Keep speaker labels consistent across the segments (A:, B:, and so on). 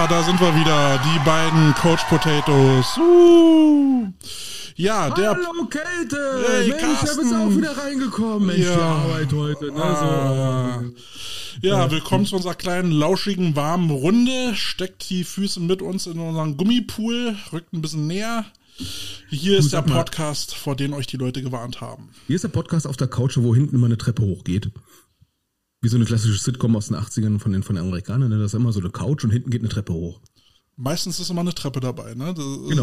A: da sind wir wieder, die beiden Couch Potatoes. Ja, der...
B: Hallo Kälte!
A: Hey,
B: Mensch, da bist du auch wieder reingekommen. Mensch,
A: Ja.
B: die Arbeit heute. Ne?
A: Ja, willkommen zu unserer kleinen, lauschigen, warmen Runde. Steckt die Füße mit uns in unseren Gummipool, rückt ein bisschen näher. Hier ist der Podcast, vor dem euch die Leute gewarnt haben.
B: Hier ist der Podcast auf der Couch, wo hinten immer eine Treppe hochgeht. Wie so eine klassische Sitcom aus den 80ern von den Amerikanern. Ne? Das ist immer so eine Couch und hinten geht eine Treppe hoch.
A: Meistens ist immer eine Treppe dabei, ne?
B: Genau,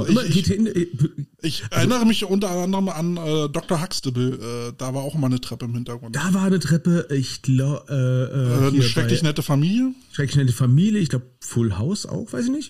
A: Ich erinnere mich unter anderem an Dr. Huxtable, da war auch immer eine Treppe im Hintergrund.
B: Da war eine Treppe, ich glaube...
A: eine schrecklich nette Familie.
B: Schrecklich nette Familie, ich glaube Full House auch, weiß ich nicht.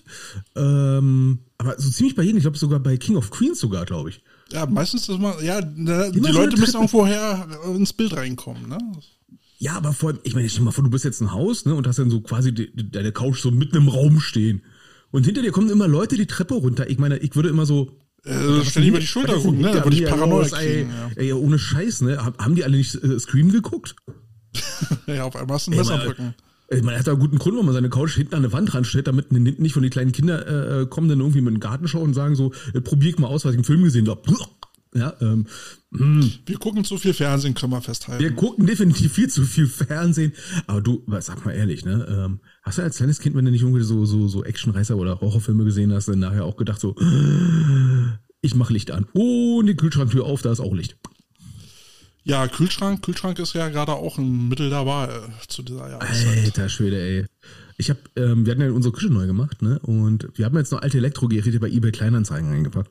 B: Aber so ziemlich bei jedem, ich glaube sogar bei King of Queens sogar, glaube ich.
A: Ja, meistens ist man, ja, die Leute müssen auch vorher ins Bild reinkommen, ne?
B: Ja, aber vor allem, ich meine, stell dir mal vor, du bist jetzt ein Haus, ne, und hast dann so quasi deine Couch so mitten im Raum stehen. Und hinter dir kommen immer Leute die Treppe runter. Ich meine, ich würde immer so...
A: ständig über die Schulter gucken, ne? Da würde ich Paranoia kriegen.
B: Ey, ohne Scheiß, ne? Haben die alle nicht Scream geguckt?
A: Ja, auf einmal hast du ein Messer drücken.
B: Man hat da einen guten Grund, wenn man seine Couch hinten an eine Wand ranstellt, damit nicht von den kleinen Kindern kommen dann irgendwie mit dem Gartenschau und sagen so, probier ich mal aus, was ich im Film gesehen habe. Ja,
A: Wir gucken zu viel Fernsehen, können wir festhalten.
B: Wir gucken definitiv viel zu viel Fernsehen. Aber du, sag mal ehrlich, ne? Hast du als kleines Kind, wenn du nicht irgendwie so Actionreißer oder Horrorfilme gesehen hast, dann nachher auch gedacht so, ich mache Licht an. Oh, und die Kühlschranktür auf, da ist auch Licht.
A: Ja, Kühlschrank ist ja gerade auch ein Mittel der Wahl zu dieser Jahreszeit.
B: Alter Schwede, ey. Wir hatten ja unsere Küche neu gemacht, ne? Und wir haben jetzt noch alte Elektrogeräte bei eBay Kleinanzeigen eingepackt.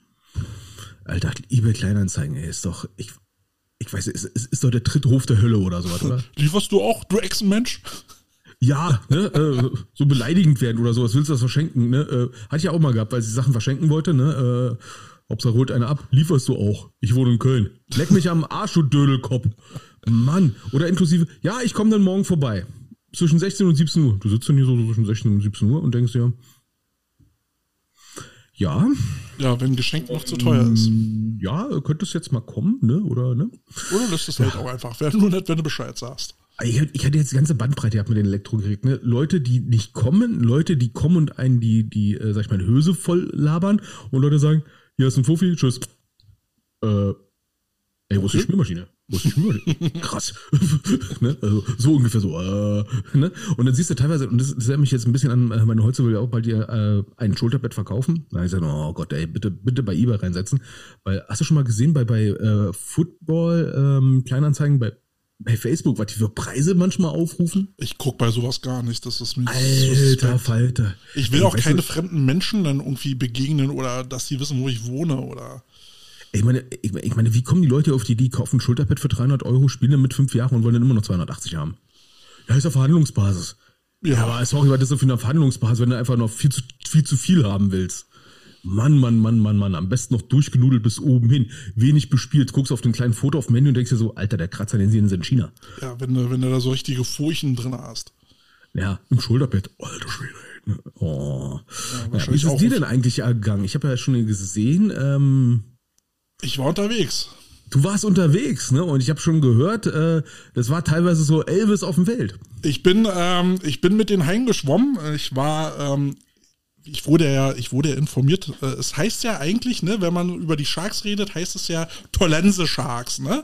B: Alter, eBay Kleinanzeigen, ey, ist doch, ich weiß, es ist doch der Tritthof der Hölle oder sowas, oder?
A: Lieferst du auch, du Echsenmensch?
B: Ja, ne, so beleidigend werden oder sowas, willst du das verschenken, ne? Hatte ich ja auch mal gehabt, weil ich Sachen verschenken wollte, ne? Hauptsache holt einer ab, lieferst du auch. Ich wohne in Köln. Leck mich am Arsch, du Dödelkopf. Mann. Oder inklusive, ja, ich komme dann morgen vorbei. Zwischen 16 und 17 Uhr. Du sitzt dann hier so zwischen 16 und 17 Uhr und denkst dir, ja.
A: Ja, wenn ein Geschenk noch zu teuer ist.
B: Ja, könnte es jetzt mal kommen, ne? Oder
A: lässt es halt auch einfach. Wäre nur nett, wenn du Bescheid sagst.
B: Ich hatte jetzt die ganze Bandbreite gehabt mit den Elektrogeräten, ne? Leute, die nicht kommen, Leute, die kommen und einen die sag ich mal, Hülse voll labern und Leute sagen, hier ist ein Fuffi, tschüss. Wo ist die Spülmaschine? Krass. Ne? Also so ungefähr so. Ne? Und dann siehst du teilweise, und das erinnert mich jetzt ein bisschen an, meine Holze will ja auch bald ihr ein Schulterbett verkaufen. Da ich sage, oh Gott, ey, bitte bei eBay reinsetzen. Weil, hast du schon mal gesehen, bei Football Kleinanzeigen bei Facebook, was die für Preise manchmal aufrufen?
A: Ich guck bei sowas gar nicht, das ist mir
B: Alter Falter.
A: Ich will auch keine fremden Menschen dann irgendwie begegnen oder dass die wissen, wo ich wohne oder...
B: Ich meine, wie kommen die Leute auf die Idee, kaufen ein Schulterbett für 300 €, spielen dann mit 5 Jahren und wollen dann immer noch 280 haben? Ja, ist auf Verhandlungsbasis. Ja, aber sorry, was ist das für eine Verhandlungsbasis, wenn du einfach noch viel zu viel haben willst? Mann. Am besten noch durchgenudelt bis oben hin. Wenig bespielt. Guckst auf den kleinen Foto auf dem Menü und denkst dir so, Alter, der Kratzer, den sehen sie in China.
A: Ja, wenn du da so richtige Furchen drin hast.
B: Ja, im Schulterbett. Alter Schwede. Oh.
A: Ja,
B: wie ist es dir denn eigentlich ergangen? Ich habe ja schon gesehen,
A: ich war unterwegs.
B: Du warst unterwegs, ne? Und ich habe schon gehört, das war teilweise so Elvis auf dem Feld.
A: Ich bin mit den Haien geschwommen. Ich wurde ja informiert. Es heißt ja eigentlich, ne, wenn man über die Sharks redet, heißt es ja Tollense Sharks, ne?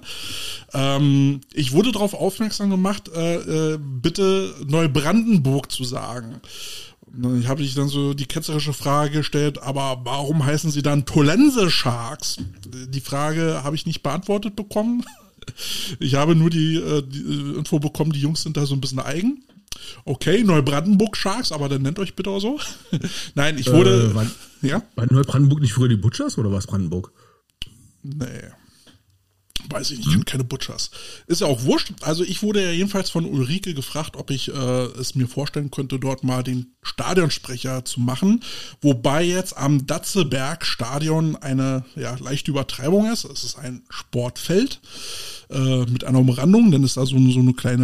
A: Ich wurde darauf aufmerksam gemacht, bitte Neubrandenburg zu sagen. Ich habe dich dann so die ketzerische Frage gestellt, aber warum heißen sie dann Tollense Sharks? Die Frage habe ich nicht beantwortet bekommen. Ich habe nur die Info bekommen, die Jungs sind da so ein bisschen eigen. Okay, Neubrandenburg Sharks, aber dann nennt euch bitte auch so. Nein, ich wurde...
B: War Neubrandenburg nicht früher die Butchers oder war es Brandenburg?
A: Nee. Weiß ich nicht, ich kenne keine Butchers. Ist ja auch wurscht. Also ich wurde ja jedenfalls von Ulrike gefragt, ob ich es mir vorstellen könnte, dort mal den Stadionsprecher zu machen. Wobei jetzt am Datzeberg-Stadion eine leichte Übertreibung ist. Es ist ein Sportfeld mit einer Umrandung. Dann ist da so eine kleine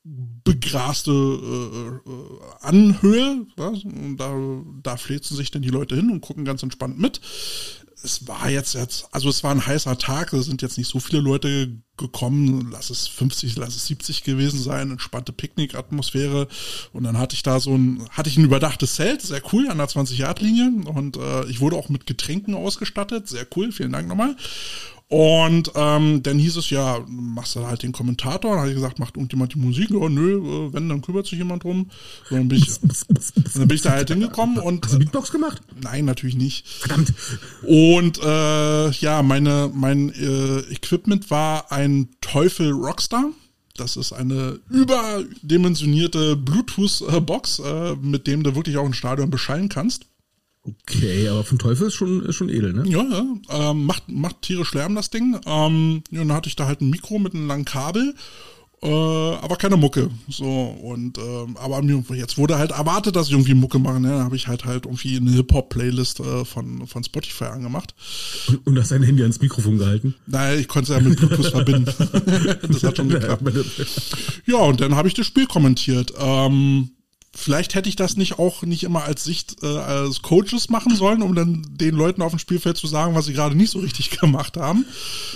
A: begraste Anhöhe. Was? Und da fläzen sich dann die Leute hin und gucken ganz entspannt mit. Es war jetzt, also es war ein heißer Tag, es sind jetzt nicht so viele Leute gekommen, lass es 50, lass es 70 gewesen sein, entspannte Picknick-Atmosphäre. Und dann hatte ich da hatte ich ein überdachtes Zelt, sehr cool, an der 20-Yard-Linie. Und ich wurde auch mit Getränken ausgestattet, sehr cool, vielen Dank nochmal. Und dann hieß es, ja, machst du halt den Kommentator. Dann habe ich gesagt, macht irgendjemand die Musik? Oh, nö, wenn, dann kümmert sich jemand drum. So, dann bin ich da halt hingekommen. Und,
B: hast du Beatbox gemacht?
A: Nein, natürlich nicht.
B: Verdammt.
A: Und ja, mein Equipment war ein Teufel Rockstar. Das ist eine überdimensionierte Bluetooth-Box, mit dem du wirklich auch ein Stadion beschallen kannst.
B: Okay, aber vom Teufel ist schon edel, ne?
A: Ja. Macht tierisch Lärm, das Ding. Ja, und dann hatte ich da halt ein Mikro mit einem langen Kabel, aber keine Mucke. So, und aber jetzt wurde halt erwartet, dass ich irgendwie Mucke mache. Ne? Da habe ich halt irgendwie eine Hip-Hop-Playlist von Spotify angemacht.
B: Und hast dein Handy ans Mikrofon gehalten?
A: Nein, ich konnte es ja mit Bluetooth verbinden. Das hat schon geklappt. Ja, und dann habe ich das Spiel kommentiert. Vielleicht hätte ich das nicht immer als Sicht als Coaches machen sollen, um dann den Leuten auf dem Spielfeld zu sagen, was sie gerade nicht so richtig gemacht haben.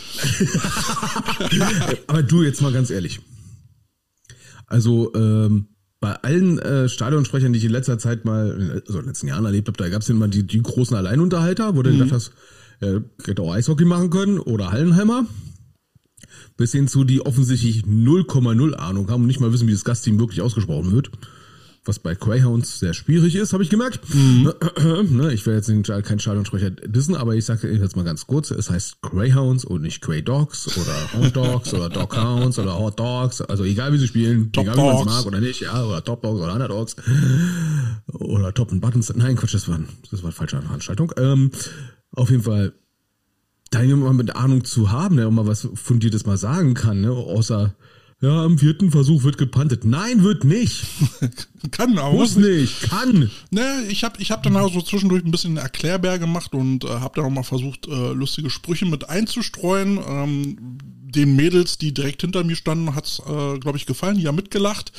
B: Aber du, jetzt mal ganz ehrlich. Also bei allen Stadionsprechern, die ich in letzter Zeit mal, also in den letzten Jahren erlebt habe, da gab es immer die großen Alleinunterhalter, wo du gedacht hast, hätte auch Eishockey machen können oder Hallenheimer. Bis hin zu die offensichtlich 0,0 Ahnung haben und nicht mal wissen, wie das Gastteam wirklich ausgesprochen wird. Was bei Greyhounds sehr schwierig ist, habe ich gemerkt. Ich werde jetzt kein Stadionsprecher dissen, aber ich sage jetzt mal ganz kurz, es heißt Greyhounds und nicht Grey Dogs oder Hound Dogs oder Doghounds oder Hot Dogs, also egal wie sie spielen,
A: Top
B: egal
A: Dogs.
B: wie man es mag oder nicht, ja, oder Top Dogs oder Underdogs oder Top and Buttons. Nein, Quatsch, das war eine falsche Veranstaltung. Auf jeden Fall, da jemand mit Ahnung zu haben, der auch mal was Fundiertes mal sagen kann, ne, außer ja, am 4. Versuch wird gepantet. Nein, wird nicht.
A: Kann auch.
B: Muss nicht. Kann.
A: Ne, ich hab dann auch so zwischendurch ein bisschen Erklärbär gemacht und habe dann auch mal versucht, lustige Sprüche mit einzustreuen. Den Mädels, die direkt hinter mir standen, hat's, glaube ich, gefallen. Die haben mitgelacht.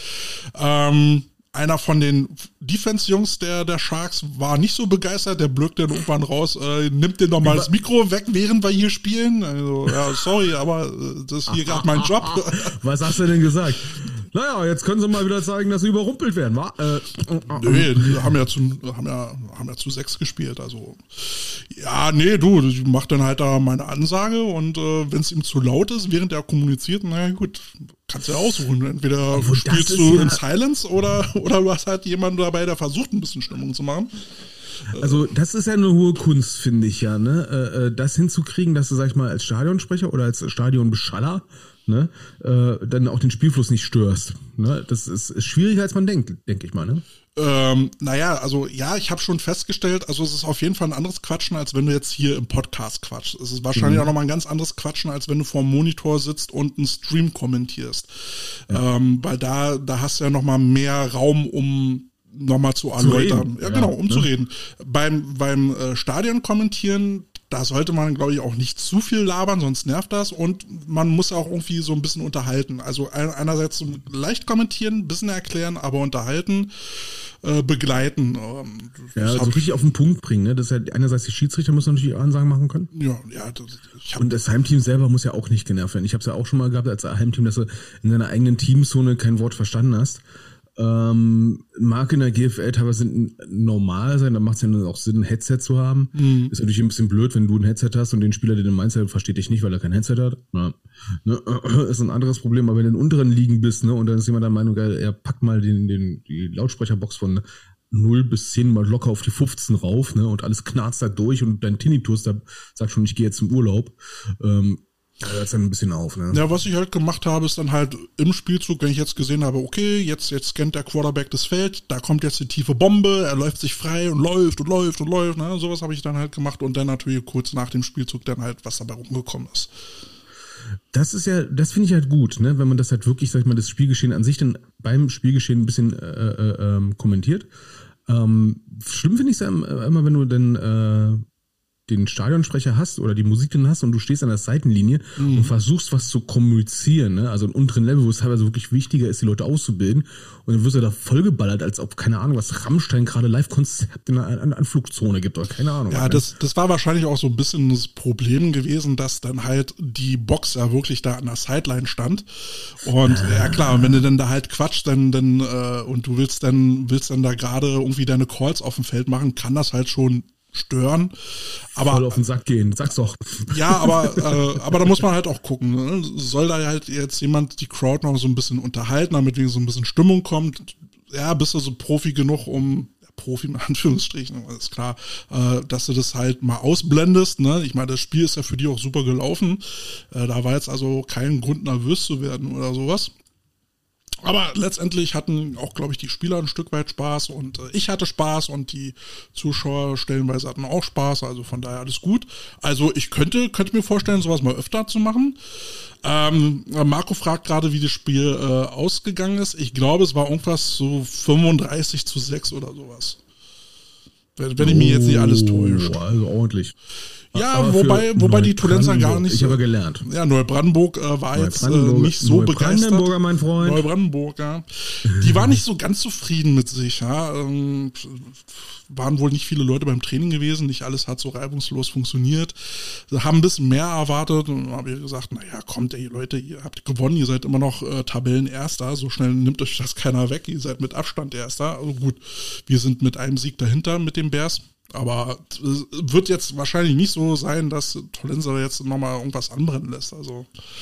A: Einer von den Defense-Jungs der Sharks war nicht so begeistert, der blökt dann irgendwann raus, nimmt den doch mal das Mikro weg, während wir hier spielen. Also, ja, sorry, aber das ist hier gerade mein Job.
B: Was hast du denn gesagt? Naja, jetzt können sie mal wieder zeigen, dass sie überrumpelt werden, wa?
A: Nee, die haben ja zu 6 gespielt, also. Ja, nee, du, ich mach dann halt da meine Ansage und wenn es ihm zu laut ist, während er kommuniziert, naja gut, kannst du ja aussuchen. Entweder spielst du in Silence oder du hast halt jemanden dabei, der versucht, ein bisschen Stimmung zu machen.
B: Also das ist ja eine hohe Kunst, finde ich ja, ne? Das hinzukriegen, dass du, sag ich mal, als Stadionsprecher oder als Stadionbeschaller, ne, dann auch den Spielfluss nicht störst. Ne? Das ist schwieriger, als man denkt, denke ich mal, ne?
A: Naja, also ja, ich habe schon festgestellt, also es ist auf jeden Fall ein anderes Quatschen, als wenn du jetzt hier im Podcast quatschst. Es ist wahrscheinlich auch nochmal ein ganz anderes Quatschen, als wenn du vor dem Monitor sitzt und einen Stream kommentierst. Ja. Weil da hast du ja nochmal mehr Raum, um nochmal zu erläutern. Ja, genau, um zu reden. Beim Stadion kommentieren, da sollte man, glaube ich, auch nicht zu viel labern, sonst nervt das. Und man muss auch irgendwie so ein bisschen unterhalten. Also einerseits so leicht kommentieren, ein bisschen erklären, aber unterhalten, begleiten.
B: Ja, so richtig auf den Punkt bringen. Ne? Das ist ja einerseits die Schiedsrichter müssen natürlich Ansagen machen können.
A: Ja.
B: Und das Heimteam selber muss ja auch nicht genervt werden. Ich habe es ja auch schon mal gehabt als Heimteam, dass du in deiner eigenen Teamzone kein Wort verstanden hast. Mag in der GFL teilweise normal sein, da macht es ja auch Sinn, ein Headset zu haben. Ist natürlich ein bisschen blöd, wenn du ein Headset hast und den Spieler, der den meinst, der versteht dich nicht, weil er kein Headset hat. Ja. Ne? Ist ein anderes Problem, aber wenn du in den unteren Ligen bist, ne, und dann ist jemand der Meinung, er packt mal die Lautsprecherbox von 0 bis 10 mal locker auf die 15 rauf, ne, und alles knarzt da durch und dein Tinnitus, da sagt schon, ich gehe jetzt zum Urlaub. Da hört es dann ein bisschen auf, ne?
A: Ja, was ich halt gemacht habe, ist dann halt im Spielzug, wenn ich jetzt gesehen habe, okay, jetzt scannt der Quarterback das Feld, da kommt jetzt die tiefe Bombe, er läuft sich frei und läuft, ne? Sowas habe ich dann halt gemacht und dann natürlich kurz nach dem Spielzug dann halt, was dabei rumgekommen ist.
B: Das finde ich halt gut, ne? Wenn man das halt wirklich, sag ich mal, das Spielgeschehen an sich dann beim Spielgeschehen ein bisschen kommentiert. Schlimm finde ich es immer, wenn du dann den Stadionsprecher hast oder die Musik dann hast und du stehst an der Seitenlinie und versuchst was zu kommunizieren, ne? Also im unteren Level, wo es teilweise wirklich wichtiger ist, die Leute auszubilden und dann wirst du da vollgeballert, als ob, keine Ahnung, was Rammstein gerade Live-Konzept in einer Anflugzone gibt oder keine Ahnung.
A: Ja, das war wahrscheinlich auch so ein bisschen das Problem gewesen, dass dann halt die Box ja wirklich da an der Sideline stand und ja klar, wenn du dann da halt quatscht, dann und du willst dann da gerade irgendwie deine Calls auf dem Feld machen, kann das halt schon stören. Aber
B: voll auf den Sack gehen, sag's doch.
A: ja, aber da muss man halt auch gucken. Ne? Soll da halt jetzt jemand die Crowd noch so ein bisschen unterhalten, damit so ein bisschen Stimmung kommt? Ja, bist du so Profi genug, Profi in Anführungsstrichen, ist klar, dass du das halt mal ausblendest. Ne? Ich meine, das Spiel ist ja für die auch super gelaufen. Da war jetzt also kein Grund, nervös zu werden oder sowas. Aber letztendlich hatten auch, glaube ich, die Spieler ein Stück weit Spaß und ich hatte Spaß und die Zuschauer stellenweise hatten auch Spaß, also von daher alles gut. Also ich könnte mir vorstellen, sowas mal öfter zu machen. Marco fragt gerade, wie das Spiel ausgegangen ist. Ich glaube, es war irgendwas so 35-6 oder sowas. Wenn ich mich jetzt nicht alles täuscht.
B: Also ordentlich.
A: Ja, wobei die Tolenser gar nicht.
B: Ich habe gelernt.
A: Ja, Neubrandenburg war jetzt nicht so begeistert.
B: Neubrandenburger, mein Freund.
A: Neubrandenburger. Die waren nicht so ganz zufrieden mit sich. Ja. Waren wohl nicht viele Leute beim Training gewesen. Nicht alles hat so reibungslos funktioniert. Sie haben ein bisschen mehr erwartet und habe ich gesagt, naja, kommt ey Leute, ihr habt gewonnen, ihr seid immer noch Tabellenerster. So schnell nimmt euch das keiner weg. Ihr seid mit Abstand Erster. Also gut, wir sind mit einem Sieg dahinter mit den Bears. Aber es wird jetzt wahrscheinlich nicht so sein, dass Tolenser jetzt nochmal irgendwas anbrennen lässt. Also,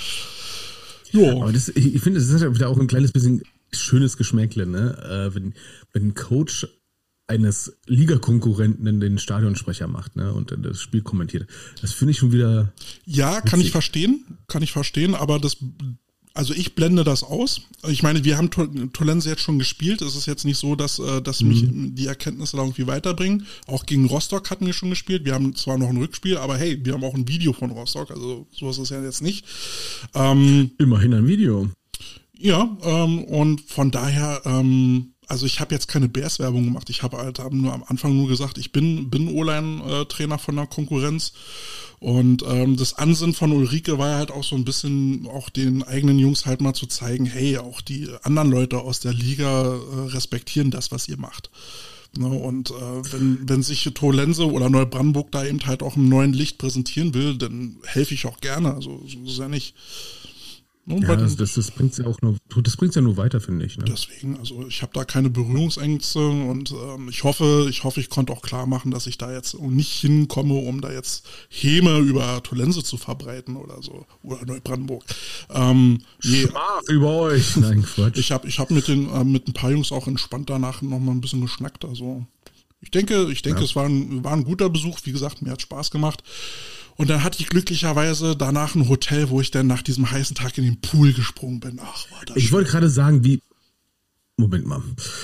A: jo.
B: Aber ich finde, es ist halt wieder auch ein kleines bisschen schönes Geschmäckle, ne? Wenn ein Coach eines Ligakonkurrenten den Stadionsprecher macht, ne? Und das Spiel kommentiert. Das finde ich schon wieder.
A: Ja, kann ich verstehen, aber also ich blende das aus. Ich meine, wir haben Tolense jetzt schon gespielt. Es ist jetzt nicht so, dass mich die Erkenntnisse da irgendwie weiterbringen. Auch gegen Rostock hatten wir schon gespielt. Wir haben zwar noch ein Rückspiel, aber hey, wir haben auch ein Video von Rostock. Also sowas ist ja jetzt nicht.
B: Immerhin ein Video.
A: Ja, und von daher, also ich habe jetzt keine Bears-Werbung gemacht. Ich habe halt nur am Anfang nur gesagt, ich bin O-Line-Trainer von der Konkurrenz. Und das Ansinnen von Ulrike war halt auch so ein bisschen auch den eigenen Jungs halt mal zu zeigen, hey, auch die anderen Leute aus der Liga respektieren das, was ihr macht. Ne, und wenn sich Tolense oder Neubrandenburg da eben halt auch im neuen Licht präsentieren will, dann helfe ich auch gerne. Also so ist ja nicht.
B: Ja, das bringt's ja auch nur, das bringt's ja nur weiter, finde ich. Ne?
A: Deswegen, also ich habe da keine Berührungsängste und ich hoffe, ich konnte auch klar machen, dass ich da jetzt nicht hinkomme, um da jetzt Häme über Tolense zu verbreiten oder so. Oder Neubrandenburg.
B: Schmach über euch. Nein, Quatsch.
A: Ich hab mit ein paar Jungs auch entspannt danach nochmal ein bisschen geschnackt. Also ich denke, es war ein guter Besuch. Wie gesagt, mir hat Spaß gemacht. Und dann hatte ich glücklicherweise danach ein Hotel, wo ich dann nach diesem heißen Tag in den Pool gesprungen bin. Ach, war das
B: Ich wollte gerade sagen, Moment mal.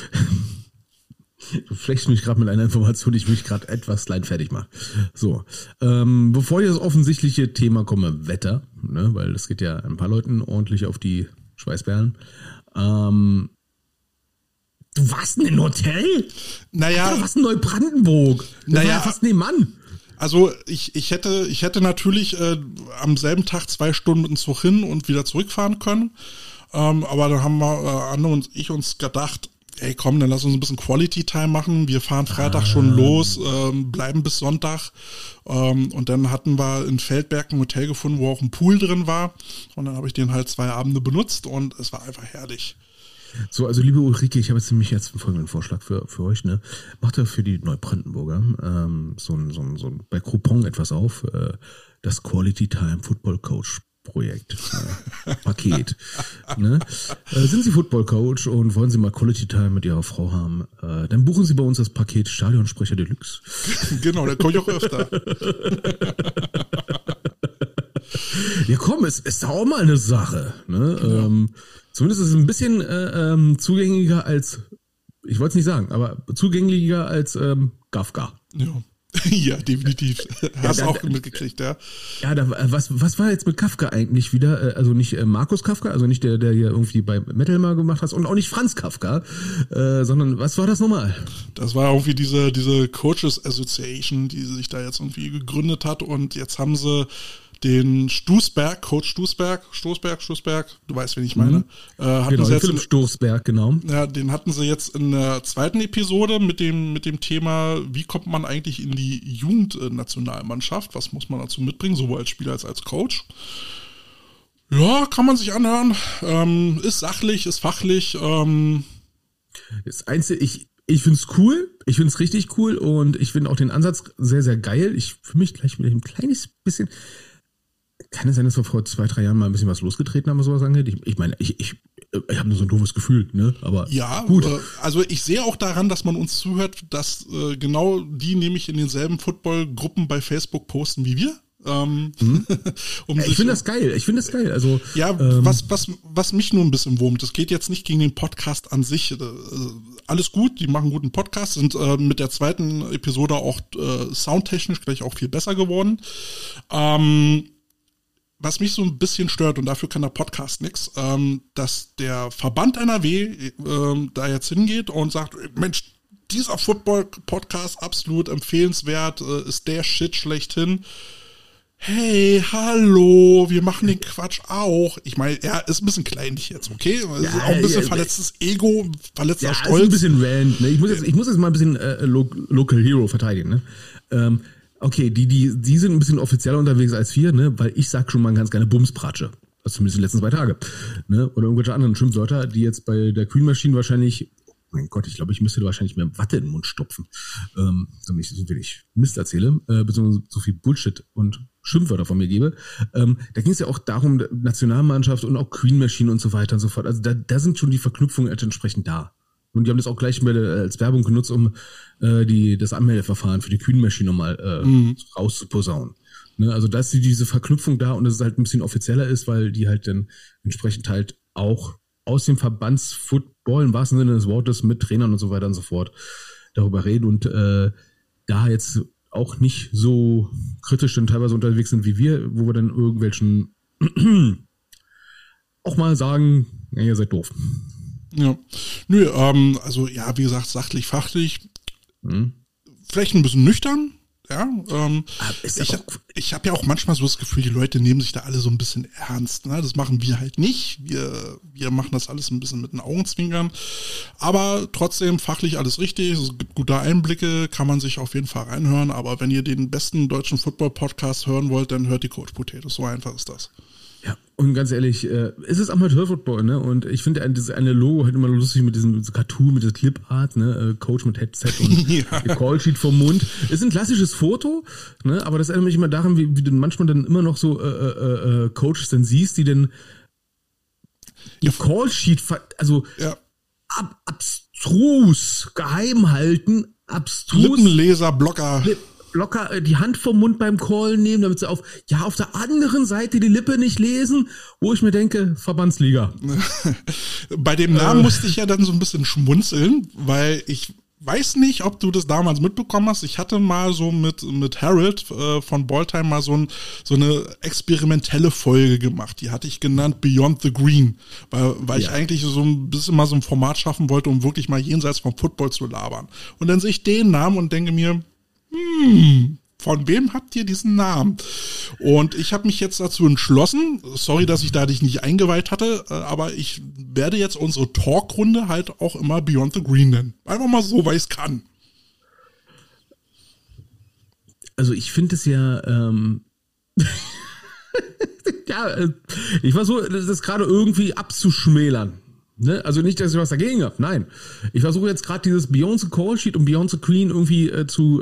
B: Du flechst mich gerade mit einer Information, die ich mich gerade etwas klein fertig mache. So, bevor ich das offensichtliche Thema komme, Wetter, ne, weil das geht ja ein paar Leuten ordentlich auf die Schweißperlen. Du warst in einem Hotel?
A: Naja.
B: Du warst in Neubrandenburg. Das war ja fast nebenan.
A: Also ich hätte natürlich am selben Tag 2 Stunden mit dem Zug hin und wieder zurückfahren können. Aber dann haben wir Anne und ich uns gedacht, ey komm, dann lass uns ein bisschen Quality Time machen. Wir fahren Freitag schon los, bleiben bis Sonntag. Und dann hatten wir in Feldberg ein Hotel gefunden, wo auch ein Pool drin war. Und dann habe ich den halt 2 Abende benutzt und es war einfach herrlich.
B: So, also liebe Ulrike, ich habe jetzt folgenden Vorschlag für euch, ne? Macht da für die Neubrandenburger so ein bei Groupon etwas auf, das Quality Time Football Coach Projekt, Paket. Ne? Sind Sie Football Coach und wollen Sie mal Quality Time mit Ihrer Frau haben, dann buchen Sie bei uns das Paket Stadionsprecher Deluxe.
A: Genau, da komme ich auch öfter.
B: Ja komm, es ist auch mal eine Sache, ne? Genau. Zumindest ist es ein bisschen zugänglicher als, ich wollte es nicht sagen, aber zugänglicher als Gafka.
A: Ja. Ja, definitiv. Hast du auch mitgekriegt, ja.
B: Ja, was war jetzt mit Kafka eigentlich wieder? Also nicht Markus Kafka, also nicht der hier irgendwie bei Metal mal gemacht hat und auch nicht Franz Kafka, sondern was war das nochmal?
A: Das war irgendwie diese Coaches Association, die sich da jetzt irgendwie gegründet hat und jetzt haben sie den Coach Stoßberg, du weißt, wen ich meine.
B: Genau, Philipp Stoßberg, genau.
A: Ja, den hatten sie jetzt in der zweiten Episode mit dem Thema, wie kommt man eigentlich in die Jugendnationalmannschaft? Was muss man dazu mitbringen, sowohl als Spieler als Coach? Ja, kann man sich anhören. Ist sachlich, ist fachlich.
B: Das Einzige, ich find's cool, ich find's richtig cool und ich finde auch den Ansatz sehr, sehr geil. Ich fühle mich gleich mit ein kleines bisschen. Kann es sein, dass wir vor 2-3 Jahren mal ein bisschen was losgetreten haben, was sowas angeht? Ich meine, ich habe nur so ein doofes Gefühl, ne? Aber
A: ja, gut. Also ich sehe auch daran, dass man uns zuhört, dass genau die nämlich in denselben Football-Gruppen bei Facebook posten wie wir.
B: Ich finde das geil. Also
A: ja, was mich nur ein bisschen wurmt, das geht jetzt nicht gegen den Podcast an sich. Alles gut, die machen guten Podcast, sind mit der zweiten Episode auch soundtechnisch gleich auch viel besser geworden. Was mich so ein bisschen stört, und dafür kann der Podcast nix, dass der Verband NRW da jetzt hingeht und sagt, Mensch, dieser Football-Podcast absolut empfehlenswert, ist der Shit schlechthin. Hey, hallo, wir machen den Quatsch auch. Ich meine, er ist ein bisschen kleinlich jetzt, okay? Es ist auch ein bisschen verletztes Ego, verletzter Stolz.
B: Ist ein bisschen rant, ne? Ich muss jetzt mal ein bisschen Local Hero verteidigen, ne? Okay, die sind ein bisschen offizieller unterwegs als wir, ne? Weil ich sag schon mal ganz gerne Bumspratsche. Also zumindest die letzten 2 Tage. Ne? Oder irgendwelche anderen Schimpfwörter, die jetzt bei der Queen Machine wahrscheinlich, mein Gott, ich glaube, ich müsste wahrscheinlich mehr Watte in den Mund stopfen. Damit ich so wenig Mist erzähle, beziehungsweise so viel Bullshit und Schimpfwörter von mir gebe. Da ging es ja auch darum, Nationalmannschaft und auch Queen Machine und so weiter und so fort. Also da sind schon die Verknüpfungen entsprechend da. Und die haben das auch gleich als Werbung genutzt, um das Anmeldeverfahren für die Queen Machine nochmal rauszuposaunen. Ne? Also da ist diese Verknüpfung da und dass es halt ein bisschen offizieller ist, weil die halt dann entsprechend halt auch aus dem Verbandsfootball im wahrsten Sinne des Wortes mit Trainern und so weiter und so fort darüber reden und da jetzt auch nicht so kritisch dann teilweise unterwegs sind wie wir, wo wir dann irgendwelchen auch mal sagen, ja, ihr seid doof.
A: Ja, nö, also ja, wie gesagt, sachlich, fachlich, vielleicht ein bisschen nüchtern, ja. Ich habe ja auch manchmal so das Gefühl, die Leute nehmen sich da alle so ein bisschen ernst, ne? Das machen wir halt nicht, wir machen das alles ein bisschen mit den Augenzwinkern, aber trotzdem fachlich alles richtig, es gibt gute Einblicke, kann man sich auf jeden Fall reinhören, aber wenn ihr den besten deutschen Football-Podcast hören wollt, dann hört die Coach Potatoes, so einfach ist das.
B: Ja, und ganz ehrlich, es ist Amateur-Football, ne? Und ich finde das eine Logo halt immer lustig mit diesem Cartoon, mit der Clipart, ne? Coach mit Headset und der Callsheet vom Mund. Ist ein klassisches Foto, ne? Aber das erinnert mich immer daran, wie du manchmal dann immer noch so Coaches dann siehst, die dann ihr Callsheet, also abstrus geheim halten, abstrus.
A: Lippenleser, Blocker.
B: Locker die Hand vom Mund beim Call nehmen, damit sie auf der anderen Seite die Lippe nicht lesen, wo ich mir denke, Verbandsliga.
A: Bei dem Namen musste ich ja dann so ein bisschen schmunzeln, weil ich weiß nicht, ob du das damals mitbekommen hast. Ich hatte mal so mit Harold von Balltime mal so eine experimentelle Folge gemacht. Die hatte ich genannt Beyond the Green, weil ich eigentlich so ein bisschen mal so ein Format schaffen wollte, um wirklich mal jenseits vom Football zu labern. Und dann sehe ich den Namen und denke mir, von wem habt ihr diesen Namen? Und ich habe mich jetzt dazu entschlossen, sorry, dass ich da dich nicht eingeweiht hatte, aber ich werde jetzt unsere Talkrunde halt auch immer Beyond the Green nennen. Einfach mal so, weil ich es kann.
B: Also ich finde es ja, ich versuche das gerade irgendwie abzuschmälern. Ne? Also nicht, dass ich was dagegen habe, nein. Ich versuche jetzt gerade dieses Beyond the Call Sheet und Beyond the Queen irgendwie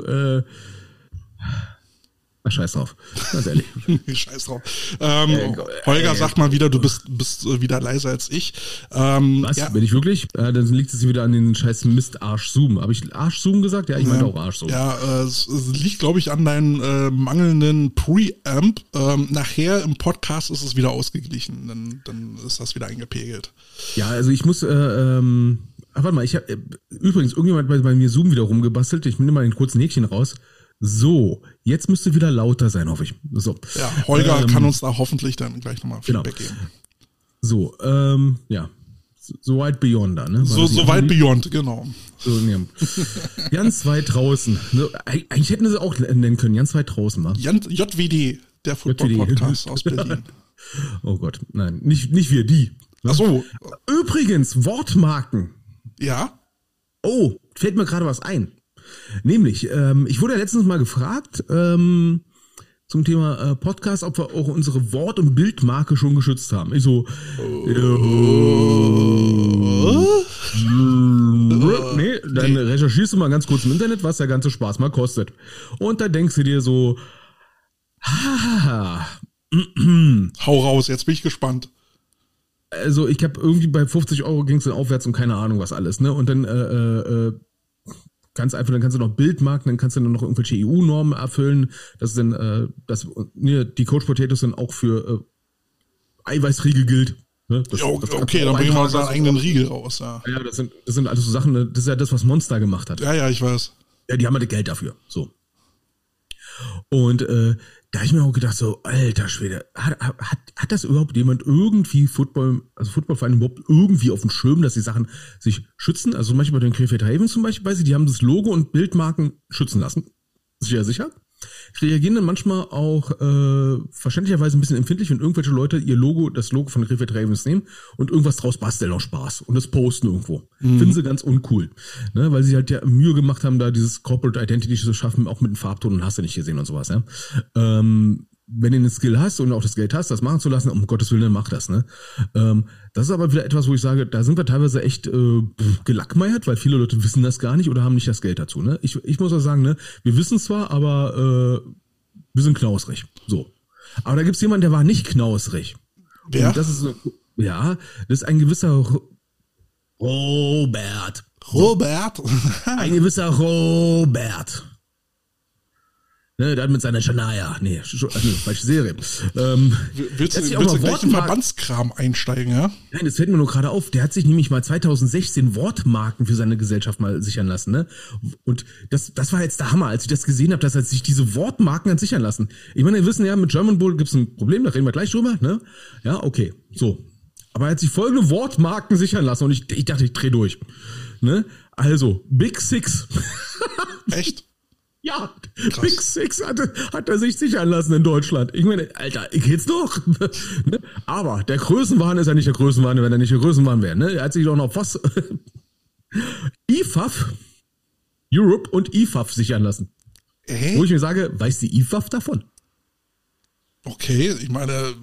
B: scheiß drauf, ganz ehrlich.
A: Scheiß drauf. Holger sagt mal wieder, du bist wieder leiser als ich.
B: Was? Ja. Bin ich wirklich? Dann liegt es wieder an den scheiß Mist-Arsch-Zoom. Habe ich Arsch-Zoom gesagt? Ja, ich meinte auch Arsch-Zoom.
A: Ja, es liegt, glaube ich, an deinem mangelnden Preamp. Nachher im Podcast ist es wieder ausgeglichen. Dann ist das wieder eingepegelt.
B: Ja, also ich muss, warte mal, ich habe übrigens irgendjemand bei mir Zoom wieder rumgebastelt. Ich nehme mal den kurzen Häkchen raus. So, jetzt müsste wieder lauter sein, hoffe ich. So.
A: Ja, Holger kann uns da hoffentlich dann gleich nochmal Feedback geben.
B: So, ja. So weit beyond da, ne?
A: So weit beyond, genau.
B: So, ne. Ganz weit draußen. Ne? Eigentlich hätten sie auch nennen können, ganz weit draußen, wa?
A: JWD, der Football-Podcast aus Berlin.
B: Oh Gott, nein, nicht wir, die.
A: Ach so.
B: Übrigens, Wortmarken.
A: Ja?
B: Oh, fällt mir gerade was ein. Nämlich, ich wurde ja letztens mal gefragt, zum Thema Podcast, ob wir auch unsere Wort- und Bildmarke schon geschützt haben. Ich so, nee, dann recherchierst du mal ganz kurz im Internet, was der ganze Spaß mal kostet. Und da denkst du dir so,
A: hau raus, jetzt bin ich gespannt.
B: Also ich habe irgendwie bei 50 € ging es dann aufwärts und keine Ahnung was alles, ne? Und dann ganz einfach, dann kannst du noch Bildmarken, dann kannst du dann noch irgendwelche EU-Normen erfüllen, dass dann, die Coach Potatoes dann auch für Eiweißriegel gilt. Ne?
A: Okay, dann bringen wir unseren eigenen Riegel raus. Ja,
B: ja das sind alles so Sachen, ne? Das ist ja das, was Monster gemacht hat.
A: Ja, ich weiß.
B: Ja, die haben halt Geld dafür. So. Und da habe ich mir auch gedacht, so, alter Schwede, hat das überhaupt jemand irgendwie Footballvereine überhaupt irgendwie auf dem Schirm, dass die Sachen sich schützen? Also zum Beispiel bei den Krefeld Ravens zum Beispiel, die haben das Logo und Bildmarken schützen lassen. Sicher. Reagieren dann manchmal auch verständlicherweise ein bisschen empfindlich, wenn irgendwelche Leute das Logo von Krefeld Ravens nehmen und irgendwas draus basteln aus Spaß und das posten irgendwo. Finden sie ganz uncool. Ne? Weil sie halt ja Mühe gemacht haben, da dieses Corporate Identity zu schaffen, auch mit dem Farbton und hast du nicht gesehen und sowas. Ja? Wenn du den Skill hast und auch das Geld hast, das machen zu lassen, um Gottes Willen, dann mach das. Ne? Das ist aber wieder etwas, wo ich sage, da sind wir teilweise echt gelackmeiert, weil viele Leute wissen das gar nicht oder haben nicht das Geld dazu. Ne? Ich muss auch sagen, ne, wir wissen zwar, aber wir sind knausrig. So. Aber da gibt's jemanden, der war nicht knausrig.
A: Wer?
B: Und das ist das ist ein gewisser Robert. Ein gewisser Robert. Ne, der hat mit seiner Shania. Nee, falsche Serie.
A: Willst du gleich in Verbandskram einsteigen, ja?
B: Nein, das fällt mir nur gerade auf. Der hat sich nämlich mal 2016 Wortmarken für seine Gesellschaft mal sichern lassen. Ne? Und das war jetzt der Hammer, als ich das gesehen habe, dass er sich diese Wortmarken hat sichern lassen. Ich meine, wir wissen ja, mit German Bull gibt's ein Problem, da reden wir gleich drüber. Ne? Ja, okay, so. Aber er hat sich folgende Wortmarken sichern lassen und ich dachte, ich dreh durch. Ne? Also, Big Six.
A: Echt?
B: Ja, krass. Big Six hat er sich sichern lassen in Deutschland. Ich meine, Alter, geht's doch. Aber der Größenwahn ist ja nicht der Größenwahn, wenn er nicht der Größenwahn wäre. Ne? Er hat sich doch noch was IFAF Europe und IFAF sichern lassen. Wo ich mir sage, weiß die IFAF davon?
A: Okay, ich meine...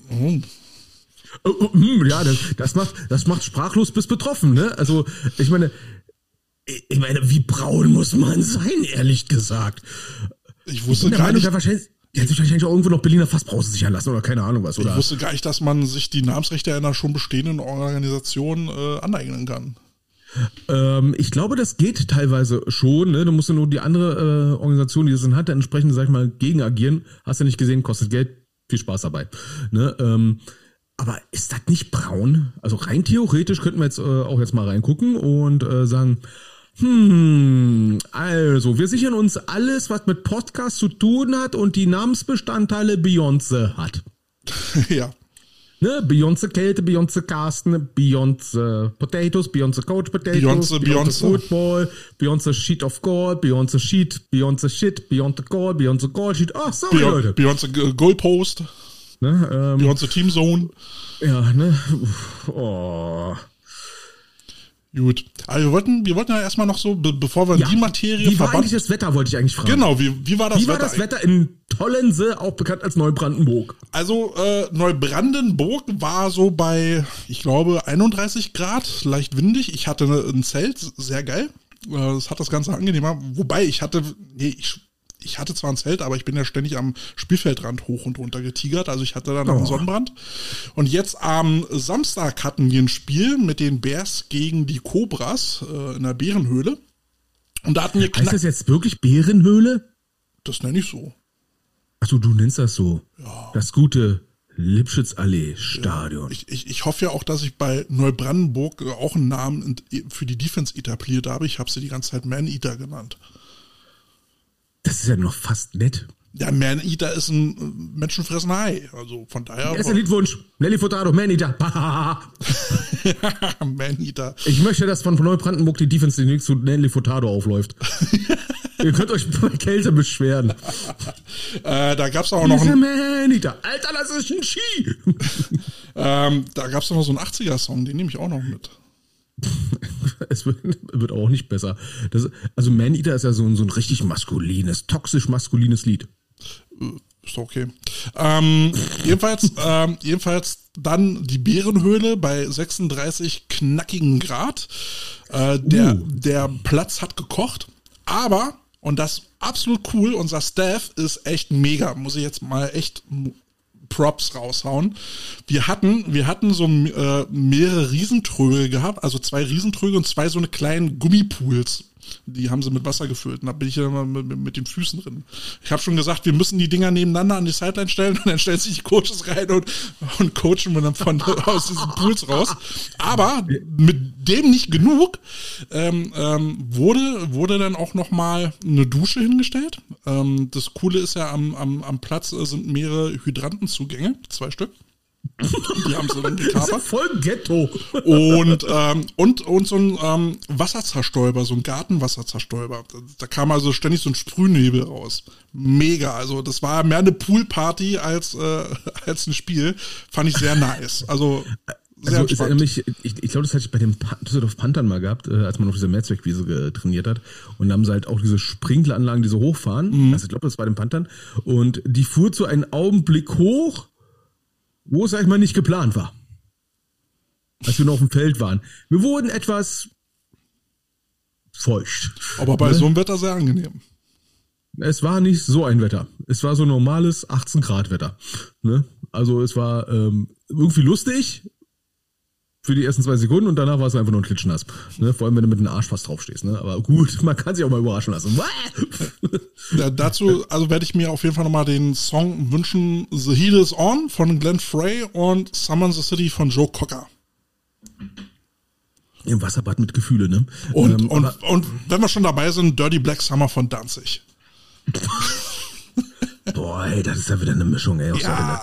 B: Ja, das macht sprachlos bis betroffen. Ne? Also, ich meine, wie braun muss man sein, ehrlich gesagt?
A: Ich wusste gar nicht.
B: Der hat sich wahrscheinlich auch irgendwo noch Berliner Fassbrause sichern lassen oder keine Ahnung was. Oder?
A: Ich wusste gar nicht, dass man sich die Namensrechte einer schon bestehenden Organisation aneignen kann.
B: Ich glaube, das geht teilweise schon. Ne? Du musst ja nur die andere Organisation, die das dann hat, entsprechend, sag ich mal, gegen agieren. Hast du nicht gesehen, kostet Geld. Viel Spaß dabei. Ne? Aber ist das nicht braun? Also rein theoretisch könnten wir jetzt auch jetzt mal reingucken und sagen, also wir sichern uns alles, was mit Podcast zu tun hat und die Namensbestandteile Beyoncé hat.
A: Ja.
B: Ne? Beyoncé Kälte, Beyoncé Carsten, Beyoncé Potatoes, Beyoncé Coach Potatoes,
A: Beyoncé
B: Football, Beyoncé Sheet of Gold, Beyoncé Sheet, Beyoncé Shit, Beyoncé Gold, Beyoncé Gold Sheet. Ach, sorry, Leute.
A: Beyoncé Goalpost.
B: Ne?
A: Beyoncé Teamzone.
B: Ja, ne? Oh.
A: Gut. Also wir wollten ja erstmal noch so, bevor wir die Materie
B: Wie war eigentlich das Wetter, wollte ich eigentlich fragen.
A: Genau, wie war das Wetter?
B: Wie war das Wetter in Tollense, auch bekannt als Neubrandenburg?
A: Also Neubrandenburg war so bei, ich glaube, 31 Grad, leicht windig. Ich hatte ein Zelt, sehr geil. Das hat das Ganze angenehmer. Wobei ich hatte zwar ein Zelt, aber ich bin ja ständig am Spielfeldrand hoch und runter getigert. Also ich hatte da noch einen Sonnenbrand. Und jetzt am Samstag hatten wir ein Spiel mit den Bears gegen die Cobras in der Bärenhöhle. Und da hatten wir
B: Heißt das jetzt wirklich Bärenhöhle?
A: Das nenne ich so.
B: Achso, du nennst das so.
A: Ja.
B: Das gute Lipschitz-Allee-Stadion.
A: Ja. Ich hoffe ja auch, dass ich bei Neubrandenburg auch einen Namen für die Defense etabliert habe. Ich habe sie die ganze Zeit Man-Eater genannt.
B: Das ist ja noch fast nett.
A: Ja, Man-Eater ist ein menschenfressender Hai. Also von daher.
B: Erster Liedwunsch. Nelly Furtado, Man-Eater.
A: Man-Eater.
B: Ich möchte, dass von Neubrandenburg die Defense demnächst zu Nelly Furtado aufläuft. Ihr könnt euch bei Kälte beschweren.
A: Da gab's auch noch
B: einen Man-Eater. Alter, das ist ein Ski.
A: Da gab's noch so einen 80er-Song, den nehme ich auch noch mit.
B: Es wird auch nicht besser. Also Man-Eater ist ja so ein richtig maskulines, toxisch maskulines Lied.
A: Ist okay. Jedenfalls dann die Bärenhöhle bei 36 knackigen Grad. Der Platz hat gekocht, aber, und das absolut cool, unser Staff ist echt mega, muss ich jetzt mal echt Props raushauen. Wir hatten so mehrere Riesentröge gehabt, also 2 Riesentröge und 2 so eine kleinen Gummipools. Die haben sie mit Wasser gefüllt. Und da bin ich ja immer mit den Füßen drin. Ich habe schon gesagt, wir müssen die Dinger nebeneinander an die Sideline stellen und dann stellen sich die Coaches rein und coachen wir dann aus diesen Pools raus. Aber mit dem nicht genug, wurde dann auch nochmal eine Dusche hingestellt. Das Coole ist ja, am Platz sind mehrere Hydrantenzugänge, 2 Stück. Die haben sie dann gekapert.
B: Das ist ja voll Ghetto.
A: Und so ein Wasserzerstäuber, so ein Gartenwasserzerstäuber. Da kam also ständig so ein Sprühnebel raus. Mega. Also das war mehr eine Poolparty als ein Spiel. Fand ich sehr nice. Also sehr entspannt.
B: Ich glaube, das hatte ich bei den Düsseldorf Panthern mal gehabt, als man auf dieser Mehrzweckwiese trainiert hat. Und da haben sie halt auch diese Sprinkleranlagen, die so hochfahren. Also ich glaube, das war bei den Panthern. Und die fuhr zu einem Augenblick hoch, wo es, sag ich mal, nicht geplant war. Als wir noch auf dem Feld waren. Wir wurden etwas feucht.
A: Aber bei so einem Wetter sehr angenehm.
B: Es war nicht so ein Wetter. Es war so normales 18 Grad Wetter. Ne? Also es war irgendwie lustig für die ersten 2 Sekunden und danach war es einfach nur ein Klitschnass. Ne? Vor allem, wenn du mit einem Arsch fast draufstehst. Ne? Aber gut, man kann sich auch mal überraschen lassen.
A: Ja, dazu werde ich mir auf jeden Fall nochmal den Song wünschen. The Heat is On von Glenn Frey und Summon the City von Joe Cocker.
B: Im Wasserbad mit Gefühle, ne?
A: Und wenn wir schon dabei sind, Dirty Black Summer von Danzig.
B: Boah, ey, das ist ja wieder eine Mischung, ey.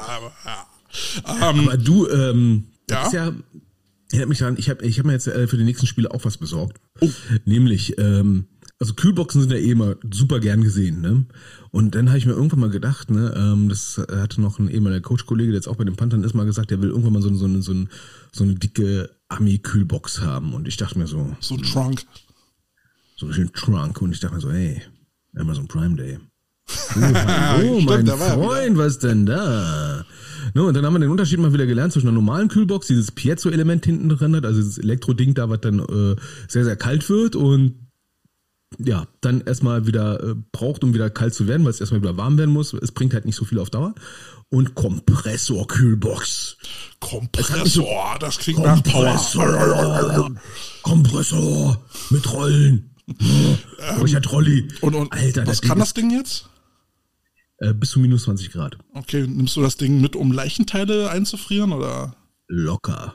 A: Aber
B: du, das ist ja... Erinnert mich daran, ich hab mir jetzt für die nächsten Spiele auch was besorgt. Oh. Nämlich, also Kühlboxen sind ja eh immer super gern gesehen, ne? Und dann habe ich mir irgendwann mal gedacht, ne, das hatte noch ein ehemaliger Coach-Kollege, der jetzt auch bei den Panthern ist, mal gesagt, der will irgendwann mal so eine dicke Ami-Kühlbox haben. Und ich dachte mir so.
A: So ein Trunk.
B: So ein Trunk. Und ich dachte mir so, ey, Amazon Prime Day. Oh, mein Freund, was denn da? No, und dann haben wir den Unterschied mal wieder gelernt zwischen einer normalen Kühlbox, dieses Piezo-Element hinten drin hat, also dieses Elektroding da, was dann sehr, sehr kalt wird und ja, dann erstmal wieder braucht, um wieder kalt zu werden, weil es erstmal wieder warm werden muss. Es bringt halt nicht so viel auf Dauer. Und Kompressor-Kühlbox.
A: Kompressor, das klingt nach Power.
B: Kompressor mit Rollen. Ich hatte Rolli.
A: Und
B: Alter,
A: was kann das Ding jetzt?
B: Bis zu minus 20 Grad.
A: Okay, nimmst du das Ding mit, um Leichenteile einzufrieren, oder?
B: Locker.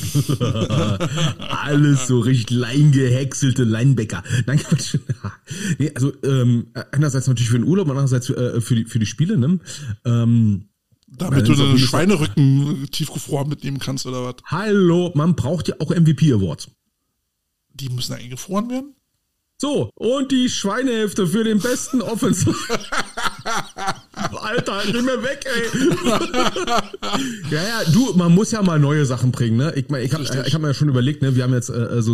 B: Alles so richtig leingehäckselte Leinbäcker. Nein, Quatsch. Nee, also einerseits natürlich für den Urlaub, andererseits für die Spiele, ne?
A: Damit du einen Schweinerücken tiefgefroren mitnehmen kannst, oder was?
B: Hallo, man braucht ja auch MVP-Awards.
A: Die müssen eingefroren werden?
B: So, und die Schweinehälfte für den besten Offensive. Alter, geh mir weg, ey. Ja, du, man muss ja mal neue Sachen bringen, ne? Ich hab mir ja schon überlegt, ne? Wir haben jetzt so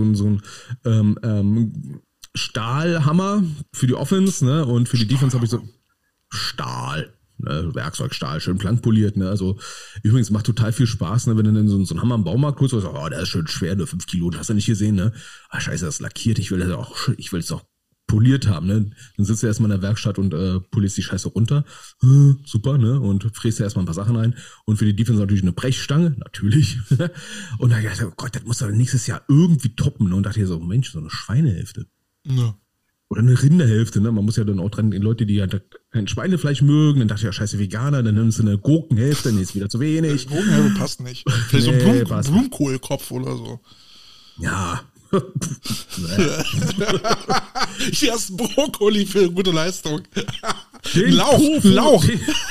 B: ein Stahlhammer für die Offense, ne? Und für die Defense habe ich so Stahl. Ne, Werkzeugstahl, schön plankpoliert, ne, also übrigens macht total viel Spaß, ne, wenn du dann so einen Hammer im Baumarkt holst, und sagst, oh, der ist schön schwer, nur 5 Kilo, hast du nicht gesehen, ne, scheiße, das ist lackiert, ich will es auch poliert haben, ne, dann sitzt du erstmal in der Werkstatt und polierst die Scheiße runter, super, ne, und fräst dir erstmal ein paar Sachen ein und für die Defense natürlich eine Brechstange, natürlich, und dann dachte ich, oh Gott, das muss doch nächstes Jahr irgendwie toppen, ne, und dachte ich so, Mensch, so eine Schweinehälfte. Ja. Oder eine Rinderhälfte, ne? Man muss ja dann auch dran, Leute, die halt kein Schweinefleisch mögen, dann dachte ich, ja, scheiße, Veganer, dann nimmst du eine Gurkenhälfte, nee, ist wieder zu wenig.
A: Gurkenhälfte passt nicht. Vielleicht so ein Blumenkohlkopf oder so.
B: Ja,
A: Hier ist Brokkoli für gute Leistung.
B: Den
A: Lauch.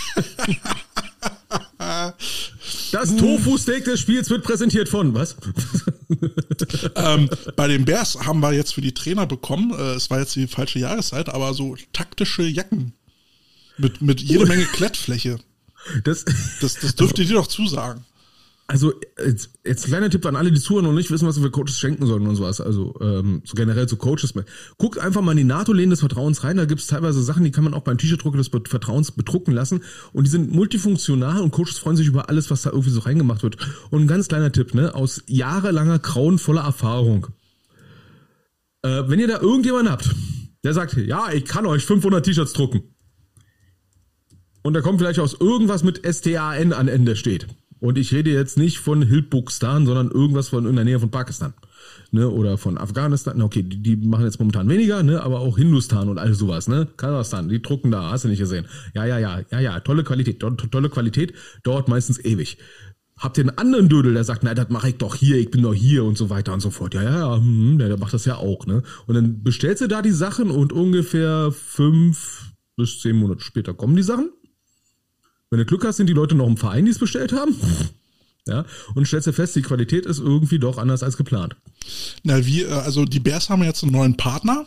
B: Das Tofu-Steak des Spiels wird präsentiert von, was?
A: Bei den Bears haben wir jetzt für die Trainer bekommen, es war jetzt die falsche Jahreszeit, aber so taktische Jacken mit jede Menge Klettfläche. Das dürfte dir doch zusagen.
B: Also jetzt ein kleiner Tipp an alle, die zuhören und nicht wissen, was wir für Coaches schenken sollen und sowas. Also so generell zu Coaches. Guckt einfach mal in die NATO-Läden des Vertrauens rein. Da gibt es teilweise Sachen, die kann man auch beim T-Shirt-Drucker des Vertrauens bedrucken lassen. Und die sind multifunktional und Coaches freuen sich über alles, was da irgendwie so reingemacht wird. Und ein ganz kleiner Tipp, ne, aus jahrelanger grauenvoller Erfahrung. Wenn ihr da irgendjemanden habt, der sagt, ja, ich kann euch 500 T-Shirts drucken. Und da kommt vielleicht aus irgendwas mit STAN an Ende steht. Und ich rede jetzt nicht von Hilbukstan, sondern irgendwas von in der Nähe von Pakistan, ne, oder von Afghanistan. Okay, die machen jetzt momentan weniger, ne, aber auch Hindustan und alles sowas, ne, Kasachstan, die drucken da, hast du nicht gesehen. Ja, tolle Qualität, dauert meistens ewig. Habt ihr einen anderen Dödel, der sagt, nein, das mache ich doch hier, ich bin doch hier und so weiter und so fort. Der macht das ja auch, ne. Und dann bestellst du da die Sachen und ungefähr 5 bis 10 Monate später kommen die Sachen. Wenn du Glück hast, sind die Leute noch im Verein, die es bestellt haben. Ja, und stellst du fest, die Qualität ist irgendwie doch anders als geplant.
A: Na, also die Bears haben jetzt einen neuen Partner,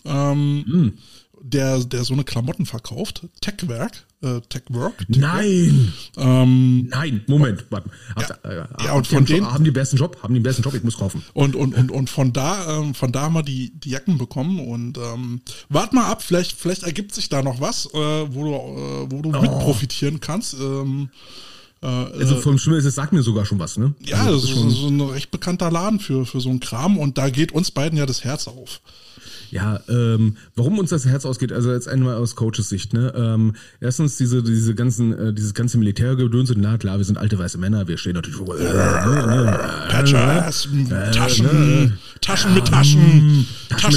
A: der so eine Klamotten verkauft. Techwork.
B: Nein! Nein, Moment, warte.
A: Und von denen
B: haben die besten Job, ich muss kaufen.
A: Und von da haben wir die Jacken bekommen und wart mal ab, vielleicht ergibt sich da noch was, wo du mit profitieren kannst.
B: Also vom Schlimmen ist, es sagt mir sogar schon was, ne?
A: Ja, also, das ist schon so ein recht bekannter Laden für so einen Kram und da geht uns beiden ja das Herz auf.
B: Ja, warum uns das Herz ausgeht, also jetzt einmal aus Coaches Sicht, ne? Erstens dieses ganze Militärgedöns, na klar, wir sind alte weiße Männer, wir stehen natürlich vor
A: Patchers, Taschen mit Taschen.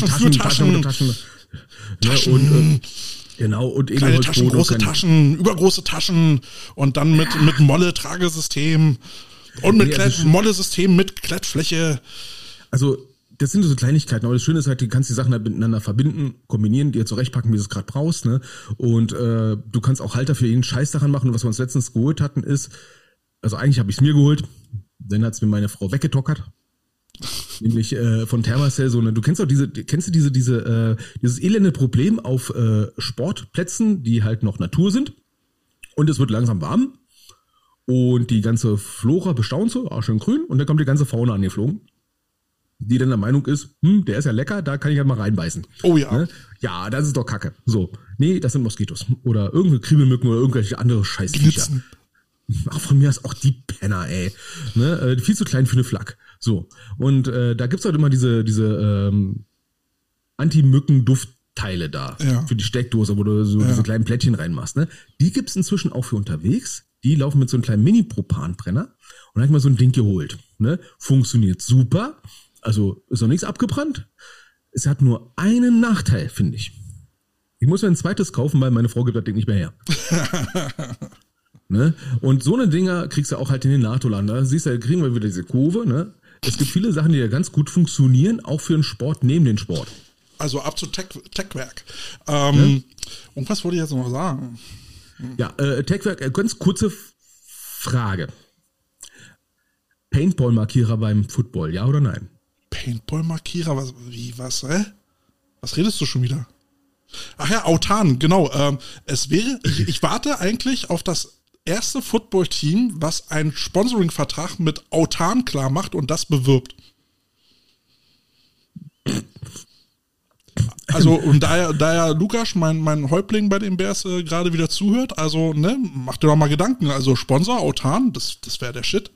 B: Genau, und
A: kleine Taschen, große Taschen, übergroße Taschen und dann mit Molle-Tragesystem und mit Molle-System mit Klettfläche.
B: Also das sind so Kleinigkeiten, aber das Schöne ist halt, du kannst die Sachen halt miteinander verbinden, kombinieren, dir zurechtpacken, wie du es gerade brauchst, ne? Und du kannst auch Halter für jeden Scheiß daran machen. Und was wir uns letztens geholt hatten ist, also eigentlich habe ich es mir geholt, dann hat es mir meine Frau weggetockert. Nämlich von Thermacell, so, ne? Du kennst auch dieses elende Problem auf Sportplätzen, die halt noch Natur sind. Und es wird langsam warm. Und die ganze Flora bestaunt so, schön grün. Und dann kommt die ganze Fauna angeflogen, die dann der Meinung ist, der ist ja lecker, da kann ich halt mal reinbeißen.
A: Oh ja.
B: Ne? Ja, das ist doch Kacke. So, nee, das sind Moskitos. Oder irgendwelche Kriebelmücken oder irgendwelche andere Scheißviecher. Ach, von mir ist auch die Penner, ey. Ne? Viel zu klein für eine Flak. So, und da gibt's halt immer diese Anti-Mücken-Duftteile da. Ja. Für die Steckdose, wo du so diese kleinen Plättchen reinmachst. Ne? Die gibt's inzwischen auch für unterwegs. Die laufen mit so einem kleinen Mini-Propanbrenner. Und da habe ich mal so ein Ding geholt. Ne? Funktioniert super. Also ist noch nichts abgebrannt. Es hat nur einen Nachteil, finde ich. Ich muss mir ein zweites kaufen, weil meine Frau gibt das Ding nicht mehr her. Ne? Und so eine Dinger kriegst du auch halt in den NATO-Laden. Da siehst du, da kriegen wir wieder diese Kurve. Ne? Es gibt viele Sachen, die ja ganz gut funktionieren, auch für den Sport, neben den Sport.
A: Also ab zu Techwerk. Und was wollte ich jetzt noch sagen?
B: Ja, Techwerk, ganz kurze Frage. Paintball-Markierer beim Football, ja oder nein?
A: Paintball-Markierer? Was, hä? Was redest du schon wieder? Ach ja, Autan, genau. Ich warte eigentlich auf das erste Football-Team, was einen Sponsoring-Vertrag mit Autan klar macht und das bewirbt. Also, und da ja Lukas, mein Häuptling bei den Bears, gerade wieder zuhört, also, ne, mach dir doch mal Gedanken. Also, Sponsor, Autan, das wäre der Shit.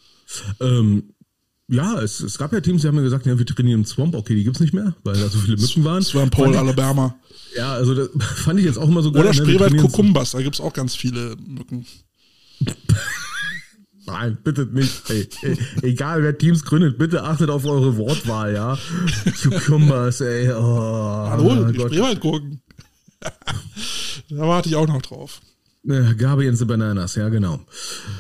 B: Ja, es gab ja Teams, die haben mir gesagt, ja, wir trainieren im Swamp, okay, die gibt's nicht mehr, weil da so viele Mücken waren.
A: Swamp Hole, Alabama.
B: Ja, also das fand ich jetzt auch immer so geil.
A: Oder Spreewald Kukumbas, da gibt's auch ganz viele Mücken.
B: Nein, bitte nicht. Ey, egal wer Teams gründet, bitte achtet auf eure Wortwahl, ja. Cucumbers, ey. Oh,
A: hallo, Spreewald gucken. Da warte ich auch noch drauf.
B: Gabi and the Bananas, ja genau.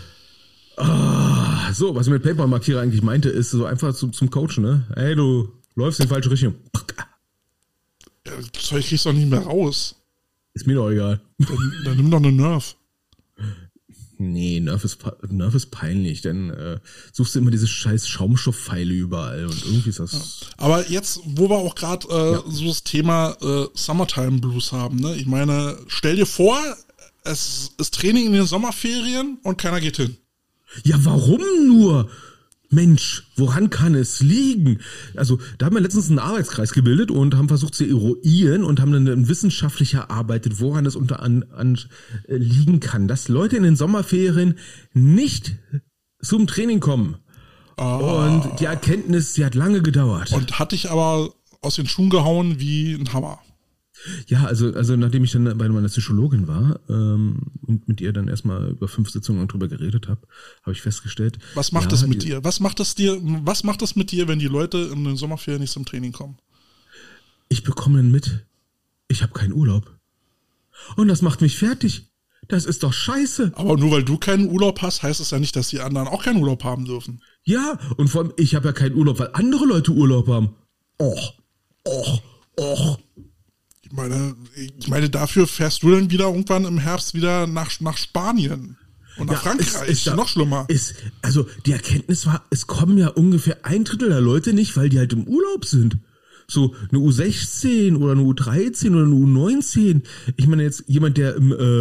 B: So, was ich mit Paintball-Markierer eigentlich meinte, ist so einfach zum Coachen, ne? Hey, du läufst in die falsche Richtung.
A: Das Zeug kriegst du doch nicht mehr raus.
B: Ist mir doch egal.
A: Dann nimm doch eine Nerf.
B: Nee, Nerf ist peinlich, denn suchst du immer diese scheiß Schaumstoffpfeile überall und irgendwie ist das...
A: Ja. Aber jetzt, wo wir auch gerade so das Thema Summertime Blues haben, ne? Ich meine, stell dir vor, es ist Training in den Sommerferien und keiner geht hin.
B: Ja, warum nur? Mensch, woran kann es liegen? Also, da haben wir letztens einen Arbeitskreis gebildet und haben versucht zu eruieren und haben dann wissenschaftlich erarbeitet, woran es unter anderem liegen kann, dass Leute in den Sommerferien nicht zum Training kommen. Und die Erkenntnis, die hat lange gedauert.
A: Und hat dich aber aus den Schuhen gehauen wie ein Hammer.
B: Ja, also nachdem ich dann bei meiner Psychologin war und mit ihr dann erstmal über 5 Sitzungen drüber geredet habe, habe ich festgestellt.
A: Was macht das mit dir? Was macht das mit dir, wenn die Leute in den Sommerferien nicht zum Training kommen?
B: Ich bekomme dann mit, ich habe keinen Urlaub. Und das macht mich fertig. Das ist doch scheiße.
A: Aber nur weil du keinen Urlaub hast, heißt es ja nicht, dass die anderen auch keinen Urlaub haben dürfen.
B: Ja, und vor allem, ich habe ja keinen Urlaub, weil andere Leute Urlaub haben. Och.
A: Ich meine, dafür fährst du dann wieder irgendwann im Herbst wieder nach Spanien und nach Frankreich. Ist noch schlimmer.
B: Also die Erkenntnis war, es kommen ja ungefähr 1/3 der Leute nicht, weil die halt im Urlaub sind. So eine U16 oder eine U13 oder eine U19. Ich meine jetzt jemand, der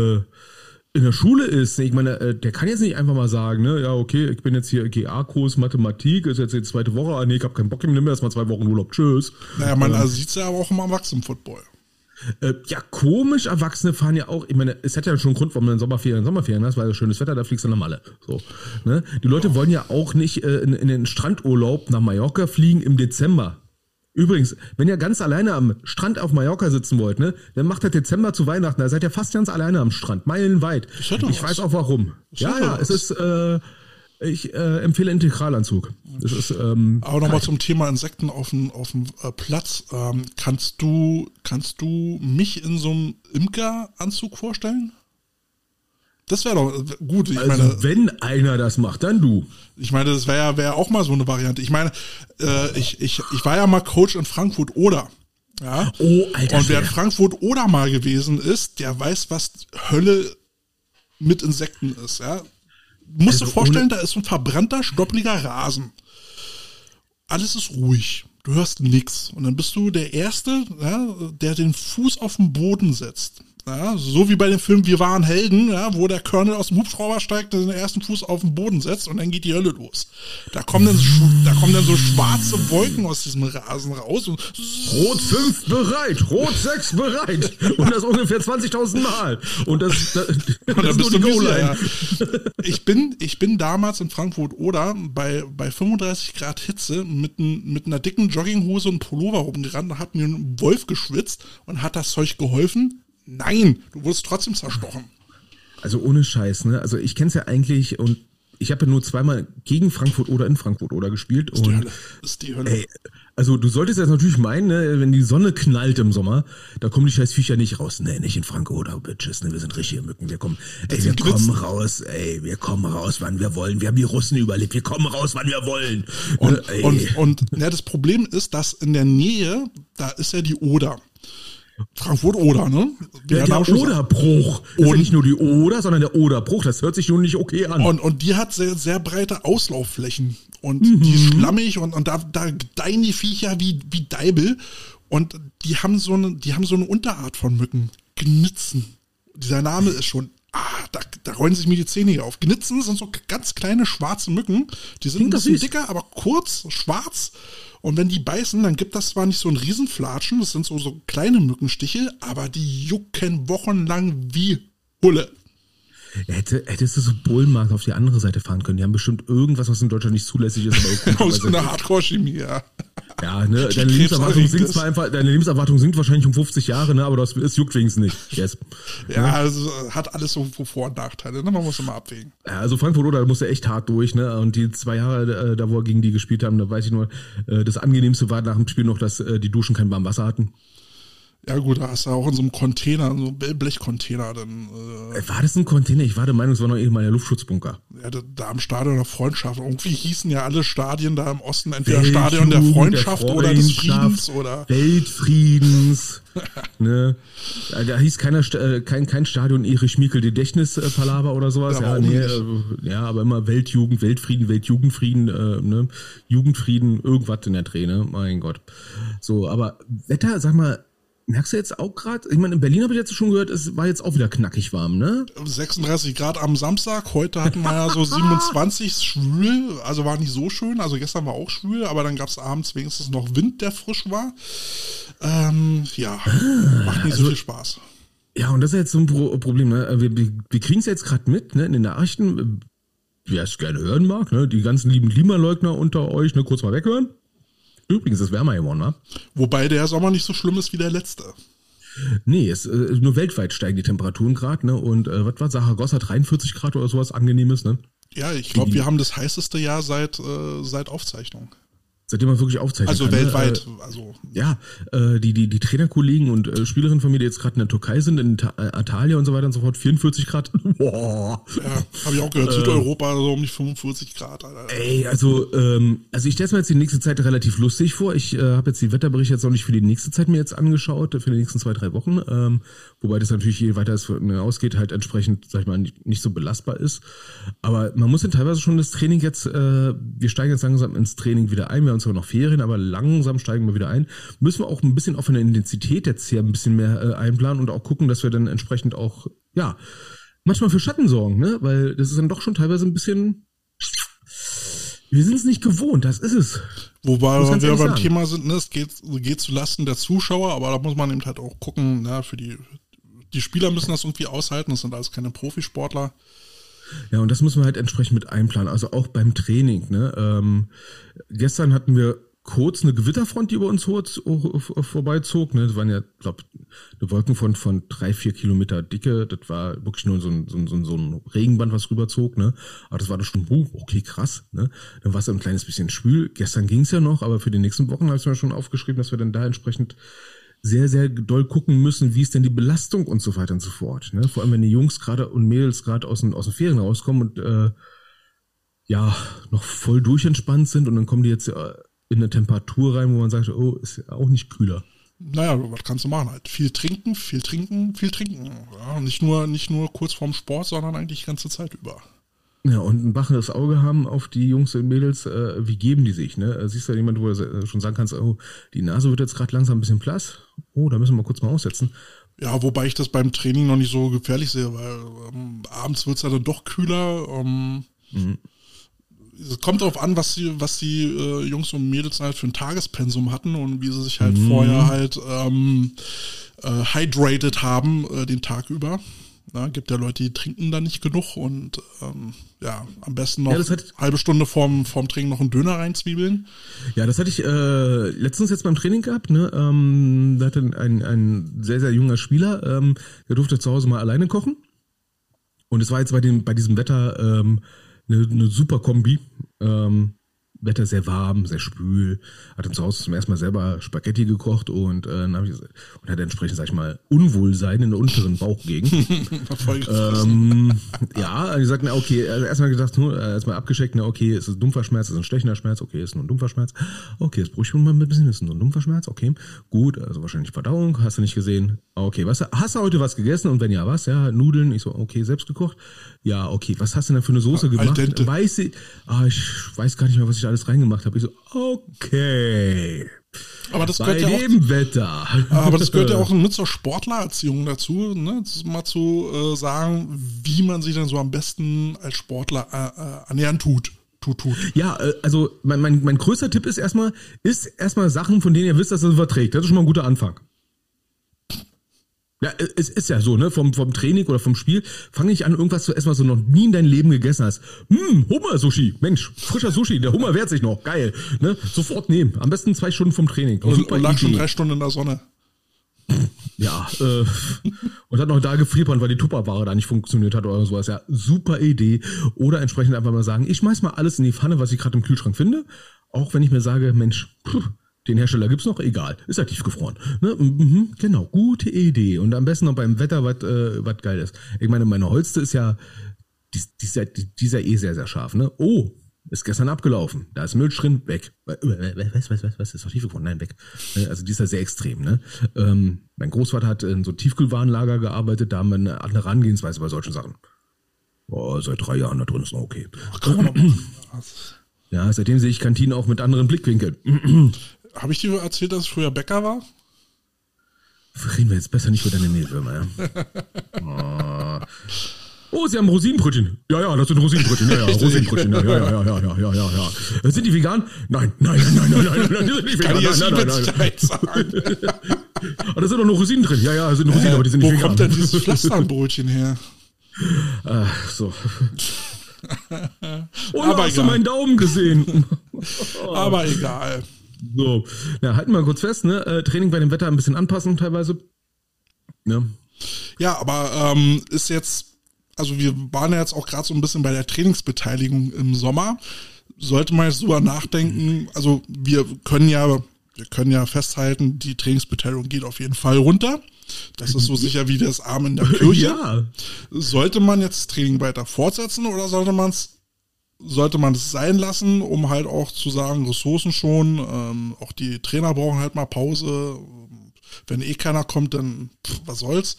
B: in der Schule ist, ich meine, der kann jetzt nicht einfach mal sagen, ne, ja okay, ich bin jetzt hier GA-Kurs Mathematik, ist jetzt die 2. Woche, nee, ich habe keinen Bock, ich nehme erstmal 2 Wochen Urlaub, tschüss.
A: Naja, man sieht's ja aber auch im Erwachsenen-Football.
B: Ja, komisch, Erwachsene fahren ja auch, ich meine, es hat ja schon einen Grund, warum man Sommerferien hast, weil schönes Wetter, da fliegst du nach Malle. So, ne? Die Leute wollen ja auch nicht in den Strandurlaub nach Mallorca fliegen im Dezember. Übrigens, wenn ihr ganz alleine am Strand auf Mallorca sitzen wollt, ne, dann macht das Dezember zu Weihnachten, da seid ihr fast ganz alleine am Strand, meilenweit. Ich weiß auch warum. Ja, es ist, ich empfehle Integralanzug. Das ist,
A: aber nochmal zum Thema Insekten auf dem Platz. Kannst du mich in so einem Imkeranzug vorstellen? Das wäre doch gut. Ich meine,
B: wenn einer das macht, dann du.
A: Ich meine, das wäre auch mal so eine Variante. Ich meine, ich war ja mal Coach in Frankfurt-Oder. Ja?
B: Oh, Alter.
A: Und wer in Frankfurt-Oder mal gewesen ist, der weiß, was Hölle mit Insekten ist. Ja? Du musst dir vorstellen, da ist so ein verbrannter, stoppliger Rasen. Alles ist ruhig. Du hörst nix. Und dann bist du der Erste, ja, der den Fuß auf den Boden setzt. Ja, so wie bei dem Film Wir waren Helden, ja, wo der Colonel aus dem Hubschrauber steigt, den ersten Fuß auf den Boden setzt und dann geht die Hölle los. Da kommen dann so schwarze Wolken aus diesem Rasen raus. Und
B: Rot 5 bereit, Rot 6 bereit. Und das ungefähr 20.000 Mal. Und das
A: bist du Goal-Line. Ich bin damals in Frankfurt-Oder bei 35 Grad Hitze mit einer dicken Jogginghose und Pullover rumgerannt und hat mir ein Wolf geschwitzt und hat das Zeug geholfen? Nein, du wurdest trotzdem zerstochen.
B: Also ohne Scheiß, ne? Also ich kenn's ja eigentlich und ich habe ja nur 2-mal gegen Frankfurt oder in Frankfurt oder gespielt.
A: Ist die Hölle. Ist die Hölle.
B: Ey, also du solltest jetzt natürlich meinen, ne, wenn die Sonne knallt im Sommer, da kommen die scheiß Viecher nicht raus. Nee, nicht in Frankfurt oder Bitches, ne? Wir sind richtige Mücken. Wir kommen raus, wann wir wollen. Wir haben die Russen überlebt. Wir kommen raus, wann wir wollen.
A: Und das Problem ist, dass in der Nähe, da ist ja die Oder. Frankfurt-Oder, ne?
B: Der Oderbruch. Das ist ja nicht nur die Oder, sondern der Oderbruch. Das hört sich nun nicht okay an.
A: Und die hat sehr, sehr breite Auslaufflächen. Und die ist schlammig und da gedeihen die Viecher wie Deibel. Und die haben so eine Unterart von Mücken. Gnitzen. Dieser Name ist schon, da rollen sich mir die Zähne auf. Gnitzen sind so ganz kleine schwarze Mücken. Die sind ein bisschen dicker, aber kurz, schwarz. Und wenn die beißen, dann gibt das zwar nicht so ein Riesenflatschen, das sind so kleine Mückenstiche, aber die jucken wochenlang wie Hulle.
B: Hättest du so Bullenmarkt auf die andere Seite fahren können. Die haben bestimmt irgendwas, was in Deutschland nicht zulässig ist. Aber
A: aus einer Hardcore-Chemie, ja.
B: Ja, ne, deine Lebenserwartung sinkt wahrscheinlich um 50 Jahre, ne, aber es juckt wenigstens nicht. Yes.
A: Ja, also hat alles so Vor- und Nachteile, ne? Man muss immer abwägen.
B: Ja, also Frankfurt oder musste echt hart durch, ne, und die 2 Jahre, da wo wir gegen die gespielt haben, da weiß ich nur, das Angenehmste war nach dem Spiel noch, dass die Duschen kein warmes Wasser hatten.
A: Ja gut, da hast du auch in so einem Container, so einem Blechcontainer dann.
B: War das ein Container? Ich war der Meinung, es war noch eben mein Luftschutzbunker.
A: Ja, da am Stadion der Freundschaft. Irgendwie hießen ja alle Stadien da im Osten entweder Stadion der Freundschaft oder des Friedens oder
B: Weltfriedens. Ne? Da hieß kein Stadion Erich Mielke Gedächtnispalaver oder sowas. Ja, aber immer Weltjugend, Weltfrieden, Weltjugendfrieden, ne? Jugendfrieden, irgendwas in der Träne. Mein Gott. So, aber Wetter, sag mal, merkst du jetzt auch gerade, ich meine, in Berlin habe ich jetzt schon gehört, es war jetzt auch wieder knackig warm, ne?
A: 36 Grad am Samstag, heute hatten wir ja so 27, schwül, also war nicht so schön, also gestern war auch schwül, aber dann gab es abends wenigstens noch Wind, der frisch war. Macht nicht so viel Spaß.
B: Ja, und das ist jetzt so ein Problem, ne? Wir kriegen es jetzt gerade mit, ne, in den Nachrichten, wer es gerne hören mag, ne, die ganzen lieben Klimaleugner unter euch, ne, kurz mal weghören. Übrigens, es ist wärmer geworden, wa?
A: Wobei der Sommer nicht so schlimm ist wie der letzte.
B: Nee, nur weltweit steigen die Temperaturen gerade, ne? Und was war Saragossa, 43 Grad oder sowas Angenehmes, ne?
A: Ja, ich glaube, wir haben das heißeste Jahr seit Aufzeichnung.
B: Seitdem man wirklich aufzeichnen
A: also
B: kann.
A: Weltweit.
B: Ja, die Trainerkollegen und Spielerinnen von mir, die jetzt gerade in der Türkei sind, in Antalya und so weiter und so fort, 44 Grad. Boah.
A: Ja, habe ich auch gehört. Südeuropa so um die 45 Grad. Alter.
B: Ey, also ich stelle es mir jetzt die nächste Zeit relativ lustig vor. Ich habe jetzt die Wetterberichte jetzt noch nicht für die nächste Zeit mir jetzt angeschaut, für die nächsten 2-3 Wochen. Wobei das natürlich, je weiter es ausgeht, halt entsprechend, sag ich mal, nicht so belastbar ist. Aber man muss dann teilweise schon das Training jetzt, wir steigen jetzt langsam ins Training wieder ein. Wir haben zwar noch Ferien, aber langsam steigen wir wieder ein. Müssen wir auch ein bisschen auf eine Intensität jetzt hier ein bisschen mehr einplanen und auch gucken, dass wir dann entsprechend auch, ja, manchmal für Schatten sorgen, ne? Weil das ist dann doch schon teilweise ein bisschen, wir sind es nicht gewohnt, das ist es.
A: Wobei wir beim Thema sind, ne, es geht zu Lasten der Zuschauer, aber da muss man eben halt auch gucken, na, für die Spieler müssen das irgendwie aushalten, das sind alles keine Profisportler.
B: Ja, und das müssen wir halt entsprechend mit einplanen, also auch beim Training, ne? Gestern hatten wir kurz eine Gewitterfront, die über uns vorbeizog, ne? Das waren ja, glaube eine Wolken von 3-4 Kilometer Dicke, das war wirklich nur so ein Regenband, was rüberzog, ne? Aber das war dann schon, okay, krass, ne? Dann war es ein kleines bisschen schwül, gestern ging es ja noch, aber für die nächsten Wochen habe ich mir schon aufgeschrieben, dass wir dann da entsprechend sehr, sehr doll gucken müssen, wie ist denn die Belastung und so weiter und so fort. Ne? Vor allem, wenn die Jungs gerade und Mädels gerade aus den Ferien rauskommen und noch voll durchentspannt sind und dann kommen die jetzt in eine Temperatur rein, wo man sagt, oh, ist ja auch nicht kühler.
A: Naja, was kannst du machen halt? Viel trinken. Ja, nicht nur kurz vorm Sport, sondern eigentlich die ganze Zeit über.
B: Ja, und ein waches Auge haben auf die Jungs und Mädels, wie geben die sich, ne? Siehst du jemand, wo du schon sagen kannst, oh, die Nase wird jetzt gerade langsam ein bisschen blass, oh, da müssen wir kurz mal aussetzen.
A: Ja, wobei ich das beim Training noch nicht so gefährlich sehe, weil abends wird es ja dann doch kühler. Es kommt darauf an, was die Jungs und Mädels halt für ein Tagespensum hatten und wie sie sich halt vorher halt hydrated haben den Tag über. Na, gibt ja Leute, die trinken da nicht genug und am besten noch eine halbe Stunde vorm Training noch einen Döner reinzwiebeln. Ja,
B: das hatte ich letztens jetzt beim Training gehabt. Ne? Da hatte ein sehr, sehr junger Spieler, der durfte zu Hause mal alleine kochen. Und es war jetzt bei diesem Wetter eine super Kombi. Wetter sehr warm, sehr schwül, hat dann zu Hause zum ersten Mal selber Spaghetti gekocht und hat entsprechend, sag ich mal, Unwohlsein in der unteren Bauchgegend. Ich sagte, na okay, also erstmal gedacht, erstmal abgeschickt, na okay, ist es ein dumpfer Schmerz, ist es ein stechender Schmerz, okay, ist nur ein dumpfer Schmerz, okay, das brauche ich mal ein bisschen, ist nur ein dumpfer Schmerz, okay, gut, also wahrscheinlich Verdauung, hast du nicht gesehen, okay, hast du heute was gegessen und wenn ja, was, ja, Nudeln, ich so, okay, selbst gekocht, ja, okay, was hast du denn für eine Soße gemacht? Ich weiß gar nicht mehr, was ich alles reingemacht habe. Ich so, okay.
A: Aber das
B: gehört
A: ja
B: auch Wetter.
A: Aber das gehört ja auch mit zur Sportlererziehung dazu, ne? Das mal zu sagen, wie man sich dann so am besten als Sportler ernähren tut.
B: Ja, also mein größter Tipp ist erstmal Sachen, von denen ihr wisst, dass ihr sie verträgt. Das ist schon mal ein guter Anfang. Ja, es ist ja so, ne, vom Training oder vom Spiel, fange ich an, irgendwas zu essen, was du noch nie in deinem Leben gegessen hast. Hummer-Sushi, Mensch, frischer Sushi, der Hummer wehrt sich noch, geil, ne, sofort nehmen, am besten 2 Stunden vom Training.
A: Und lag schon 3 Stunden in der Sonne.
B: Ja, und hat noch da gefriert, weil die Tupperware da nicht funktioniert hat oder sowas, ja, super Idee. Oder entsprechend einfach mal sagen, ich schmeiß mal alles in die Pfanne, was ich gerade im Kühlschrank finde, auch wenn ich mir sage, Mensch, Den Hersteller gibt's noch, egal, ist ja tiefgefroren. Ne? Mhm, genau, gute Idee. Und am besten noch beim Wetter, was geil ist. Ich meine, meine Holste ist ja, die ist ja eh sehr, sehr scharf. Ne? Oh, ist gestern abgelaufen. Da ist Milch drin, weg. Was? Ist doch tiefgefroren? Nein, weg. Also die ist ja sehr extrem. Ne? Mein Großvater hat in so Tiefkühlwarenlager gearbeitet, da haben wir eine andere Herangehensweise bei solchen Sachen. Oh, seit 3 Jahren da drin ist noch okay.
A: Ach, kann man noch machen.
B: Ja, seitdem sehe ich Kantinen auch mit anderen Blickwinkeln.
A: Habe ich dir erzählt, dass ich früher Bäcker war?
B: Reden wir jetzt besser nicht über deine Mehlwürmer, ja. Oh, Sie haben Rosinenbrötchen. Ja, das sind Rosinenbrötchen. Ja, Rosinenbrötchen. Ja. Sind die vegan? Nein. Die sind nicht vegan. Nein. Aber da sind doch noch Rosinen drin. Ja, da sind Rosinen, aber die sind nicht vegan.
A: Wo kommt denn dieses Pflasterbrötchen her?
B: So. Oh, aber hast du meinen Daumen gesehen?
A: Aber egal.
B: So, ja, halten wir kurz fest, ne? Training bei dem Wetter ein bisschen anpassen teilweise. Ja,
A: ja, aber ist jetzt, also wir waren ja jetzt auch gerade so ein bisschen bei der Trainingsbeteiligung im Sommer. Sollte man jetzt drüber nachdenken, also wir können ja festhalten, die Trainingsbeteiligung geht auf jeden Fall runter. Das ist so sicher wie das Arm in der Kirche.
B: Ja.
A: Sollte man jetzt das Training weiter fortsetzen oder sollte man es sein lassen, um halt auch zu sagen, Ressourcen schon, auch die Trainer brauchen halt mal Pause. Wenn eh keiner kommt, dann was soll's.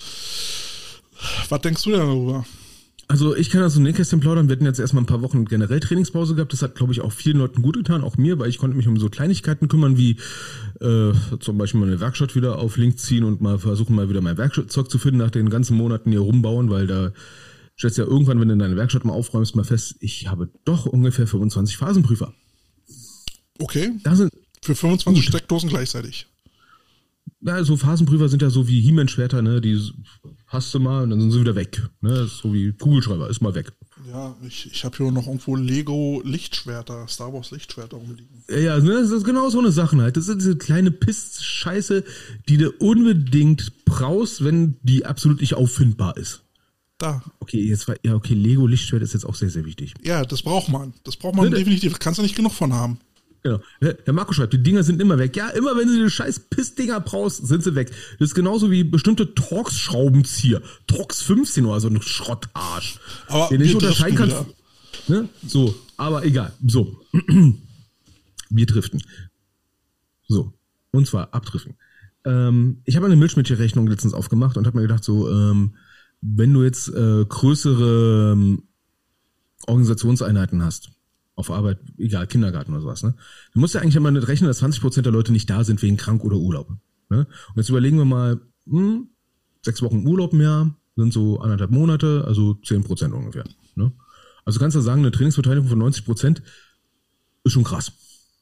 A: Was denkst du denn darüber?
B: Also ich kann also Nähkästchen plaudern, wir hatten jetzt erstmal ein paar Wochen generell Trainingspause gehabt, das hat glaube ich auch vielen Leuten gut getan, auch mir, weil ich konnte mich um so Kleinigkeiten kümmern, wie zum Beispiel meine Werkstatt wieder auf Links ziehen und mal versuchen mal wieder mein Werkzeug zu finden nach den ganzen Monaten hier rumbauen, weil da stellst ja irgendwann, wenn du deine Werkstatt mal aufräumst, mal fest, ich habe doch ungefähr 25 Phasenprüfer.
A: Okay,
B: da sind
A: für 25 Steckdosen gleichzeitig.
B: Ja, so Phasenprüfer sind ja so wie He-Man-Schwerter, ne? Die hast du mal und dann sind sie wieder weg. Ne? Das ist so wie Kugelschreiber, ist mal weg.
A: Ja, ich habe hier noch irgendwo Lego-Lichtschwerter, Star Wars-Lichtschwerter rumliegen.
B: Ja, das ist genau so eine Sache halt. Das sind diese kleine Piss-Scheiße, die du unbedingt brauchst, wenn die absolut nicht auffindbar ist.
A: Da.
B: Okay, Lego-Lichtschwert ist jetzt auch sehr, sehr wichtig.
A: Ja, das braucht man. Das braucht man definitiv. Kannst du nicht genug von haben.
B: Genau. Der Marco schreibt, die Dinger sind immer weg. Ja, immer wenn du die scheiß Pissdinger brauchst, sind sie weg. Das ist genauso wie bestimmte Torx-Schraubenzieher. Torx 15 oder so ein Schrottarsch.
A: Aber
B: den nicht unterscheiden kannst. Ne? So, aber egal. So. Wir driften. So. Und zwar abdriften. Ich habe eine Milchmädchenrechnung letztens aufgemacht und habe mir gedacht, so, wenn du jetzt größere Organisationseinheiten hast, auf Arbeit, egal, Kindergarten oder sowas, ne? Du musst ja eigentlich immer nicht rechnen, dass 20% der Leute nicht da sind wegen krank oder Urlaub. Ne? Und jetzt überlegen wir mal, 6 Wochen Urlaub im Jahr sind so 1,5 Monate, also 10% ungefähr. Ne? Also kannst du sagen, eine Trainingsbeteiligung von 90% ist schon krass.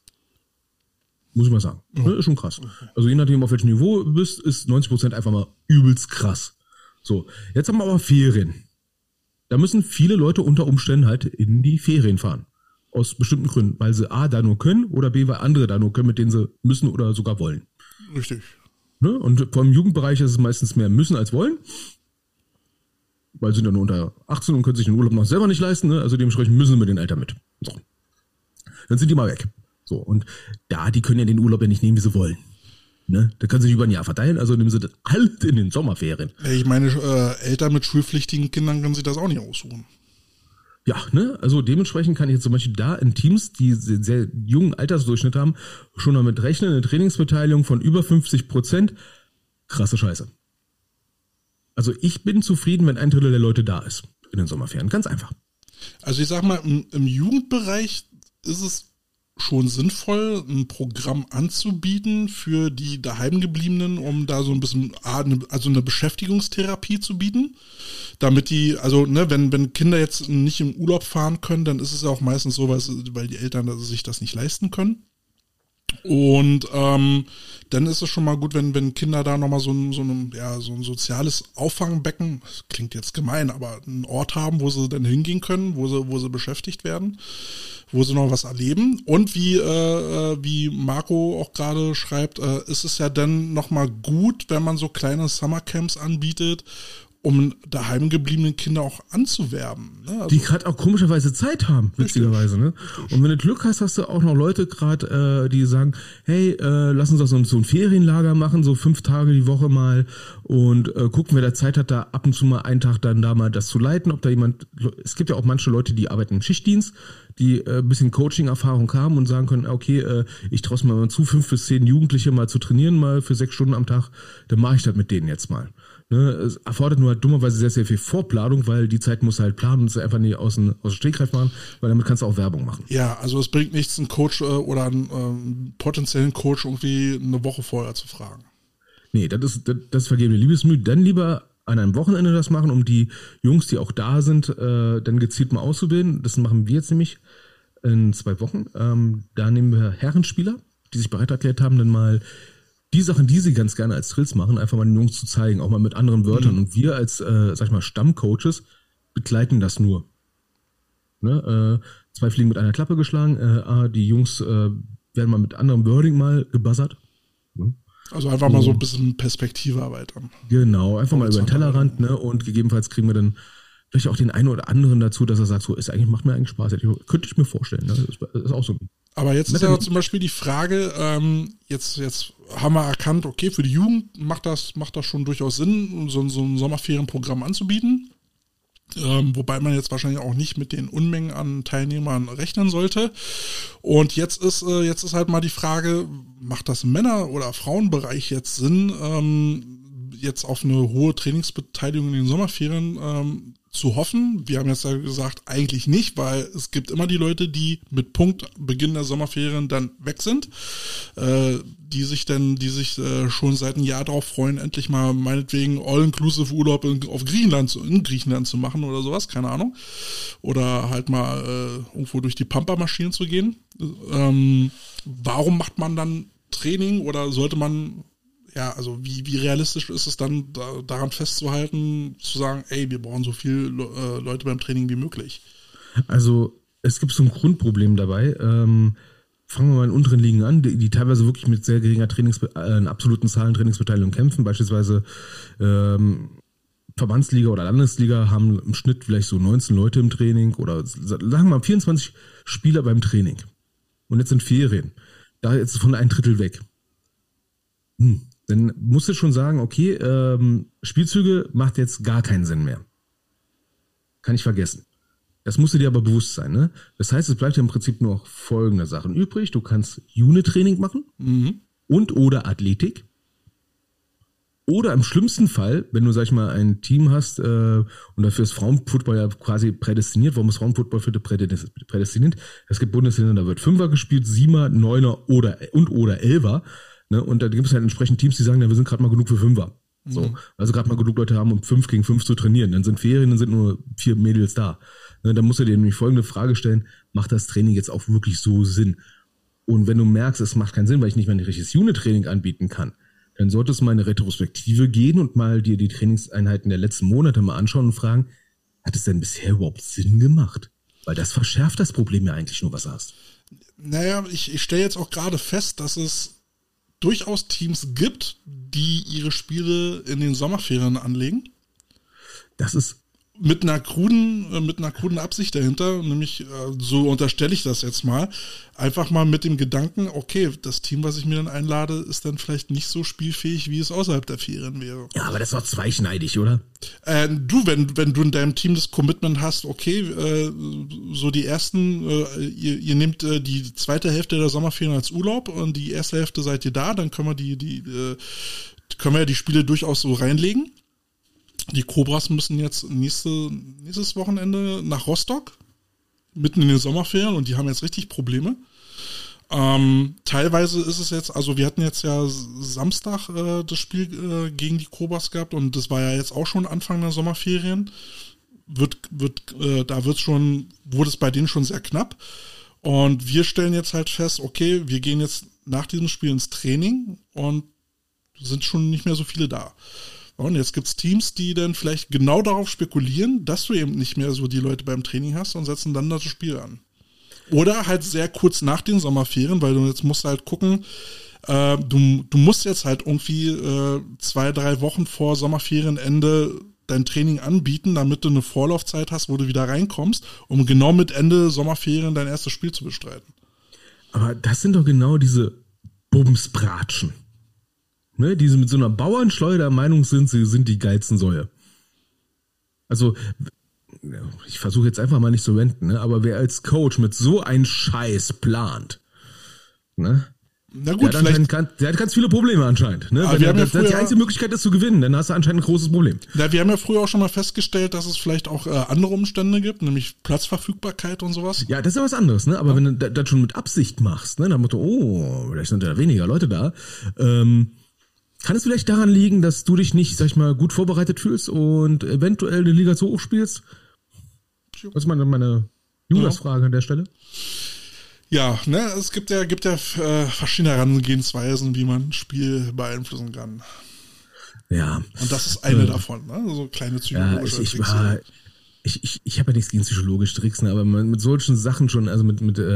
B: Muss ich mal sagen. Ne? Ist schon krass. Also je nachdem, auf welchem Niveau du bist, ist 90% einfach mal übelst krass. So, jetzt haben wir aber Ferien. Da müssen viele Leute unter Umständen halt in die Ferien fahren. Aus bestimmten Gründen, weil sie A, da nur können oder B, weil andere da nur können, mit denen sie müssen oder sogar wollen.
A: Richtig.
B: Ne? Und vom Jugendbereich ist es meistens mehr müssen als wollen, weil sie sind ja nur unter 18 und können sich den Urlaub noch selber nicht leisten, ne? Also dementsprechend müssen sie mit den Eltern mit. So. Dann sind die mal weg. So, und die können ja den Urlaub ja nicht nehmen, wie sie wollen. Ne? Da können sie nicht über ein Jahr verteilen, also nehmen sie das halt in den Sommerferien.
A: Ich meine, Eltern mit schulpflichtigen Kindern können sich das auch nicht aussuchen.
B: Ja, ne, also dementsprechend kann ich jetzt zum Beispiel da in Teams, die sehr jungen Altersdurchschnitt haben, schon damit rechnen, eine Trainingsbeteiligung von über 50%. Krasse Scheiße. Also ich bin zufrieden, wenn 1/3 der Leute da ist in den Sommerferien. Ganz einfach.
A: Also ich sag mal, im Jugendbereich ist es schon sinnvoll, ein Programm anzubieten für die daheimgebliebenen, um da so ein bisschen, eine Beschäftigungstherapie zu bieten, damit die, also ne, wenn Kinder jetzt nicht im Urlaub fahren können, dann ist es ja auch meistens so, weil die Eltern sich das nicht leisten können. Und dann ist es schon mal gut, wenn Kinder da nochmal so ein soziales Auffangbecken, das klingt jetzt gemein, aber einen Ort haben, wo sie dann hingehen können, wo sie beschäftigt werden, wo sie noch was erleben. Und wie Marco auch gerade schreibt, ist es ja dann nochmal gut, wenn man so kleine Summercamps anbietet, um daheim gebliebenen Kinder auch anzuwerben. Ne? Also,
B: die gerade auch komischerweise Zeit haben, witzigerweise. Ne? Und wenn du Glück hast, hast du auch noch Leute gerade, die sagen, hey, lass uns doch so ein Ferienlager machen, so 5 Tage die Woche mal und gucken, wer da Zeit hat, da ab und zu mal einen Tag dann da mal das zu leiten, ob da jemand, es gibt ja auch manche Leute, die arbeiten im Schichtdienst, die ein bisschen Coaching-Erfahrung haben und sagen können, okay, ich traue es mir mal zu, 5 bis 10 Jugendliche mal zu trainieren, mal für 6 Stunden am Tag, dann mache ich das mit denen jetzt mal. Ne, es erfordert nur halt dummerweise sehr, sehr viel Vorplanung, weil die Zeit muss halt planen und es einfach nicht aus dem Stegreif machen, weil damit kannst du auch Werbung machen.
A: Ja, also es bringt nichts, einen Coach oder einen potenziellen Coach irgendwie eine Woche vorher zu fragen.
B: Nee, das ist vergebene Liebesmühe. Dann lieber an einem Wochenende das machen, um die Jungs, die auch da sind, dann gezielt mal auszubilden. Das machen wir jetzt nämlich in 2 Wochen. Da nehmen wir Herrenspieler, die sich bereit erklärt haben, dann mal die Sachen, die sie ganz gerne als Drills machen, einfach mal den Jungs zu zeigen, auch mal mit anderen Wörtern. Und wir als, sag ich mal, Stammcoaches begleiten das nur. Ne? 2 Fliegen mit einer Klappe geschlagen. Die Jungs werden mal mit anderem Wording mal gebuzzert. Ne?
A: Also einfach mal so ein bisschen Perspektive erweitern.
B: Genau, einfach mal über den Tellerrand, ne? Und gegebenenfalls kriegen wir dann vielleicht auch den einen oder anderen dazu, dass er sagt, so, macht mir eigentlich Spaß. Könnte ich mir vorstellen. Ne? Das ist auch so.
A: Aber jetzt ist ja zum Beispiel die Frage, jetzt haben wir erkannt, okay, für die Jugend macht das schon durchaus Sinn, so ein Sommerferienprogramm anzubieten. Wobei man jetzt wahrscheinlich auch nicht mit den Unmengen an Teilnehmern rechnen sollte. Und jetzt ist halt mal die Frage, macht das im Männer- oder Frauenbereich jetzt Sinn, jetzt auf eine hohe Trainingsbeteiligung in den Sommerferien zu hoffen? Wir haben jetzt ja gesagt, eigentlich nicht, weil es gibt immer die Leute, die mit Beginn der Sommerferien dann weg sind, die sich schon seit einem Jahr darauf freuen, endlich mal meinetwegen All-Inclusive Urlaub in Griechenland zu machen oder sowas, keine Ahnung. Oder halt mal irgendwo durch die Pampa marschieren zu gehen. Warum macht man dann Training oder sollte man, ja, also wie realistisch ist es dann, daran festzuhalten, zu sagen, ey, wir brauchen so viele Leute beim Training wie möglich?
B: Also es gibt so ein Grundproblem dabei. Fangen wir mal in unteren Ligen an, die teilweise wirklich mit sehr geringer absoluten Zahlen Trainingsbeteiligung kämpfen. Beispielsweise Verbandsliga oder Landesliga haben im Schnitt vielleicht so 19 Leute im Training oder sagen wir mal 24 Spieler beim Training. Und jetzt sind Ferien. Da ist von 1/3 weg. Dann musst du schon sagen, okay, Spielzüge macht jetzt gar keinen Sinn mehr. Kann ich vergessen. Das musst du dir aber bewusst sein. Ne? Das heißt, es bleibt ja im Prinzip nur noch folgende Sachen übrig. Du kannst Unit-Training machen und oder Athletik. Oder im schlimmsten Fall, wenn du, sag ich mal, ein Team hast und dafür ist Frauenfootball ja quasi prädestiniert. Warum ist Frauenfootball für prädestiniert? Es gibt Bundesländer, da wird 5er gespielt, 7er, 9er oder 11er. Ne? Und da gibt es halt entsprechend Teams, die sagen, ja, wir sind gerade mal genug für 5er. So, also gerade mal genug Leute haben, um 5 gegen 5 zu trainieren. Dann sind Ferien, dann sind nur 4 Mädels da. Ne? Dann musst du dir nämlich folgende Frage stellen, macht das Training jetzt auch wirklich so Sinn? Und wenn du merkst, es macht keinen Sinn, weil ich nicht mehr ein richtiges Unit-Training anbieten kann, dann solltest du mal in eine Retrospektive gehen und mal dir die Trainingseinheiten der letzten Monate mal anschauen und fragen, hat es denn bisher überhaupt Sinn gemacht? Weil das verschärft das Problem ja eigentlich nur, was du hast.
A: Naja, ich stelle jetzt auch gerade fest, dass es durchaus Teams gibt, die ihre Spiele in den Sommerferien anlegen.
B: Das ist
A: mit einer kruden Absicht dahinter, nämlich so unterstelle ich das jetzt mal, einfach mal mit dem Gedanken, okay, das Team, was ich mir dann einlade, ist dann vielleicht nicht so spielfähig, wie es außerhalb der Ferien wäre.
B: Ja, aber das ist doch zweischneidig, oder?
A: Wenn du in deinem Team das Commitment hast, okay, so die ersten, ihr nehmt die zweite Hälfte der Sommerferien als Urlaub und die erste Hälfte seid ihr da, dann können wir können wir ja die Spiele durchaus so reinlegen. Die Cobras müssen jetzt nächstes Wochenende nach Rostock, mitten in den Sommerferien, und die haben jetzt richtig Probleme. Teilweise ist es jetzt, also wir hatten jetzt ja Samstag das Spiel gegen die Cobras gehabt und das war ja jetzt auch schon Anfang der Sommerferien. Wurde es bei denen schon sehr knapp. Und wir stellen jetzt halt fest, okay, wir gehen jetzt nach diesem Spiel ins Training und sind schon nicht mehr so viele da. Und jetzt gibt's Teams, die dann vielleicht genau darauf spekulieren, dass du eben nicht mehr so die Leute beim Training hast und setzen dann das Spiel an. Oder halt sehr kurz nach den Sommerferien, weil du jetzt musst halt gucken, du musst jetzt halt irgendwie 2-3 Wochen vor Sommerferienende dein Training anbieten, damit du eine Vorlaufzeit hast, wo du wieder reinkommst, um genau mit Ende Sommerferien dein erstes Spiel zu bestreiten.
B: Aber das sind doch genau diese Bumsbratschen. Ne, die mit so einer Bauernschleuder der Meinung sind, sie sind die geilsten Säue. Also, ich versuche jetzt einfach mal nicht zu wenden, ne, aber wer als Coach mit so einem Scheiß plant, ne,
A: Na gut,
B: der hat ganz viele Probleme anscheinend. Ne?
A: Aber
B: Die einzige Möglichkeit ist zu gewinnen, dann hast du anscheinend ein großes Problem.
A: Ja, wir haben ja früher auch schon mal festgestellt, dass es vielleicht auch andere Umstände gibt, nämlich Platzverfügbarkeit und sowas.
B: Ja, das ist ja was anderes, ne? Aber wenn du das schon mit Absicht machst, ne, dann musst du, vielleicht sind da weniger Leute da, kann es vielleicht daran liegen, dass du dich nicht, sag ich mal, gut vorbereitet fühlst und eventuell eine Liga zu hoch spielst? Das ist meine Judas-Frage an der Stelle.
A: Ja, ne, es gibt ja verschiedene Herangehensweisen, wie man ein Spiel beeinflussen kann.
B: Ja.
A: Und das ist eine davon, ne? So kleine psychologische Tricks.
B: Ich habe ja nichts gegen psychologische Tricks, ne, aber mit solchen Sachen schon, also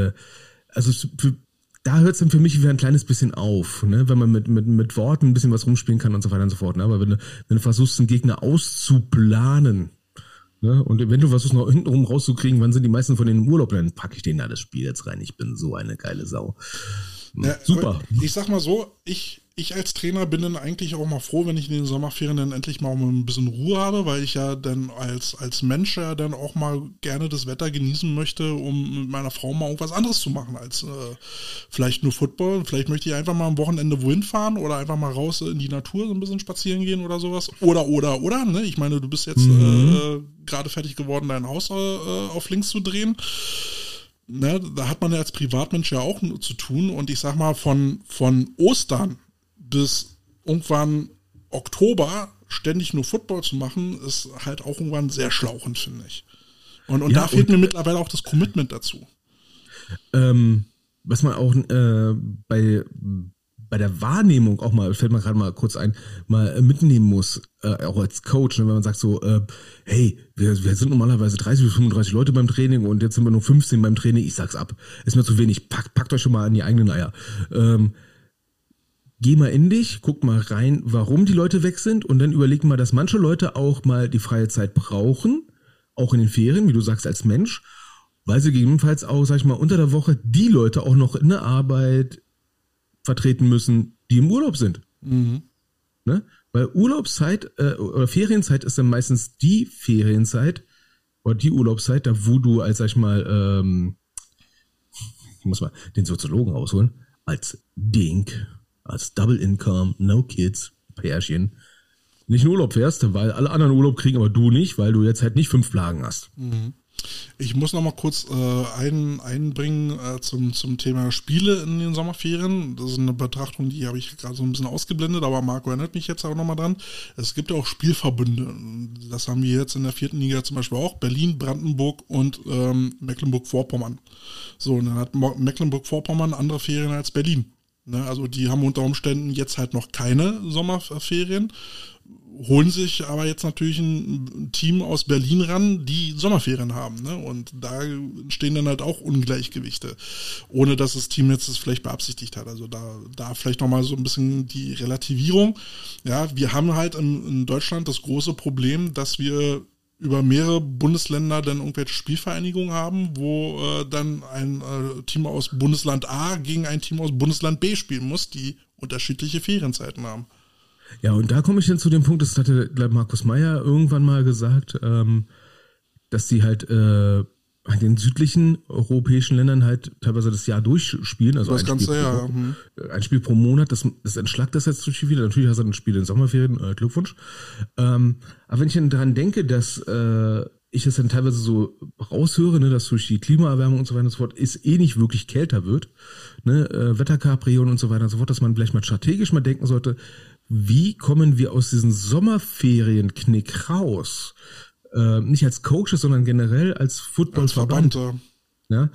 B: da hört es dann für mich wieder ein kleines bisschen auf, ne, wenn man mit Worten ein bisschen was rumspielen kann und so weiter und so fort. Ne? Aber wenn du versuchst, einen Gegner auszuplanen, ne, und wenn du versuchst, noch hintenrum rauszukriegen, wann sind die meisten von denen im Urlaub, dann packe ich denen da das Spiel jetzt rein. Ich bin so eine geile Sau.
A: Ja,
B: super.
A: Ich sag mal so, ich als Trainer bin dann eigentlich auch mal froh, wenn ich in den Sommerferien dann endlich mal ein bisschen Ruhe habe, weil ich ja dann als Mensch ja dann auch mal gerne das Wetter genießen möchte, um mit meiner Frau mal irgendwas anderes zu machen als vielleicht nur Football. Vielleicht möchte ich einfach mal am Wochenende wohin fahren oder einfach mal raus in die Natur so ein bisschen spazieren gehen oder sowas. Oder, ne? Ich meine, du bist jetzt gerade fertig geworden, dein Haus auf links zu drehen. Ne, da hat man ja als Privatmensch ja auch zu tun und ich sag mal, von Ostern bis irgendwann Oktober ständig nur Football zu machen, ist halt auch irgendwann sehr schlauchend, finde ich. Und ja, da fehlt mir mittlerweile auch das Commitment dazu.
B: Was man auch bei der Wahrnehmung auch mal, fällt mir gerade mal kurz ein, mal mitnehmen muss, auch als Coach, ne, wenn man sagt so, hey, wir sind normalerweise 30 bis 35 Leute beim Training und jetzt sind wir nur 15 beim Training, ich sag's ab, ist mir zu wenig, packt euch schon mal an die eigenen Eier. Geh mal in dich, guck mal rein, warum die Leute weg sind und dann überleg mal, dass manche Leute auch mal die freie Zeit brauchen, auch in den Ferien, wie du sagst, als Mensch, weil sie gegebenenfalls auch, sag ich mal, unter der Woche die Leute auch noch in der Arbeit vertreten müssen, die im Urlaub sind. Mhm. Ne? Weil Urlaubszeit oder Ferienzeit ist dann meistens die Ferienzeit oder die Urlaubszeit, da wo du als, sag ich mal, ich muss mal den Soziologen rausholen, als Dink, als Double Income, No Kids, Pärchen, nicht in Urlaub fährst, weil alle anderen Urlaub kriegen, aber du nicht, weil du jetzt halt nicht 5 Plagen hast.
A: Mhm. Ich muss noch mal kurz einbringen zum Thema Spiele in den Sommerferien. Das ist eine Betrachtung, die habe ich gerade so ein bisschen ausgeblendet, aber Marco erinnert mich jetzt auch noch mal dran. Es gibt ja auch Spielverbünde. Das haben wir jetzt in der 4. Liga zum Beispiel auch. Berlin, Brandenburg und Mecklenburg-Vorpommern. So, und dann hat Mecklenburg-Vorpommern andere Ferien als Berlin. Ne, also die haben unter Umständen jetzt halt noch keine Sommerferien, holen sich aber jetzt natürlich ein Team aus Berlin ran, die Sommerferien haben. Ne? Und da entstehen dann halt auch Ungleichgewichte, ohne dass das Team jetzt das vielleicht beabsichtigt hat. Also da vielleicht nochmal so ein bisschen die Relativierung. Ja, wir haben halt in Deutschland das große Problem, dass wir über mehrere Bundesländer dann irgendwelche Spielvereinigungen haben, wo dann ein Team aus Bundesland A gegen ein Team aus Bundesland B spielen muss, die unterschiedliche Ferienzeiten haben.
B: Ja, und da komme ich dann zu dem Punkt, das hatte Markus Meyer irgendwann mal gesagt, dass sie halt in den südlichen europäischen Ländern halt teilweise das Jahr durchspielen. Also
A: das ganze Jahr.
B: Ein Spiel pro Monat, das entschlackt das jetzt zu viel. Natürlich hast du ein Spiel in Sommerferien, Glückwunsch. Aber wenn ich dann daran denke, dass ich das dann teilweise so raushöre, ne, dass durch die Klimaerwärmung und so weiter und so fort es nicht wirklich kälter wird, ne, Wetterkapriolen und so weiter und so fort, dass man vielleicht mal strategisch mal denken sollte, wie kommen wir aus diesem Sommerferienknick raus? Nicht als Coaches, sondern generell als Footballverband. Ja,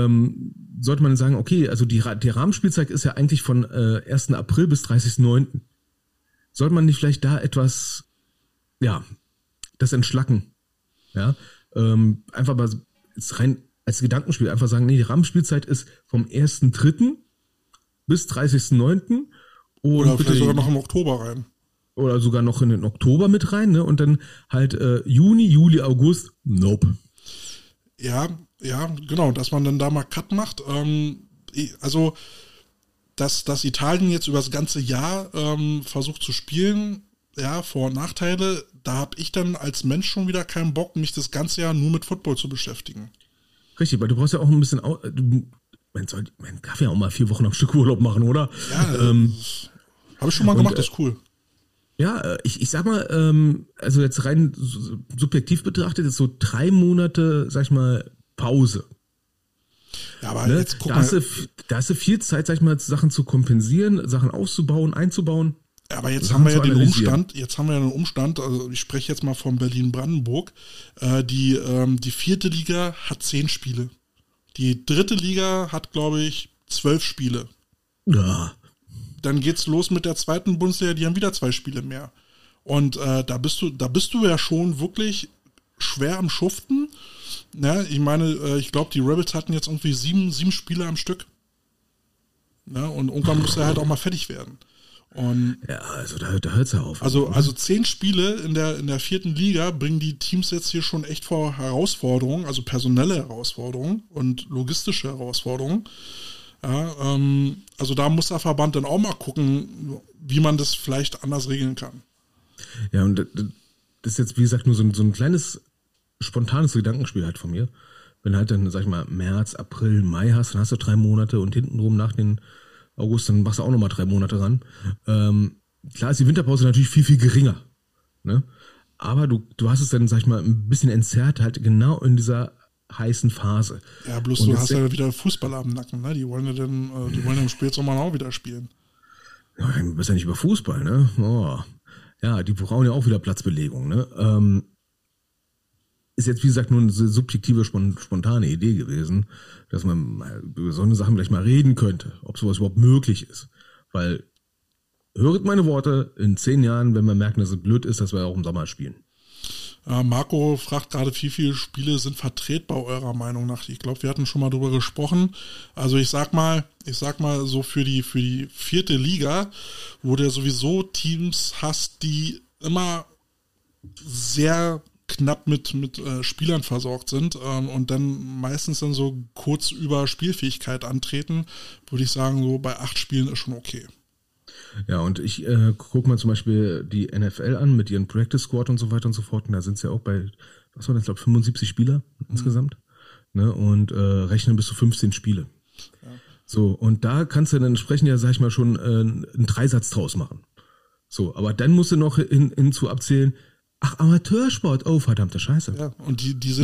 B: sollte man sagen, okay, also die Rahmenspielzeit ist ja eigentlich von 1. April bis 30.09. Sollte man nicht vielleicht da etwas, ja, das entschlacken? Ja, einfach mal rein als Gedankenspiel einfach sagen, nee, die Rahmenspielzeit ist vom 1.3. bis 30.09.
A: Oder vielleicht sogar noch im Oktober rein.
B: oder sogar noch in den Oktober mit rein, ne? Und dann halt Juni, Juli, August, nope.
A: Ja, genau, dass man dann da mal Cut macht. Also, dass Italien jetzt über das ganze Jahr versucht zu spielen, ja, Vor- und Nachteile, da habe ich dann als Mensch schon wieder keinen Bock, mich das ganze Jahr nur mit Football zu beschäftigen.
B: Richtig, weil du brauchst ja auch ein bisschen, man darf ja auch mal 4 Wochen am Stück Urlaub machen, oder?
A: Ja, habe ich schon mal gemacht, das ist cool.
B: Ja, ich sag mal, also jetzt rein subjektiv betrachtet, ist so 3 Monate, sag ich mal, Pause.
A: Ja, aber
B: Ne?
A: jetzt guck
B: Da
A: mal.
B: hast du viel Zeit, sag ich mal, Sachen zu kompensieren, Sachen auszubauen, einzubauen.
A: Aber jetzt
B: Sachen
A: haben wir ja
B: zu
A: den
B: analysieren.
A: Umstand, also ich spreche jetzt mal von Berlin-Brandenburg, die 4. Liga hat 10 Spiele. Die 3. Liga hat, glaube ich, 12 Spiele.
B: Ja.
A: Dann geht's los mit der 2. Bundesliga, die haben wieder 2 Spiele mehr. Und da bist du ja schon wirklich schwer am Schuften. Ne? Ich meine, ich glaube, die Rebels hatten jetzt irgendwie 7 Spiele am Stück. Ne? Und irgendwann muss er halt auch mal fertig werden. Und
B: Ja, also da hört's ja auf.
A: also 10 Spiele in der 4. Liga bringen die Teams jetzt hier schon echt vor Herausforderungen, also personelle Herausforderungen und logistische Herausforderungen. Ja, also da muss der Verband dann auch mal gucken, wie man das vielleicht anders regeln kann.
B: Ja, und das ist jetzt, wie gesagt, nur so ein kleines, spontanes Gedankenspiel halt von mir. Wenn halt dann, sag ich mal, März, April, Mai hast, dann hast du 3 Monate und hintenrum nach den August, dann machst du auch nochmal 3 Monate ran. Klar ist die Winterpause natürlich viel, viel geringer. Ne? Aber du hast es dann, sag ich mal, ein bisschen entzerrt halt genau in dieser heißen Phase.
A: Ja, bloß
B: Und
A: du
B: jetzt
A: hast ja wieder Fußball am Nacken, ne? Die wollen ja im Spätsommer auch wieder spielen.
B: Ja, du bist ja nicht über Fußball, ne? Oh. Ja, die brauchen ja auch wieder Platzbelegung, ne? Ist jetzt, wie gesagt, nur eine subjektive, spontane Idee gewesen, dass man mal über so eine Sachen vielleicht mal reden könnte, ob sowas überhaupt möglich ist. Weil, höret meine Worte, in 10 Jahren, wenn wir merken, dass es blöd ist, dass wir auch im Sommer spielen.
A: Marco fragt gerade, wie viele Spiele sind vertretbar eurer Meinung nach? Ich glaube, wir hatten schon mal drüber gesprochen. Also ich sag mal so für die 4. Liga, wo du ja sowieso Teams hast, die immer sehr knapp mit Spielern versorgt sind und dann meistens dann so kurz über Spielfähigkeit antreten, würde ich sagen, so bei 8 Spielen ist schon okay.
B: Ja, und ich gucke mal zum Beispiel die NFL an mit ihren Practice Squad und so weiter und so fort. Und da sind es ja auch bei, was war das, ich glaube 75 Spieler insgesamt. Ne? Und rechnen bis zu 15 Spiele. Ja. So, und da kannst du dann entsprechend ja, sag ich mal, schon einen Dreisatz draus machen. So, aber dann musst du noch hinzu abzählen, ach, Amateursport, oh, verdammte Scheiße.
A: Ja, und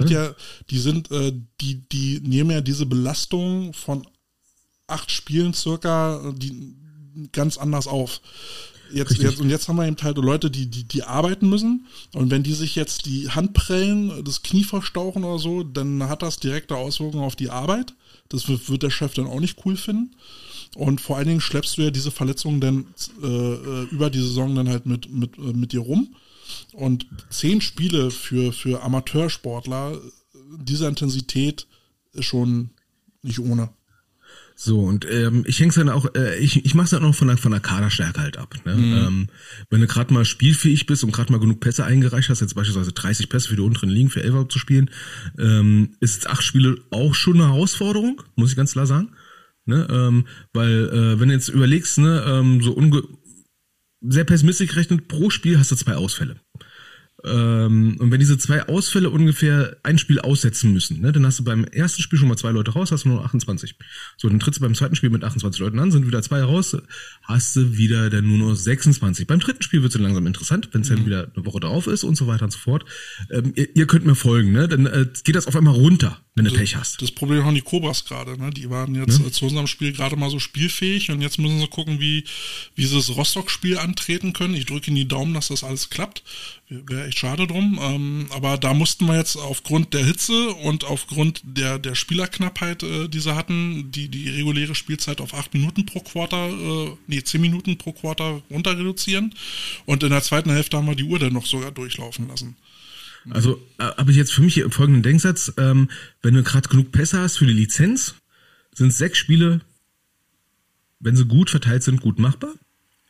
A: die nehmen ja diese Belastung von 8 Spielen circa, die ganz anders auf. Jetzt haben wir eben halt Leute, die arbeiten müssen, und wenn die sich jetzt die Hand prellen, das Knie verstauchen oder so, dann hat das direkte Auswirkungen auf die Arbeit. Das wird der Chef dann auch nicht cool finden. Und vor allen Dingen schleppst du ja diese Verletzungen dann über die Saison dann halt mit dir rum. Und 10 Spiele für Amateursportler dieser Intensität ist schon nicht ohne.
B: So, und ich häng's dann auch, ich mach's dann auch von der Kaderstärke halt ab. Ne? Wenn du gerade mal spielfähig bist und gerade mal genug Pässe eingereicht hast, jetzt beispielsweise 30 Pässe für die unteren Ligen für Elfer zu spielen, ist 8 Spiele auch schon eine Herausforderung, muss ich ganz klar sagen. Ne? Weil wenn du jetzt überlegst, ne, sehr pessimistisch gerechnet, pro Spiel hast du 2 Ausfälle. Und wenn diese 2 Ausfälle ungefähr ein Spiel aussetzen müssen, ne, dann hast du beim ersten Spiel schon mal 2 Leute raus, hast du nur 28. So, dann trittst du beim zweiten Spiel mit 28 Leuten an, sind wieder 2 raus, hast du wieder dann nur noch 26. Beim dritten Spiel wird es dann langsam interessant, wenn es dann wieder eine Woche drauf ist und so weiter und so fort. Ihr könnt mir folgen, ne? Dann geht das auf einmal runter, wenn du Pech hast.
A: Das Problem haben die Cobras gerade, ne? Die waren jetzt zu unserem Spiel gerade mal so spielfähig, und jetzt müssen sie gucken, wie sie das Rostock-Spiel antreten können. Ich drücke ihnen die Daumen, dass das alles klappt. Wäre echt schade drum. Aber da mussten wir jetzt aufgrund der Hitze und aufgrund der Spielerknappheit, die sie hatten, die reguläre Spielzeit auf 8 Minuten pro Quarter, 10 Minuten pro Quarter runter reduzieren. Und in der zweiten Hälfte haben wir die Uhr dann noch sogar durchlaufen lassen.
B: Also habe ich jetzt für mich folgenden Denksatz: Wenn du gerade genug Pässe hast für die Lizenz, sind 6 Spiele, wenn sie gut verteilt sind, gut machbar.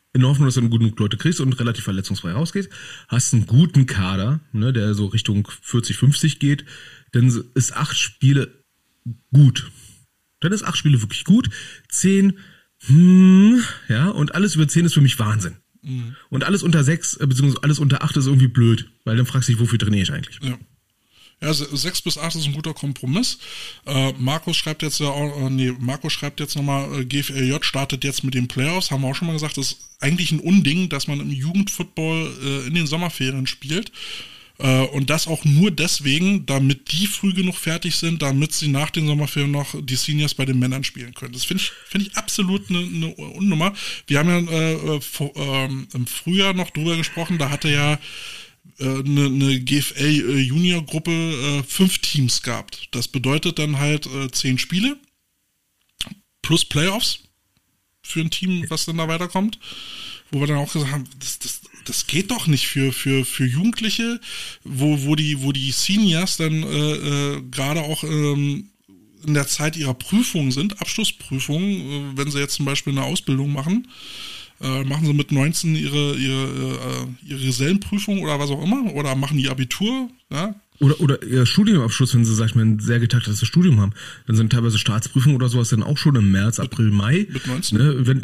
B: in der Hoffnung, dass du genug Leute kriegst und relativ verletzungsfrei rausgehst, hast einen guten Kader, ne, der so Richtung 40, 50 geht, dann ist 8 Spiele gut. Dann ist 8 Spiele wirklich gut. 10, ja, und alles über 10 ist für mich Wahnsinn. Mhm. Und alles unter 6, beziehungsweise alles unter 8 ist irgendwie blöd, weil dann fragst du dich, wofür trainiere ich eigentlich?
A: Ja. Ja, 6 bis 8 ist ein guter Kompromiss. Markus schreibt jetzt nochmal, GFLJ startet jetzt mit den Playoffs, haben wir auch schon mal gesagt, das ist eigentlich ein Unding, dass man im Jugendfootball in den Sommerferien spielt. Und das auch nur deswegen, damit die früh genug fertig sind, damit sie nach den Sommerferien noch die Seniors bei den Männern spielen können. Das finde ich absolut eine Unnummer. Wir haben ja im Frühjahr noch drüber gesprochen, da hatte ja eine GFL-Junior-Gruppe 5 Teams gehabt. Das bedeutet dann halt 10 Spiele plus Playoffs für ein Team, was dann da weiterkommt. Wo wir dann auch gesagt haben, das geht doch nicht für Jugendliche, wo die Seniors dann gerade auch in der Zeit ihrer Prüfungen sind, Abschlussprüfungen, wenn sie jetzt zum Beispiel eine Ausbildung machen sie mit 19 ihre Gesellenprüfung oder was auch immer, oder machen ihr Abitur, ja.
B: Oder ihr Studienabschluss, wenn sie, sag ich mal, ein sehr getaktetes Studium haben. Dann sind teilweise Staatsprüfungen oder sowas dann auch schon im März, April, Mai.
A: Mit 19?
B: Ne,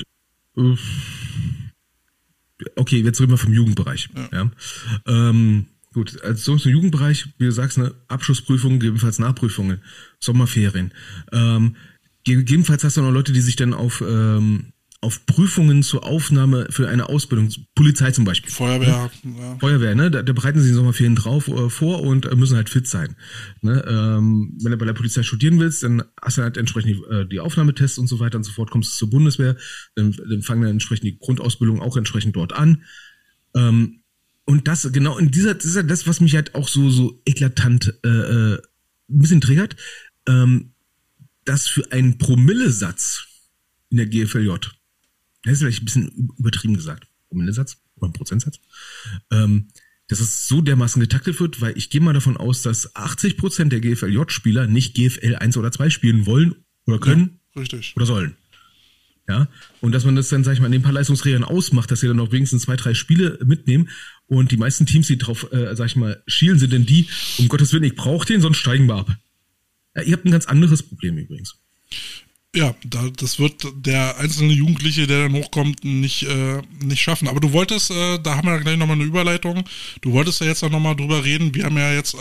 B: okay, jetzt reden wir vom Jugendbereich. Ja. Gut, als so im Jugendbereich, wie du sagst, eine Abschlussprüfung, gegebenenfalls Nachprüfungen, Sommerferien. Gegebenenfalls hast du noch Leute, die sich dann auf Prüfungen zur Aufnahme für eine Ausbildung, Polizei zum Beispiel.
A: Feuerwehr.
B: Ne? Ja. Feuerwehr, ne? Da bereiten sie in Sommerferien drauf vor und müssen halt fit sein. Ne? Wenn du bei der Polizei studieren willst, dann hast du halt entsprechend die Aufnahmetests und so weiter und so fort, kommst du zur Bundeswehr, dann fangen dann entsprechend die Grundausbildung auch entsprechend dort an. Und das, genau in dieser das, was mich halt auch so eklatant ein bisschen triggert, dass für einen Promillesatz in der GFLJ, das ist vielleicht ein bisschen übertrieben gesagt, Promillesatz oder ein Prozentsatz, dass es so dermaßen getaktet wird, weil ich gehe mal davon aus, dass 80% der GFLJ-Spieler nicht GFL 1 oder 2 spielen wollen oder können,
A: ja, richtig,
B: oder sollen. Ja, und dass man das dann, sag ich mal, in den paar Leistungsträgern ausmacht, dass sie dann noch wenigstens 2, 3 Spiele mitnehmen, und die meisten Teams, die drauf, sag ich mal, schielen, sind denn die, um Gottes Willen, ich brauche den, sonst steigen wir ab. Ja, ihr habt ein ganz anderes Problem übrigens.
A: Ja, das wird der einzelne Jugendliche, der dann hochkommt, nicht schaffen. Aber du wolltest, da haben wir ja gleich nochmal eine Überleitung, du wolltest ja jetzt auch nochmal drüber reden, wir haben ja jetzt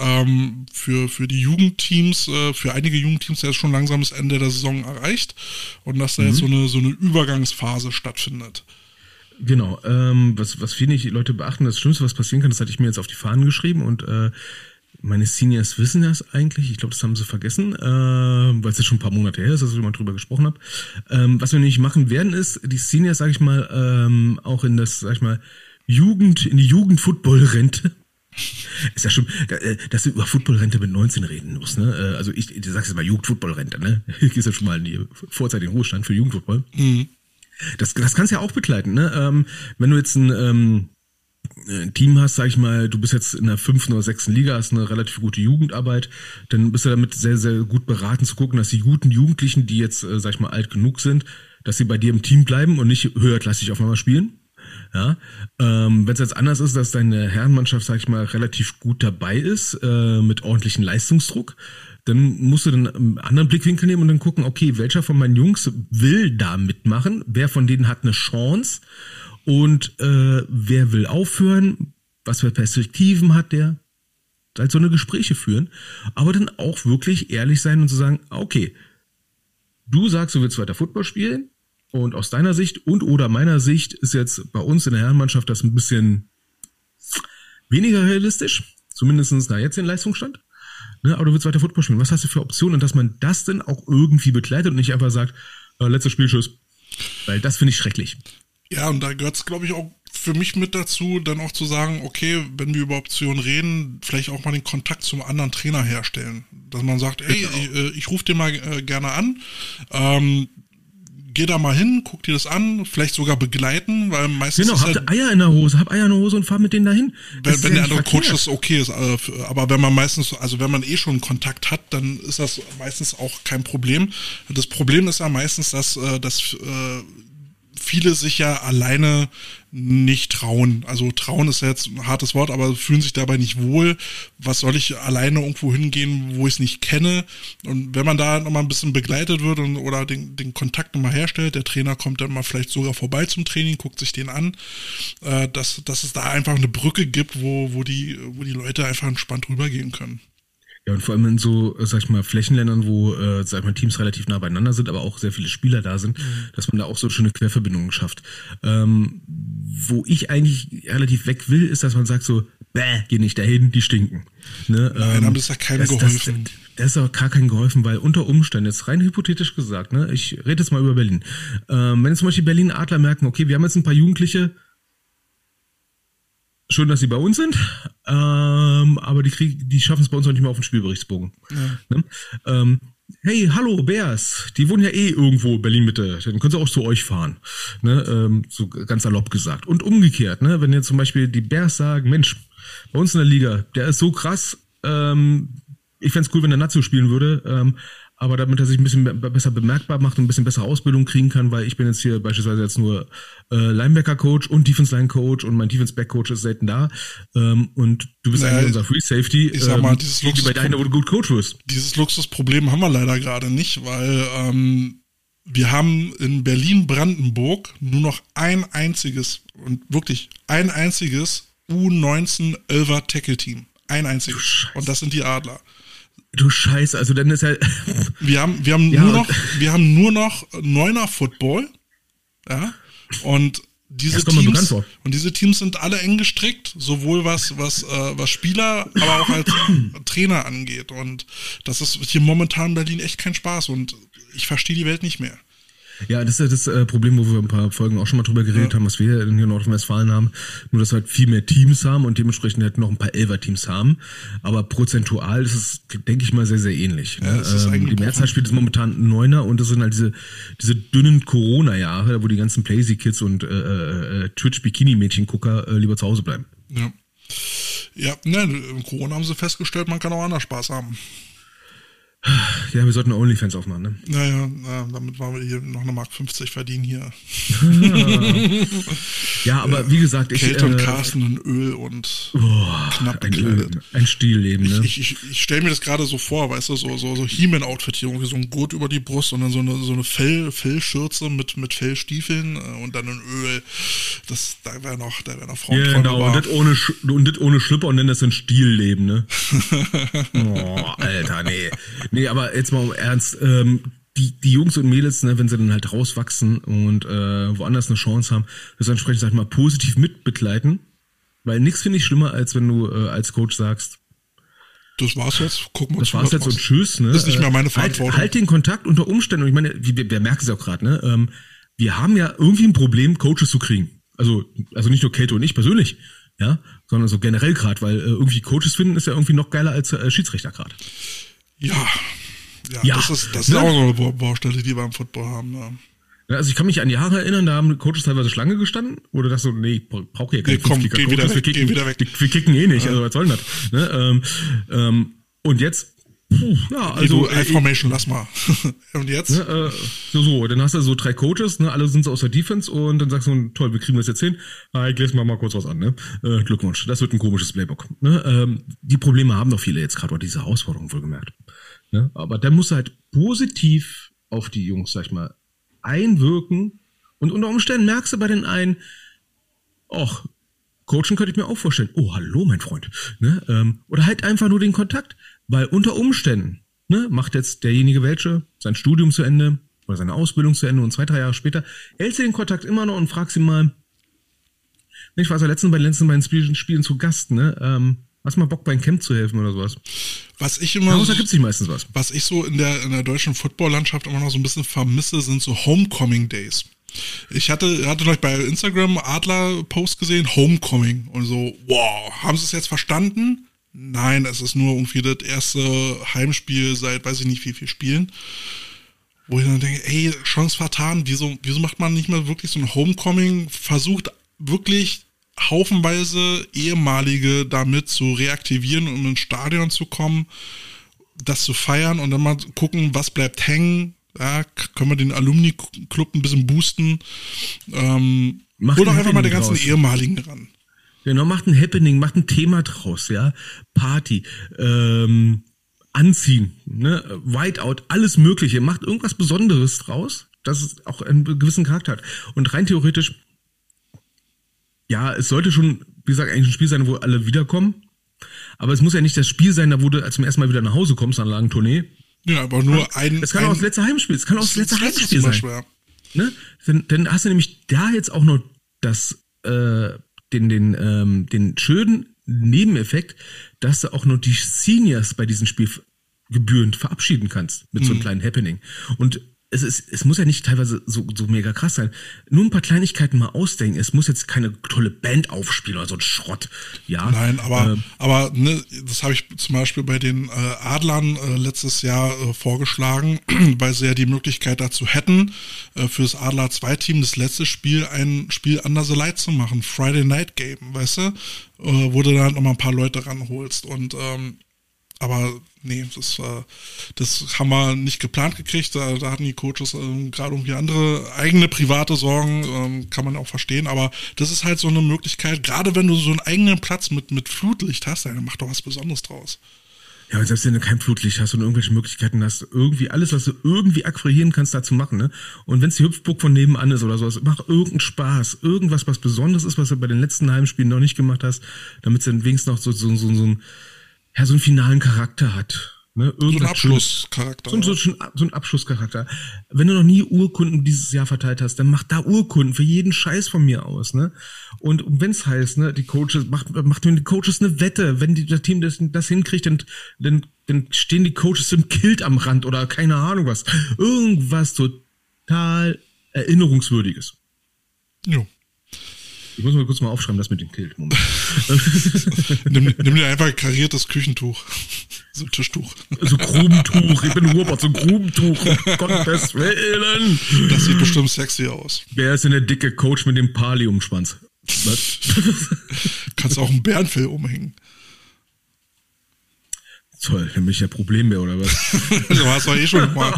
A: für die Jugendteams, für einige Jugendteams ja schon langsam das Ende der Saison erreicht und dass da jetzt so eine Übergangsphase stattfindet.
B: Genau, was viele Leute beachten, das Schlimmste, was passieren kann, das hatte ich mir jetzt auf die Fahnen geschrieben, und meine Seniors wissen das eigentlich. Ich glaube, das haben sie vergessen, weil es jetzt schon ein paar Monate her ist, dass ich mal drüber gesprochen habe. Was wir nämlich machen werden, ist, die Seniors, sag ich mal, auch in das, sag ich mal, in die Jugend-Football-Rente. Ist ja schon, dass du über Football-Rente mit 19 reden musst, ne? Also ich sag's jetzt mal Jugend-Football-Rente, ne? Hier gehst ja schon mal in die vorzeitigen Ruhestand für Jugendfootball. Mhm. Das kannst du ja auch begleiten, ne? Wenn du jetzt ein Team hast, sag ich mal, du bist jetzt in der 5. oder 6. Liga, hast eine relativ gute Jugendarbeit, dann bist du damit sehr, sehr gut beraten zu gucken, dass die guten Jugendlichen, die jetzt, sag ich mal, alt genug sind, dass sie bei dir im Team bleiben und nicht höherklassig auf einmal spielen. Ja, wenn es jetzt anders ist, dass deine Herrenmannschaft, sag ich mal, relativ gut dabei ist, mit ordentlichem Leistungsdruck, dann musst du dann einen anderen Blickwinkel nehmen und dann gucken, okay, welcher von meinen Jungs will da mitmachen, wer von denen hat eine Chance, und wer will aufhören, was für Perspektiven hat der, halt so eine Gespräche führen, aber dann auch wirklich ehrlich sein und zu sagen, okay, du sagst, du willst weiter Football spielen, und aus deiner Sicht und oder meiner Sicht ist jetzt bei uns in der Herrenmannschaft das ein bisschen weniger realistisch, zumindest nach jetzt den Leistungsstand, ne, aber du willst weiter Football spielen, was hast du für Optionen, und dass man das dann auch irgendwie begleitet und nicht einfach sagt, letzter Spielschuss, weil das finde ich schrecklich.
A: Ja, und da gehört es, glaube ich, auch für mich mit dazu, dann auch zu sagen, okay, wenn wir über Optionen reden, vielleicht auch mal den Kontakt zum anderen Trainer herstellen. Dass man sagt, ey, ich rufe den mal gerne an, geh da mal hin, guck dir das an, vielleicht sogar begleiten, weil meistens
B: genau, hab Eier in der Hose und fahr mit denen dahin.
A: Wenn der andere Coach das okay ist, aber wenn man wenn man schon Kontakt hat, dann ist das meistens auch kein Problem. Das Problem ist ja meistens, dass viele sich ja alleine nicht trauen. Also trauen ist ja jetzt ein hartes Wort, aber fühlen sich dabei nicht wohl. Was soll ich alleine irgendwo hingehen, wo ich es nicht kenne? Und wenn man da nochmal ein bisschen begleitet wird oder den Kontakt nochmal herstellt, der Trainer kommt dann mal vielleicht sogar vorbei zum Training, guckt sich den an, dass es da einfach eine Brücke gibt, wo die Leute einfach entspannt rübergehen können.
B: Ja, und vor allem in so, sag ich mal, Flächenländern, wo, sag ich mal, Teams relativ nah beieinander sind, aber auch sehr viele Spieler da sind, dass man da auch so schöne Querverbindungen schafft. Wo ich eigentlich relativ weg will, ist, dass man sagt so, geh nicht dahin, die stinken. Ne?
A: Nein, aber das ist ja keinem geholfen.
B: Das ist auch gar kein geholfen, weil unter Umständen, jetzt rein hypothetisch gesagt, ne, ich rede jetzt mal über Berlin. Wenn jetzt zum Beispiel Berlin Adler merken, okay, wir haben jetzt ein paar Jugendliche, schön, dass sie bei uns sind, aber die schaffen es bei uns auch nicht mehr auf den Spielberichtsbogen. Ja. Ne? Hey, hallo Bears, die wohnen ja irgendwo Berlin-Mitte, dann können sie auch zu euch fahren. Ne? So ganz salopp gesagt. Und umgekehrt, ne? Wenn jetzt zum Beispiel die Bears sagen, Mensch, bei uns in der Liga, der ist so krass, ich fänd's cool, wenn der Nazio spielen würde, aber damit er sich ein bisschen besser bemerkbar macht und ein bisschen bessere Ausbildung kriegen kann, weil ich bin jetzt hier beispielsweise jetzt nur Linebacker-Coach und Defense-Line-Coach und mein Defense-Back-Coach ist selten da und du bist eigentlich unser Free-Safety,
A: ich sag mal, dieses
B: bei deiner, wo du gut Coach wirst.
A: Dieses Luxusproblem haben wir leider gerade nicht, weil wir haben in Berlin-Brandenburg nur noch ein einziges U19-11er Tackle-Team. Ein einziges. Und das sind die Adler.
B: Du Scheiße, also dann ist ja.
A: Wir haben nur noch 9er Football, ja, und diese Teams sind alle eng gestrickt, sowohl was Spieler, aber auch als Trainer angeht. Und das ist hier momentan in Berlin echt kein Spaß und ich verstehe die Welt nicht mehr.
B: Ja, das ist ja das Problem, wo wir ein paar Folgen auch schon mal drüber geredet haben, was wir hier in Nordrhein-Westfalen haben. Nur, dass wir halt viel mehr Teams haben und dementsprechend halt noch ein paar 11er-Teams haben. Aber prozentual ist es, denke ich mal, sehr, sehr ähnlich.
A: Ja,
B: ne? Die Mehrzahl spielt es momentan 9er und das sind halt diese dünnen Corona-Jahre, wo die ganzen Playsy-Kids und Twitch-Bikini-Mädchen-Gucker lieber zu Hause bleiben.
A: Ja, in Corona haben sie festgestellt, man kann auch anders Spaß haben.
B: Ja, wir sollten OnlyFans aufmachen, ne?
A: Naja, damit wollen wir hier noch eine Mark 50 verdienen hier.
B: Ja, aber wie gesagt,
A: Kälte und Carsten und Öl und knapp bekleidet.
B: Ein Stilleben, ne?
A: Ich stelle mir das gerade so vor, weißt du, so He-Man-Outfitierung, so ein Gurt über die Brust und dann so eine Fellschürze mit Fellstiefeln und dann ein Öl. Da wäre noch Frauenträume.
B: Ja, genau, und das ohne Schlüpper und dann das ein Stilleben, ne? Alter, nee. Nee, aber jetzt mal im Ernst, die Jungs und Mädels, ne, wenn sie dann halt rauswachsen und woanders eine Chance haben, das entsprechend, sag ich mal, positiv mitbegleiten, weil nichts finde ich schlimmer, als wenn du als Coach sagst,
A: das war's jetzt, gucken wir
B: uns das war's jetzt und tschüss, ne?
A: Das ist nicht mehr meine Verantwortung.
B: Halt den Kontakt unter Umständen, und ich meine, wir merken es ja auch gerade, ne, wir haben ja irgendwie ein Problem, Coaches zu kriegen. Also nicht nur Kate und ich persönlich, ja, sondern so generell gerade, weil irgendwie Coaches finden ist ja irgendwie noch geiler als Schiedsrichter gerade.
A: Ja, das ist auch so eine Baustelle, die wir im Football haben.
B: Ja, also ich kann mich an Jahre erinnern, da haben Coaches teilweise Schlange gestanden, oder das so, nee, brauch hier keinen
A: Fünfkicker-Coaches,
B: geh wieder weg. Wir kicken eh nicht, also was soll denn das? Ne? Und jetzt,
A: also I-Formation, lass mal. Und jetzt?
B: So, dann hast du so 3 Coaches, ne, alle sind so aus der Defense und dann sagst du, toll, wir kriegen das jetzt hin. Ich lese mal kurz was an, ne? Glückwunsch, das wird ein komisches Playbook. Ne? Die Probleme haben doch viele jetzt gerade, oder diese Herausforderungen wohlgemerkt. Ne? Aber dann musst du halt positiv auf die Jungs, sag ich mal, einwirken und unter Umständen merkst du bei den einen, Coachen könnte ich mir auch vorstellen. Oh, hallo, mein Freund. Ne? Oder halt einfach nur den Kontakt. Weil unter Umständen, ne, macht jetzt derjenige sein Studium zu Ende oder seine Ausbildung zu Ende und 2-3 Jahre später hältst du den Kontakt immer noch und fragst ihn mal, ich war ja letztens bei den beiden Spielen zu Gast, ne, hast mal Bock bei einem Camp zu helfen oder sowas?
A: Was ich immer,
B: da gibt's nicht meistens was.
A: Was ich so in der deutschen Football-Landschaft immer noch so ein bisschen vermisse, sind so Homecoming-Days. Ich hatte gleich bei Instagram Adler-Post gesehen, Homecoming und so, wow, haben sie es jetzt verstanden? Nein, es ist nur irgendwie das erste Heimspiel seit, weiß ich nicht wie viel Spielen. Wo ich dann denke, ey, Chance vertan, wieso macht man nicht mal wirklich so ein Homecoming, versucht wirklich haufenweise Ehemalige damit zu reaktivieren, um ins Stadion zu kommen, das zu feiern und dann mal gucken, was bleibt hängen, Ja, können wir den Alumni-Club ein bisschen boosten. Hol doch einfach mal den ganzen ehemaligen ran.
B: Genau, macht ein Happening, macht ein Thema draus, ja. Party, Anziehen, ne, Whiteout, alles Mögliche. Macht irgendwas Besonderes draus, dass es auch einen gewissen Charakter hat. Und rein theoretisch, ja, es sollte schon, wie gesagt, eigentlich ein Spiel sein, wo alle wiederkommen. Aber es muss ja nicht das Spiel sein, da wo du zum ersten Mal wieder nach Hause kommst, an Lagentournee.
A: Ja, aber nur ein...
B: Das kann auch das letzte Heimspiel, das kann auch das letzte Heimspiel sein.
A: Beispiel,
B: ne? Dann hast du nämlich da jetzt auch noch das, den schönen Nebeneffekt, dass du auch noch die Seniors bei diesem Spiel gebührend verabschieden kannst mit so einem kleinen Happening. Und es muss ja nicht teilweise so mega krass sein. Nur ein paar Kleinigkeiten mal ausdenken. Es muss jetzt keine tolle Band aufspielen oder so ein Schrott. Ja.
A: Nein, aber ne, das habe ich zum Beispiel bei den Adlern letztes Jahr vorgeschlagen, weil sie ja die Möglichkeit dazu hätten, für das Adler 2-Team das letzte Spiel ein Spiel Under the Light zu machen. Friday Night Game, weißt du? Wo du dann nochmal ein paar Leute ranholst. Und aber nee, das haben wir nicht geplant gekriegt. Da hatten die Coaches gerade irgendwie andere eigene private Sorgen, kann man auch verstehen. Aber das ist halt so eine Möglichkeit, gerade wenn du so einen eigenen Platz mit Flutlicht hast, dann mach doch was Besonderes draus.
B: Ja, und selbst wenn du kein Flutlicht hast und irgendwelche Möglichkeiten hast, irgendwie alles, was du irgendwie akquirieren kannst, dazu machen, ne? Und wenn es die Hüpfburg von nebenan ist oder sowas, mach irgendeinen Spaß, irgendwas, was Besonderes ist, was du bei den letzten Heimspielen noch nicht gemacht hast, damit es dann wenigstens noch so einen finalen Charakter hat. Ne?
A: So ein Abschlusscharakter.
B: So ein Abschlusscharakter. Wenn du noch nie Urkunden dieses Jahr verteilt hast, dann mach da Urkunden für jeden Scheiß von mir aus. Ne? Und wenn es heißt, ne, die Coaches, macht mit den Coaches eine Wette, wenn das Team das hinkriegt, dann stehen die Coaches im Kilt am Rand oder keine Ahnung was. Irgendwas total Erinnerungswürdiges.
A: Jo.
B: Ich muss mal kurz aufschreiben, das mit dem Kilt. Moment.
A: nimm dir einfach ein kariertes Küchentuch. So ein Tischtuch.
B: So Grubentuch. Ich bin Robert, so ein Grubentuch. Um Gottes Willen.
A: Das sieht bestimmt sexy aus.
B: Wer ist denn der dicke Coach mit dem Pali-Umschwanz? Was?
A: Kannst auch einen Bärenfell umhängen.
B: Toll, dann bin ich ja Problembär, oder was?
A: Du hast doch eh schon mal.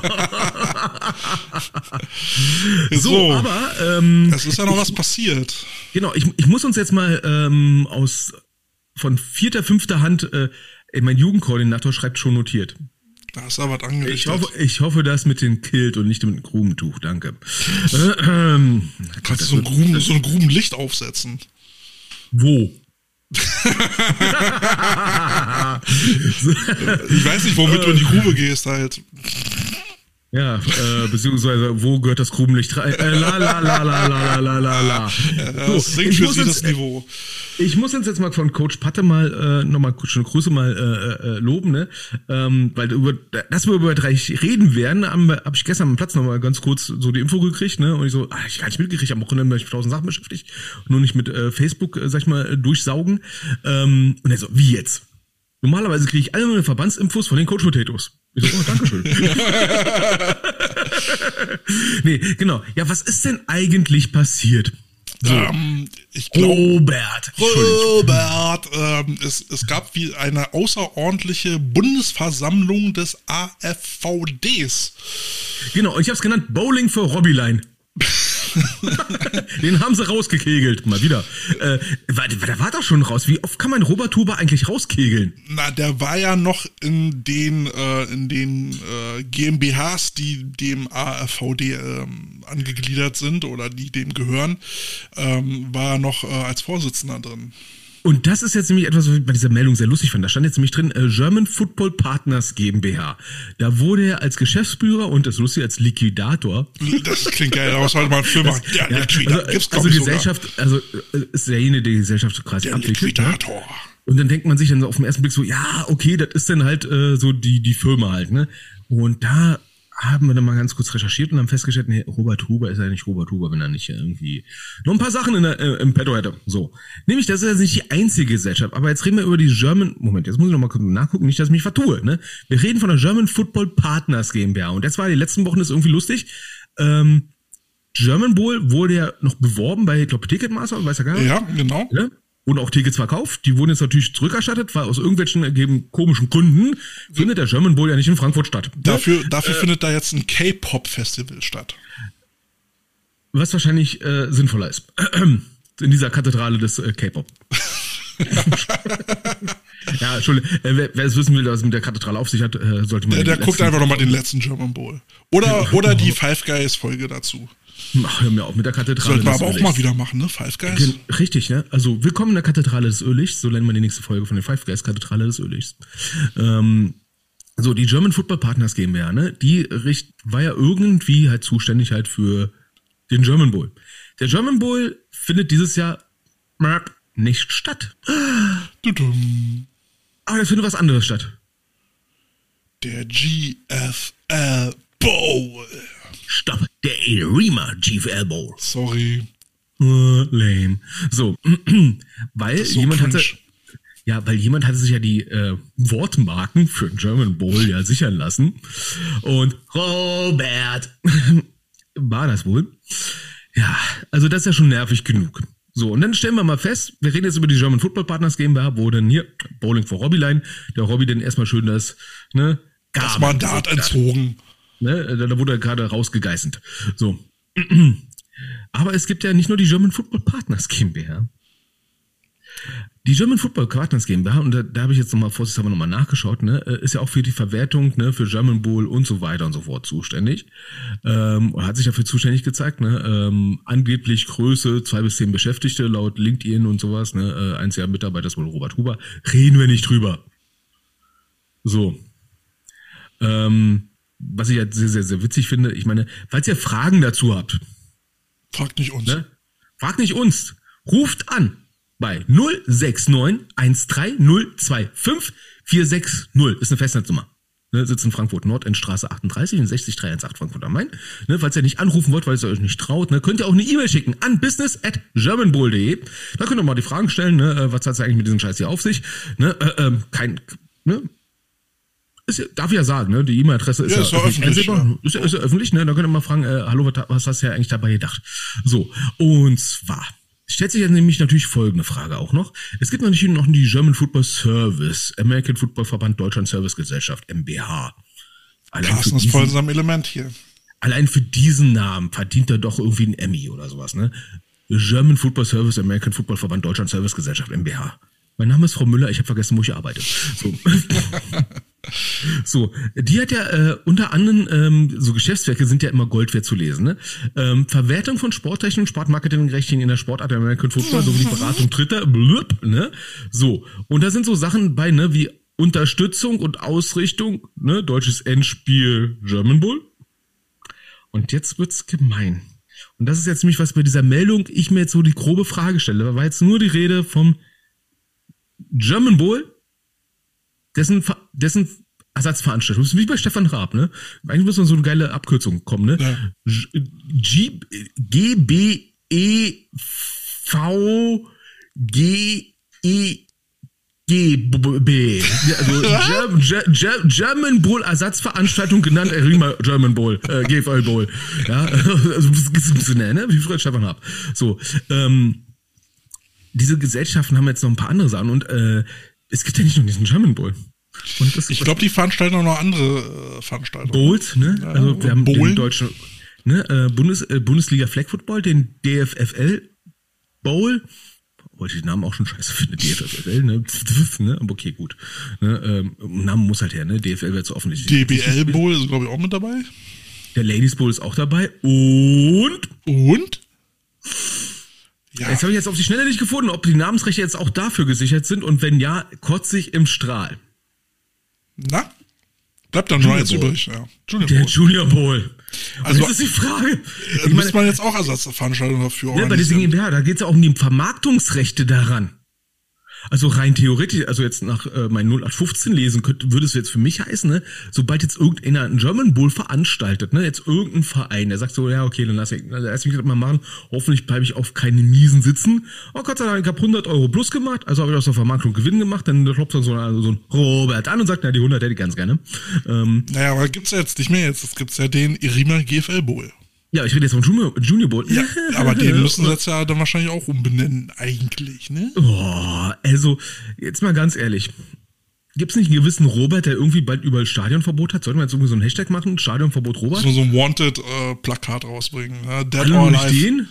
B: So, aber
A: es ist ja noch was passiert.
B: Genau, ich muss uns jetzt mal von 4., 5. Hand, mein Jugendkoordinator schreibt schon notiert.
A: Da ist ja was angerichtet.
B: Ich hoffe, das mit dem Kilt und nicht mit dem Grubentuch, danke.
A: Kannst du so ein Grubenlicht aufsetzen?
B: Wo?
A: Ich weiß nicht, womit du in die Grube gehst halt.
B: Ja, beziehungsweise, wo gehört das Grubenlicht rein?
A: Das sinkt für sie das Niveau.
B: Ich muss uns jetzt mal von Coach Patte mal nochmal schöne Grüße mal loben, ne? Weil dass wir über 3 reden werden, hab ich gestern am Platz nochmal ganz kurz so die Info gekriegt, ne? Und ich so, ich gar nicht mitgekriegt, am Wochenende bin ich mit 1000 Sachen beschäftigt, nur nicht mit Facebook, sag ich mal, durchsaugen. Und er so, wie jetzt? Normalerweise kriege ich alle meine Verbandsinfos von den Coach Potatoes. Ich so, Dankeschön. Nee, genau. Ja, was ist denn eigentlich passiert? So.
A: Ich glaube,
B: Robert,
A: es gab wie eine außerordentliche Bundesversammlung des AFVDs.
B: Genau, und ich habe es genannt Bowling für Robbyline. Den haben sie rausgekegelt, mal wieder. Der war doch schon raus. Wie oft kann man Robert Huber eigentlich rauskegeln?
A: Na, der war ja noch in den GmbHs, die dem AfVD angegliedert sind oder die dem gehören, war er noch als Vorsitzender drin.
B: Und das ist jetzt nämlich etwas, was ich bei dieser Meldung sehr lustig fand. Da stand jetzt nämlich drin, German Football Partners GmbH. Da wurde er als Geschäftsführer und das lustig als Liquidator.
A: Das klingt geil, aber sollte man einen Film machen. Der Liquidator.
B: Also Gesellschaft, sogar. Ist derjenige, der die Gesellschaft quasi abwickelt. Der Liquidator. Ne? Und dann denkt man sich dann so auf den ersten Blick so, ja, okay, das ist dann halt so die Firma halt, ne? Und da haben wir dann mal ganz kurz recherchiert und haben festgestellt, nee, Robert Huber ist ja nicht Robert Huber, wenn er nicht irgendwie noch ein paar Sachen im Petto hätte. So. Nämlich, das ist ja nicht die einzige Gesellschaft, aber jetzt reden wir über die Moment, jetzt muss ich noch mal kurz nachgucken, nicht, dass ich mich vertue, ne? Wir reden von der German Football Partners GmbH und das war die letzten Wochen, das ist irgendwie lustig. German Bowl wurde ja noch beworben bei, ich glaube, Ticketmaster, weiß ja gar nicht.
A: Ja, genau.
B: Ne? und auch Tickets verkauft. Die wurden jetzt natürlich zurückerstattet, weil aus irgendwelchen komischen Gründen findet der German Bowl ja nicht in Frankfurt statt.
A: Dafür findet da jetzt ein K-Pop-Festival statt.
B: Was wahrscheinlich sinnvoller ist. In dieser Kathedrale des K-Pop. Ja, Entschuldigung. Wer es wissen will, was es mit der Kathedrale auf sich hat, sollte man...
A: Der guckt einfach nochmal den letzten German Bowl. Oder die Five Guys-Folge dazu.
B: Ach, hör mir auf, mit der Kathedrale
A: Sollten wir aber auch mal wieder machen, ne? Five Guys.
B: Richtig, ne? Also, willkommen in der Kathedrale des Ölichs. So nennen wir die nächste Folge von den Five Guys, Kathedrale des Ölichs. So, die German Football Partners GmbH, ne? Die war ja irgendwie halt zuständig halt für den German Bowl. Der German Bowl findet dieses Jahr nicht statt. Aber es findet was anderes statt.
A: Der GFL Bowl.
B: Stopp, der Arima GFL Bowl.
A: Sorry.
B: Lame. So, weil
A: so
B: jemand
A: cringe.
B: weil jemand hatte sich ja die Wortmarken für den German Bowl ja sichern lassen. Und Robert war das wohl. Ja, also das ist ja schon nervig genug. So, und dann stellen wir mal fest, wir reden jetzt über die German Football Partners GmbH, wo dann hier Bowling for Robbyline, der Robby dann erstmal schön das
A: Mandat entzogen.
B: Ne, da wurde er gerade rausgegeißelt. So. Aber es gibt ja nicht nur die German Football Partners GmbH. Die German Football Partners GmbH, und da habe ich jetzt nochmal vorsichtshalber nochmal nachgeschaut, ne, ist ja auch für die Verwertung, ne, für German Bowl und so weiter und so fort zuständig. Und hat sich dafür zuständig gezeigt, ne, angeblich Größe 2 bis 10 Beschäftigte laut LinkedIn und sowas, ne, einziger Mitarbeiter ist wohl Robert Huber. Reden wir nicht drüber. So. Was ich halt sehr, sehr, sehr witzig finde, ich meine, falls ihr Fragen dazu habt,
A: Fragt nicht uns.
B: ne, fragt nicht uns, ruft an bei 069 13025 460, ist eine Festnetznummer. Ne, sitzt in Frankfurt Nord, Endstraße 38 in 60318 Frankfurt am Main. Ne, falls ihr nicht anrufen wollt, weil ihr euch nicht traut, ne, könnt ihr auch eine E-Mail schicken an business@germanbowl.de. Da könnt ihr mal die Fragen stellen, ne, was hat es eigentlich mit diesem Scheiß hier auf sich? Ne, darf ich ja sagen, ne? Die E-Mail-Adresse ist ja öffentlich. Ja. Ist ja öffentlich, ne? Da könnt ihr mal fragen, hallo, was hast du ja eigentlich dabei gedacht? So, und zwar stellt sich jetzt nämlich natürlich folgende Frage auch noch. Es gibt natürlich noch die German Football Service, American Football Verband Deutschland Service Gesellschaft, MBH.
A: Carsten ist voll in seinem Element hier.
B: Allein für diesen Namen verdient er doch irgendwie einen Emmy oder sowas, ne? German Football Service, American Football Verband Deutschland Service Gesellschaft, MBH. Mein Name ist Frau Müller, ich habe vergessen, wo ich arbeite. So. So, die hat ja unter anderem, so Geschäftswerke sind ja immer Gold wert zu lesen, ne? Verwertung von Sportrechten und Sportmarketing-Rechten in der Sportart der American Football sowie die Beratung Dritter, ne? So, und da sind so Sachen bei, ne, wie Unterstützung und Ausrichtung, ne, deutsches Endspiel German Bowl. Und jetzt wird's gemein. Und das ist jetzt nämlich, was bei dieser Meldung ich mir jetzt so die grobe Frage stelle. Da war jetzt nur die Rede vom German Bowl, dessen Ersatzveranstaltung. Das ist wie bei Stefan Raab, ne? Eigentlich muss man so eine geile Abkürzung kommen, ne?
A: Ja.
B: GBEVGEGB. Also German Bowl Ersatzveranstaltung genannt, German Bowl, GFL Bowl. Ja, also ne? Wie früher Stefan Raab. So, diese Gesellschaften haben jetzt noch ein paar andere Sachen und es gibt ja nicht nur diesen German Bowl. Und
A: ich glaube, die veranstalten auch noch andere Veranstaltungen.
B: Bowls, ne?
A: Ja,
B: also wir haben
A: Bowlen.
B: den deutschen Bundesliga Flag Football, den DFFL Bowl. Wollte ich den Namen auch schon scheiße finden, DFFL, ne? Aber okay, gut. Ne? Namen muss halt her, ne? DFL wird so offensichtlich.
A: DBL Bowl ist, glaube ich, auch mit dabei.
B: Der Ladies Bowl ist auch dabei. Und? Ja. Jetzt habe ich jetzt auf die Schnelle nicht gefunden, ob die Namensrechte jetzt auch dafür gesichert sind und wenn ja, kotze ich im Strahl.
A: Na? Bleibt dann nur eins übrig, ja.
B: Der Junior Bowl.
A: Also,
B: das ist die Frage.
A: Muss man jetzt auch Ersatzveranstaltungen dafür
B: organisieren? Ja, bei diesem GmbH, da geht es ja auch um die Vermarktungsrechte daran. Also rein theoretisch, also jetzt nach meinen 0815 lesen würde es jetzt für mich heißen, ne, sobald jetzt irgendeiner einen German Bowl veranstaltet, ne, jetzt irgendein Verein, der sagt so, ja, okay, dann lass mich das mal machen, hoffentlich bleibe ich auf keine Miesen sitzen. Oh Gott sei Dank, ich habe 100 € plus gemacht, also habe ich aus der Vermarktung Gewinn gemacht, dann klopft dann so ein Robert an und sagt, na, die 100 hätte ich ganz gerne.
A: Naja, aber gibt's ja jetzt nicht mehr, jetzt gibt's ja den Arima GFL Bowl.
B: Ja, ich rede jetzt vom Junior Bowl.
A: Ja, aber den müssen sie jetzt ja dann wahrscheinlich auch umbenennen, eigentlich, ne?
B: Oh, also, jetzt mal ganz ehrlich. Gibt es nicht einen gewissen Robert, der irgendwie bald überall Stadionverbot hat? Sollten wir jetzt irgendwie so ein Hashtag machen? Stadionverbot Robert?
A: So ein Wanted-Plakat rausbringen. Dead
B: Alle
A: or
B: nicht
A: Alive.
B: den?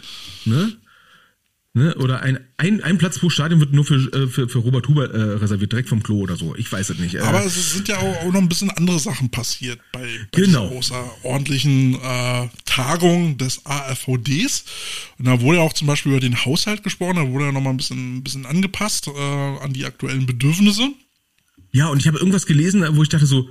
B: Ne? Oder ein Platz pro Stadion wird nur für Robert Huber reserviert, direkt vom Klo oder so. Ich weiß es nicht.
A: Aber es sind ja auch noch ein bisschen andere Sachen passiert bei
B: Genau.
A: dieser außerordentlichen Tagung des ARVDs. Und da wurde ja auch zum Beispiel über den Haushalt gesprochen, da wurde ja nochmal ein bisschen angepasst an die aktuellen Bedürfnisse.
B: Ja, und ich habe irgendwas gelesen, wo ich dachte so,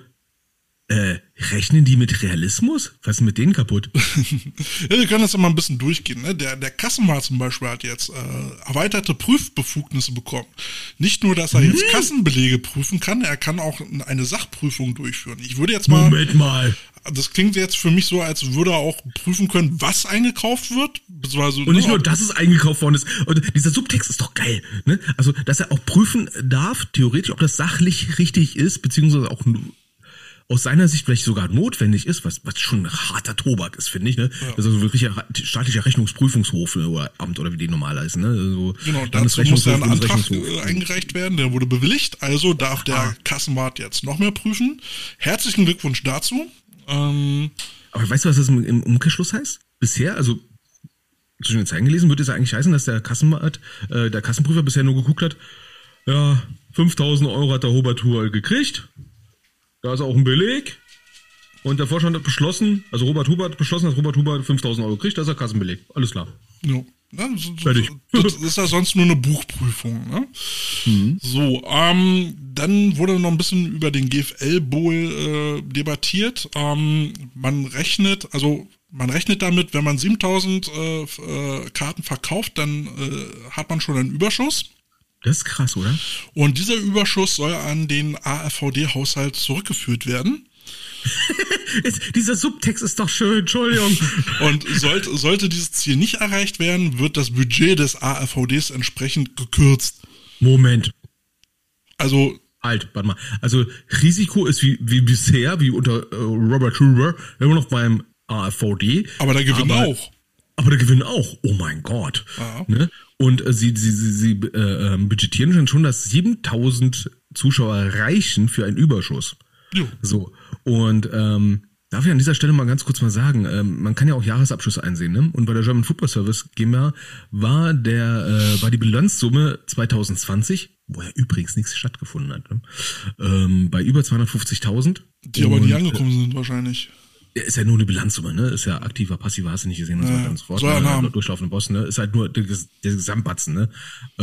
B: rechnen die mit Realismus? Was ist mit denen kaputt?
A: Ja, wir können das ja mal ein bisschen durchgehen. Ne? Der Kassenwart zum Beispiel hat jetzt erweiterte Prüfbefugnisse bekommen. Nicht nur, dass er jetzt Kassenbelege prüfen kann, er kann auch eine Sachprüfung durchführen. Ich würde jetzt mal...
B: Moment mal.
A: Das klingt jetzt für mich so, als würde er auch prüfen können, was eingekauft wird.
B: Und nicht nur, dass es eingekauft worden ist. Und dieser Subtext ist doch geil. Ne? Also, dass er auch prüfen darf, theoretisch, ob das sachlich richtig ist, beziehungsweise auch aus seiner Sicht vielleicht sogar notwendig ist, was schon ein harter Tobak ist, finde ich. Ne? Ja. Das ist also wirklich ein staatlicher Rechnungsprüfungshof oder Amt oder wie die normal heißen. Ne? Also,
A: genau, dazu muss ja ein Antrag eingereicht werden, der wurde bewilligt. Also darf der Kassenwart jetzt noch mehr prüfen. Herzlichen Glückwunsch dazu.
B: Aber weißt du, was das im Umkehrschluss heißt? Bisher, also zwischen den Zeilen gelesen, würde es ja eigentlich heißen, dass der Kassenprüfer bisher nur geguckt hat, ja, 5.000 Euro hat der Robert Huber gekriegt, da ist auch ein Beleg und der Vorstand hat beschlossen, also Robert Huber hat beschlossen, dass Robert Huber 5.000 Euro kriegt, da ist er Kassenbeleg, alles klar.
A: Ja.
B: Fertig.
A: Das ist ja sonst nur eine Buchprüfung. Ne? Mhm. So, dann wurde noch ein bisschen über den GFL Bowl debattiert. Man rechnet damit, wenn man 7.000 Karten verkauft, dann hat man schon einen Überschuss.
B: Das ist krass, oder?
A: Und dieser Überschuss soll an den ARVD-Haushalt zurückgeführt werden.
B: Dieser Subtext ist doch schön, Entschuldigung.
A: Und sollte dieses Ziel nicht erreicht werden, wird das Budget des ARVDs entsprechend gekürzt.
B: Moment.
A: Also
B: warte mal. Also Risiko ist wie bisher, wie unter Robert Huber, immer noch beim ARVD.
A: Aber der Gewinn auch.
B: Aber der Gewinn auch. Oh mein Gott. Ne? Und sie budgetieren schon, dass 7.000 Zuschauer reichen für einen Überschuss.
A: Jo.
B: So. Und darf ich an dieser Stelle mal ganz kurz mal sagen, man kann ja auch Jahresabschlüsse einsehen, ne? Und bei der German Football Service GmbH war die Bilanzsumme 2020, wo ja übrigens nichts stattgefunden hat, ne? Bei über 250.000.
A: Die aber nie angekommen sind wahrscheinlich.
B: Ist ja nur eine Bilanzsumme, ne? Ist ja aktiver, passiver, hast du nicht gesehen und so weiter und so fort. Ne? Durchlaufende Boss, ne? Ist halt nur der Gesamtbatzen, ne?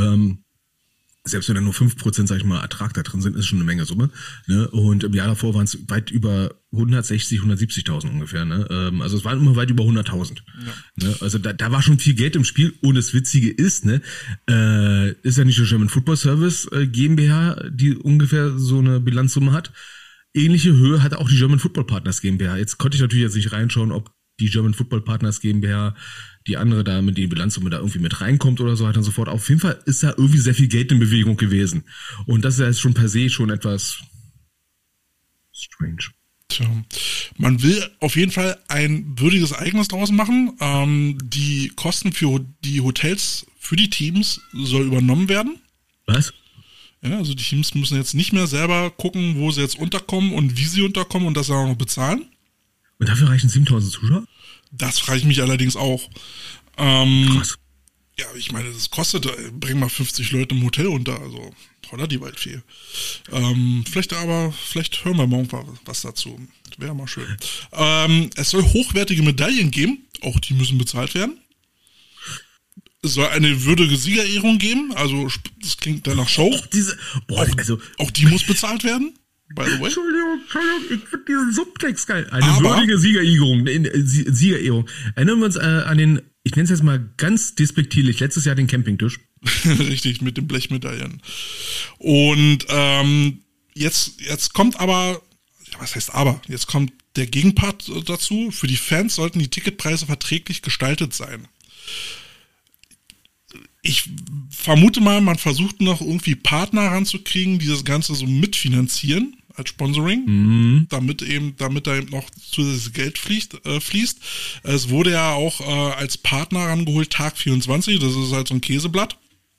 B: Selbst wenn da nur 5%, sag ich mal, Ertrag da drin sind, ist schon eine Menge Summe. Ne? Und im Jahr davor waren es weit über 160, 170.000 ungefähr. Ne? Also es waren immer weit über 100.000. Ja. Ne? Also da war schon viel Geld im Spiel. Und das Witzige ist, ne, ist ja nicht nur German Football Service GmbH, die ungefähr so eine Bilanzsumme hat. Ähnliche Höhe hatte auch die German Football Partners GmbH. Jetzt konnte ich natürlich jetzt nicht reinschauen, ob die German Football Partners GmbH, die andere da mit den Bilanzsumme da irgendwie mit reinkommt oder so weiter und so fort. Auf jeden Fall ist da irgendwie sehr viel Geld in Bewegung gewesen. Und das ist ja jetzt schon per se schon etwas strange.
A: Tja, man will auf jeden Fall ein würdiges Ereignis draus machen. Die Kosten für die Hotels für die Teams soll übernommen werden.
B: Was?
A: Ja, also die Teams müssen jetzt nicht mehr selber gucken, wo sie jetzt unterkommen und wie sie unterkommen und das auch noch bezahlen.
B: Und dafür reichen 7.000 Zuschauer?
A: Das frage ich mich allerdings auch.
B: Krass.
A: Ja, ich meine, das kostet, bring mal 50 Leute im Hotel unter, also holla die Waldfee. Vielleicht hören wir morgen was dazu. Wäre mal schön. Es soll hochwertige Medaillen geben, auch die müssen bezahlt werden. Es soll eine würdige Siegerehrung geben, also das klingt dann nach Show. Auch die muss bezahlt werden. By the way.
B: Entschuldigung, ich finde diesen Subtext geil. Eine würdige Siegerehrung. Erinnern wir uns an den, ich nenne es jetzt mal ganz despektierlich, letztes Jahr den Campingtisch.
A: Richtig, mit den Blechmedaillen. Und jetzt kommt aber, was heißt aber, jetzt kommt der Gegenpart dazu. Für die Fans sollten die Ticketpreise verträglich gestaltet sein. Ich vermute mal, man versucht noch irgendwie Partner ranzukriegen, die das Ganze so mitfinanzieren. als Sponsoring, damit da eben noch zusätzliches Geld fließt. Es wurde ja auch als Partner rangeholt Tag 24, das ist halt so ein Käseblatt.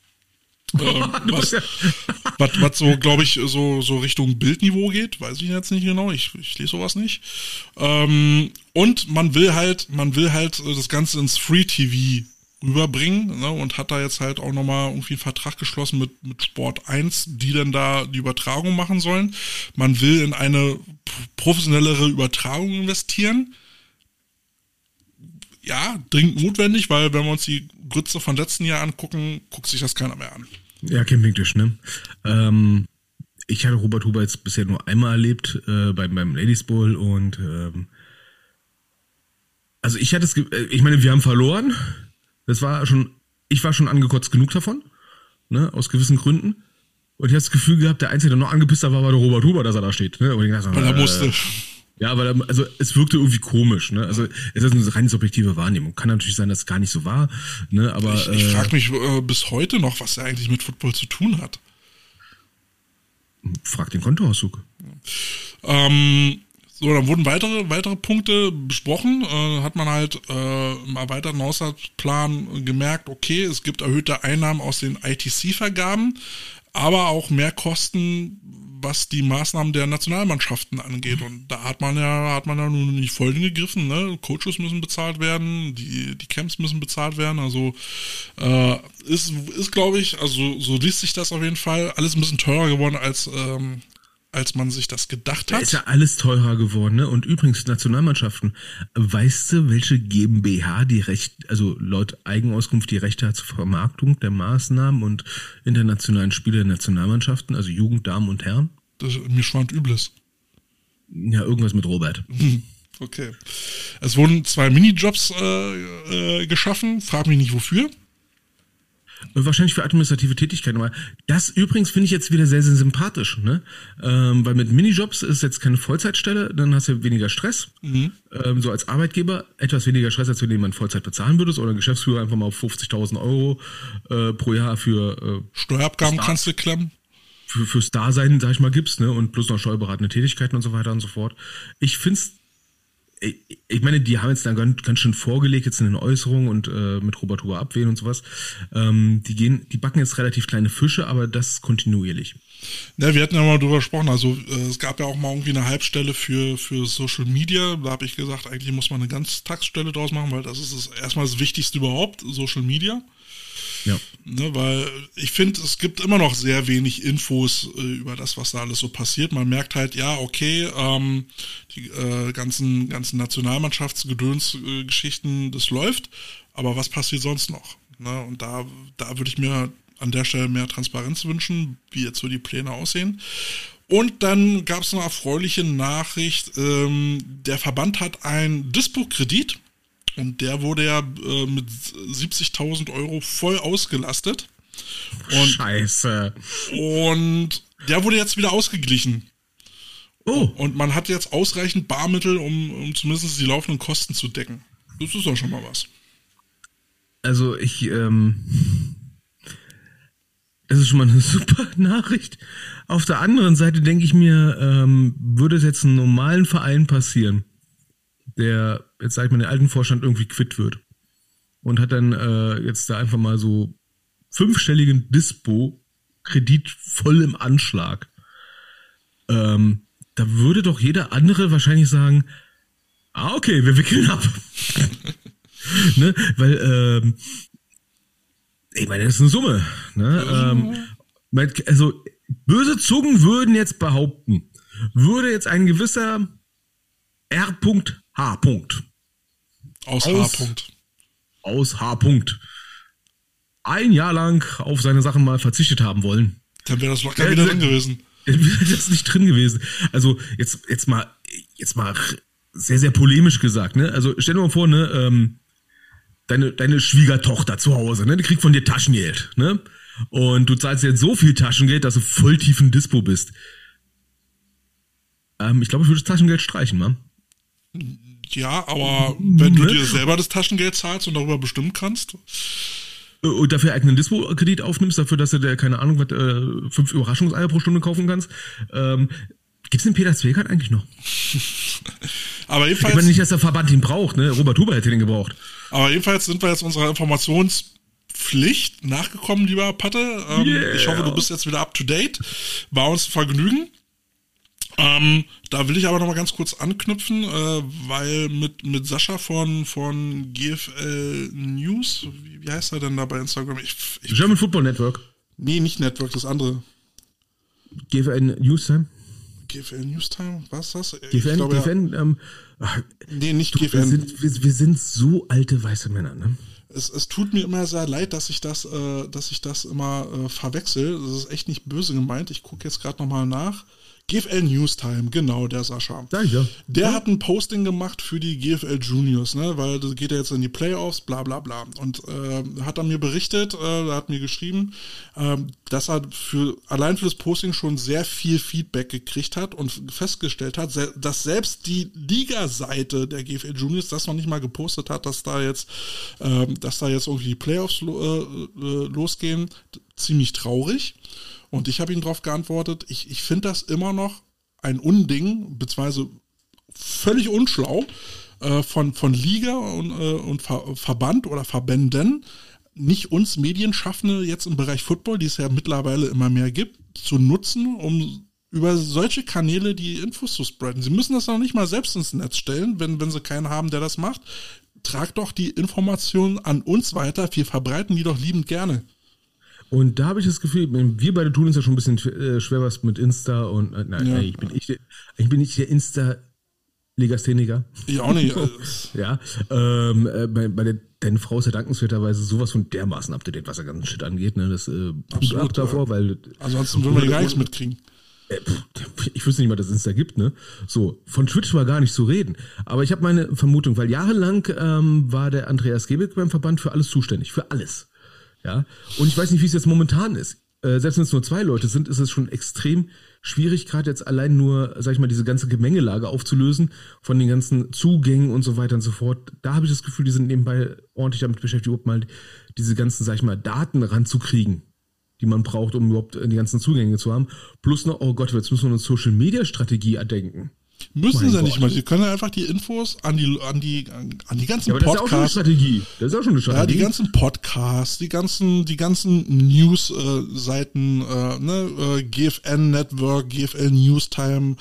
A: Was so, glaube ich, so Richtung Bildniveau geht, weiß ich jetzt nicht genau, ich lese sowas nicht. Und man will halt das Ganze ins Free TV rüberbringen, ne, und hat da jetzt halt auch nochmal irgendwie einen Vertrag geschlossen mit Sport 1, die dann da die Übertragung machen sollen. Man will in eine professionellere Übertragung investieren. Ja, dringend notwendig, weil wenn wir uns die Grütze von letzten Jahr angucken, guckt sich das keiner mehr an.
B: Ja, Campingtisch, ne? Ich hatte Robert Huber jetzt bisher nur einmal erlebt, beim Ladies Bowl und also ich meine, wir haben verloren. Ich war schon angekotzt genug davon, ne, aus gewissen Gründen. Und ich hatte das Gefühl gehabt, der Einzige, der noch angepisster war der Robert Huber, dass er da steht. Ne? Und ich dachte,
A: weil er musste.
B: Ja, also es wirkte irgendwie komisch. Ne? Also es ist eine rein subjektive Wahrnehmung. Kann natürlich sein, dass es gar nicht so war. Ne? Aber
A: ich frage mich bis heute noch, was er eigentlich mit Football zu tun hat.
B: Frag den Kontoauszug.
A: So, dann wurden weitere Punkte besprochen. Hat man halt im erweiterten Haushaltsplan gemerkt, okay, es gibt erhöhte Einnahmen aus den ITC-Vergaben, aber auch mehr Kosten, was die Maßnahmen der Nationalmannschaften angeht. Und da hat man ja nun in die Vollen gegriffen, ne? Coaches müssen bezahlt werden, die Camps müssen bezahlt werden. Also ist glaube ich, also so liest sich das auf jeden Fall, alles ein bisschen teurer geworden als man sich das gedacht hat.
B: Da ist ja alles teurer geworden, ne? Und übrigens, Nationalmannschaften, weißt du, welche GmbH also laut Eigenauskunft die Rechte hat zur Vermarktung der Maßnahmen und internationalen Spiele der Nationalmannschaften, also Jugend, Damen und Herren?
A: Mir schwant Übles.
B: Ja, irgendwas mit Robert.
A: Okay. Es wurden 2 Minijobs geschaffen, frag mich nicht wofür.
B: Wahrscheinlich für administrative Tätigkeiten, aber das übrigens finde ich jetzt wieder sehr, sehr sympathisch, ne? Weil mit Minijobs ist jetzt keine Vollzeitstelle, dann hast du weniger Stress. So als Arbeitgeber etwas weniger Stress, als wenn du jemanden Vollzeit bezahlen würdest oder ein Geschäftsführer einfach mal auf 50.000 Euro pro Jahr für
A: Steuerabgaben kannst du klemmen.
B: Fürs Dasein, sag ich mal, gibst, ne? Und plus noch steuerberatende Tätigkeiten und so weiter und so fort. Ich meine, die haben jetzt dann ganz schön vorgelegt, jetzt in den Äußerungen und mit Robert Huber abwählen und sowas. Die backen jetzt relativ kleine Fische, aber das kontinuierlich.
A: Ja, wir hatten ja mal drüber gesprochen, also es gab ja auch mal irgendwie eine Halbstelle für Social Media. Da habe ich gesagt, eigentlich muss man eine Ganztagsstelle draus machen, weil das ist erstmal das Wichtigste überhaupt, Social Media.
B: Ja.
A: Ne, weil ich finde, es gibt immer noch sehr wenig Infos über das, was da alles so passiert. Man merkt halt, ja, okay, die ganzen Nationalmannschaftsgedönsgeschichten, das läuft, aber was passiert sonst noch? Ne? Und da würde ich mir an der Stelle mehr Transparenz wünschen, wie jetzt so die Pläne aussehen. Und dann gab es eine erfreuliche Nachricht, der Verband hat einen Dispo-Kredit. Und der wurde ja mit 70.000 Euro voll ausgelastet.
B: Scheiße.
A: Und der wurde jetzt wieder ausgeglichen.
B: Oh.
A: Und man hat jetzt ausreichend Barmittel, um zumindest die laufenden Kosten zu decken. Das ist doch schon mal was.
B: Also das ist schon mal eine super Nachricht. Auf der anderen Seite denke ich mir, würde es jetzt einem normalen Verein passieren, der, jetzt sag ich mal, den alten Vorstand irgendwie quitt wird und hat dann jetzt da einfach mal so 5-stelligen Dispo-Kredit voll im Anschlag. Da würde doch jeder andere wahrscheinlich sagen, okay, wir wickeln ab. Ne? Weil, ich meine, das ist eine Summe. Ne? Also, böse Zungen würden jetzt behaupten, würde jetzt ein gewisser R.H. Aus H. ein Jahr lang auf seine Sachen mal verzichtet haben wollen.
A: Dann wäre das locker wieder drin gewesen.
B: Wäre das nicht drin gewesen. Also jetzt mal sehr, sehr polemisch gesagt, ne? Also stell dir mal vor, ne, deine Schwiegertochter zu Hause, ne, die kriegt von dir Taschengeld, ne? Und du zahlst jetzt so viel Taschengeld, dass du voll tief in Dispo bist. Ich glaube, ich würde das Taschengeld streichen, Mann.
A: Ja, aber wenn du dir selber das Taschengeld zahlst und darüber bestimmen kannst.
B: Und dafür eigenen Dispo-Kredit aufnimmst, dafür, dass du dir, keine Ahnung, 5 Überraschungseier pro Stunde kaufen kannst. Gibt's den Peter Zwegert eigentlich noch?
A: Aber
B: Ich
A: jedenfalls,
B: meine nicht, dass der Verband ihn braucht, ne? Robert Huber hätte den gebraucht.
A: aber jedenfalls sind wir jetzt unserer Informationspflicht nachgekommen, lieber Patte.
B: Yeah.
A: Ich hoffe, du bist jetzt wieder up to date. War uns ein Vergnügen. Da will ich aber noch mal ganz kurz anknüpfen, weil mit Sascha von GFL News, wie heißt er denn da bei Instagram?
B: German Football Network.
A: Nee, nicht Network, das andere.
B: GFN Newstime.
A: GFL Newstime, was ist das?
B: GFN,
A: nee, nicht
B: wir
A: GFN.
B: wir sind so alte weiße Männer, ne?
A: Es tut mir immer sehr leid, dass ich das immer verwechsel. Das ist echt nicht böse gemeint. Ich gucke jetzt gerade nochmal nach. GFL Newstime, genau, der Sascha.
B: Ja.
A: Der hat ein Posting gemacht für die GFL Juniors, ne, weil das geht ja jetzt in die Playoffs, bla bla bla. Und hat er mir berichtet, hat mir geschrieben, dass er allein für das Posting schon sehr viel Feedback gekriegt hat und festgestellt hat, dass selbst die Liga-Seite der GFL Juniors das noch nicht mal gepostet hat, dass da jetzt irgendwie die Playoffs losgehen. Ziemlich traurig. Und ich habe ihm darauf geantwortet, ich finde das immer noch ein Unding, beziehungsweise völlig unschlau von Liga und Verband oder Verbänden, nicht uns Medienschaffende jetzt im Bereich Football, die es ja mittlerweile immer mehr gibt, zu nutzen, um über solche Kanäle die Infos zu spreaden. Sie müssen das noch nicht mal selbst ins Netz stellen, wenn sie keinen haben, der das macht. Tragt doch die Informationen an uns weiter, wir verbreiten die doch liebend gerne.
B: Und da habe ich das Gefühl, wir beide tun uns ja schon ein bisschen schwer was mit Insta und eigentlich bin ich der Insta-Legastheniker.
A: Ich auch nicht.
B: Ja, deine Frau ist ja dankenswerterweise sowas von dermaßen up to date, was der ganzen Shit angeht. Ne? Das tut ab davor, weil
A: ansonsten würden wir gar nichts mitkriegen.
B: Ich wüsste nicht mal, dass es Insta gibt, ne? So, von Twitch war gar nicht zu reden. Aber ich habe meine Vermutung, weil jahrelang war der Andreas Gebig beim Verband für alles zuständig, für alles. Ja, und ich weiß nicht, wie es jetzt momentan ist. Selbst wenn es nur 2 Leute sind, ist es schon extrem schwierig, gerade jetzt allein nur, sag ich mal, diese ganze Gemengelage aufzulösen von den ganzen Zugängen und so weiter und so fort. Da habe ich das Gefühl, die sind nebenbei ordentlich damit beschäftigt, überhaupt mal diese ganzen, sag ich mal, Daten ranzukriegen, die man braucht, um überhaupt die ganzen Zugänge zu haben. Plus noch, oh Gott, jetzt müssen wir eine Social-Media-Strategie erdenken.
A: Müssen sie nicht mal. Sie können einfach die Infos an die ganzen Podcasts.
B: Das ist auch schon eine Strategie.
A: Ja, die ganzen Podcasts, die ganzen News-Seiten, GFN Network, GFL Newstime,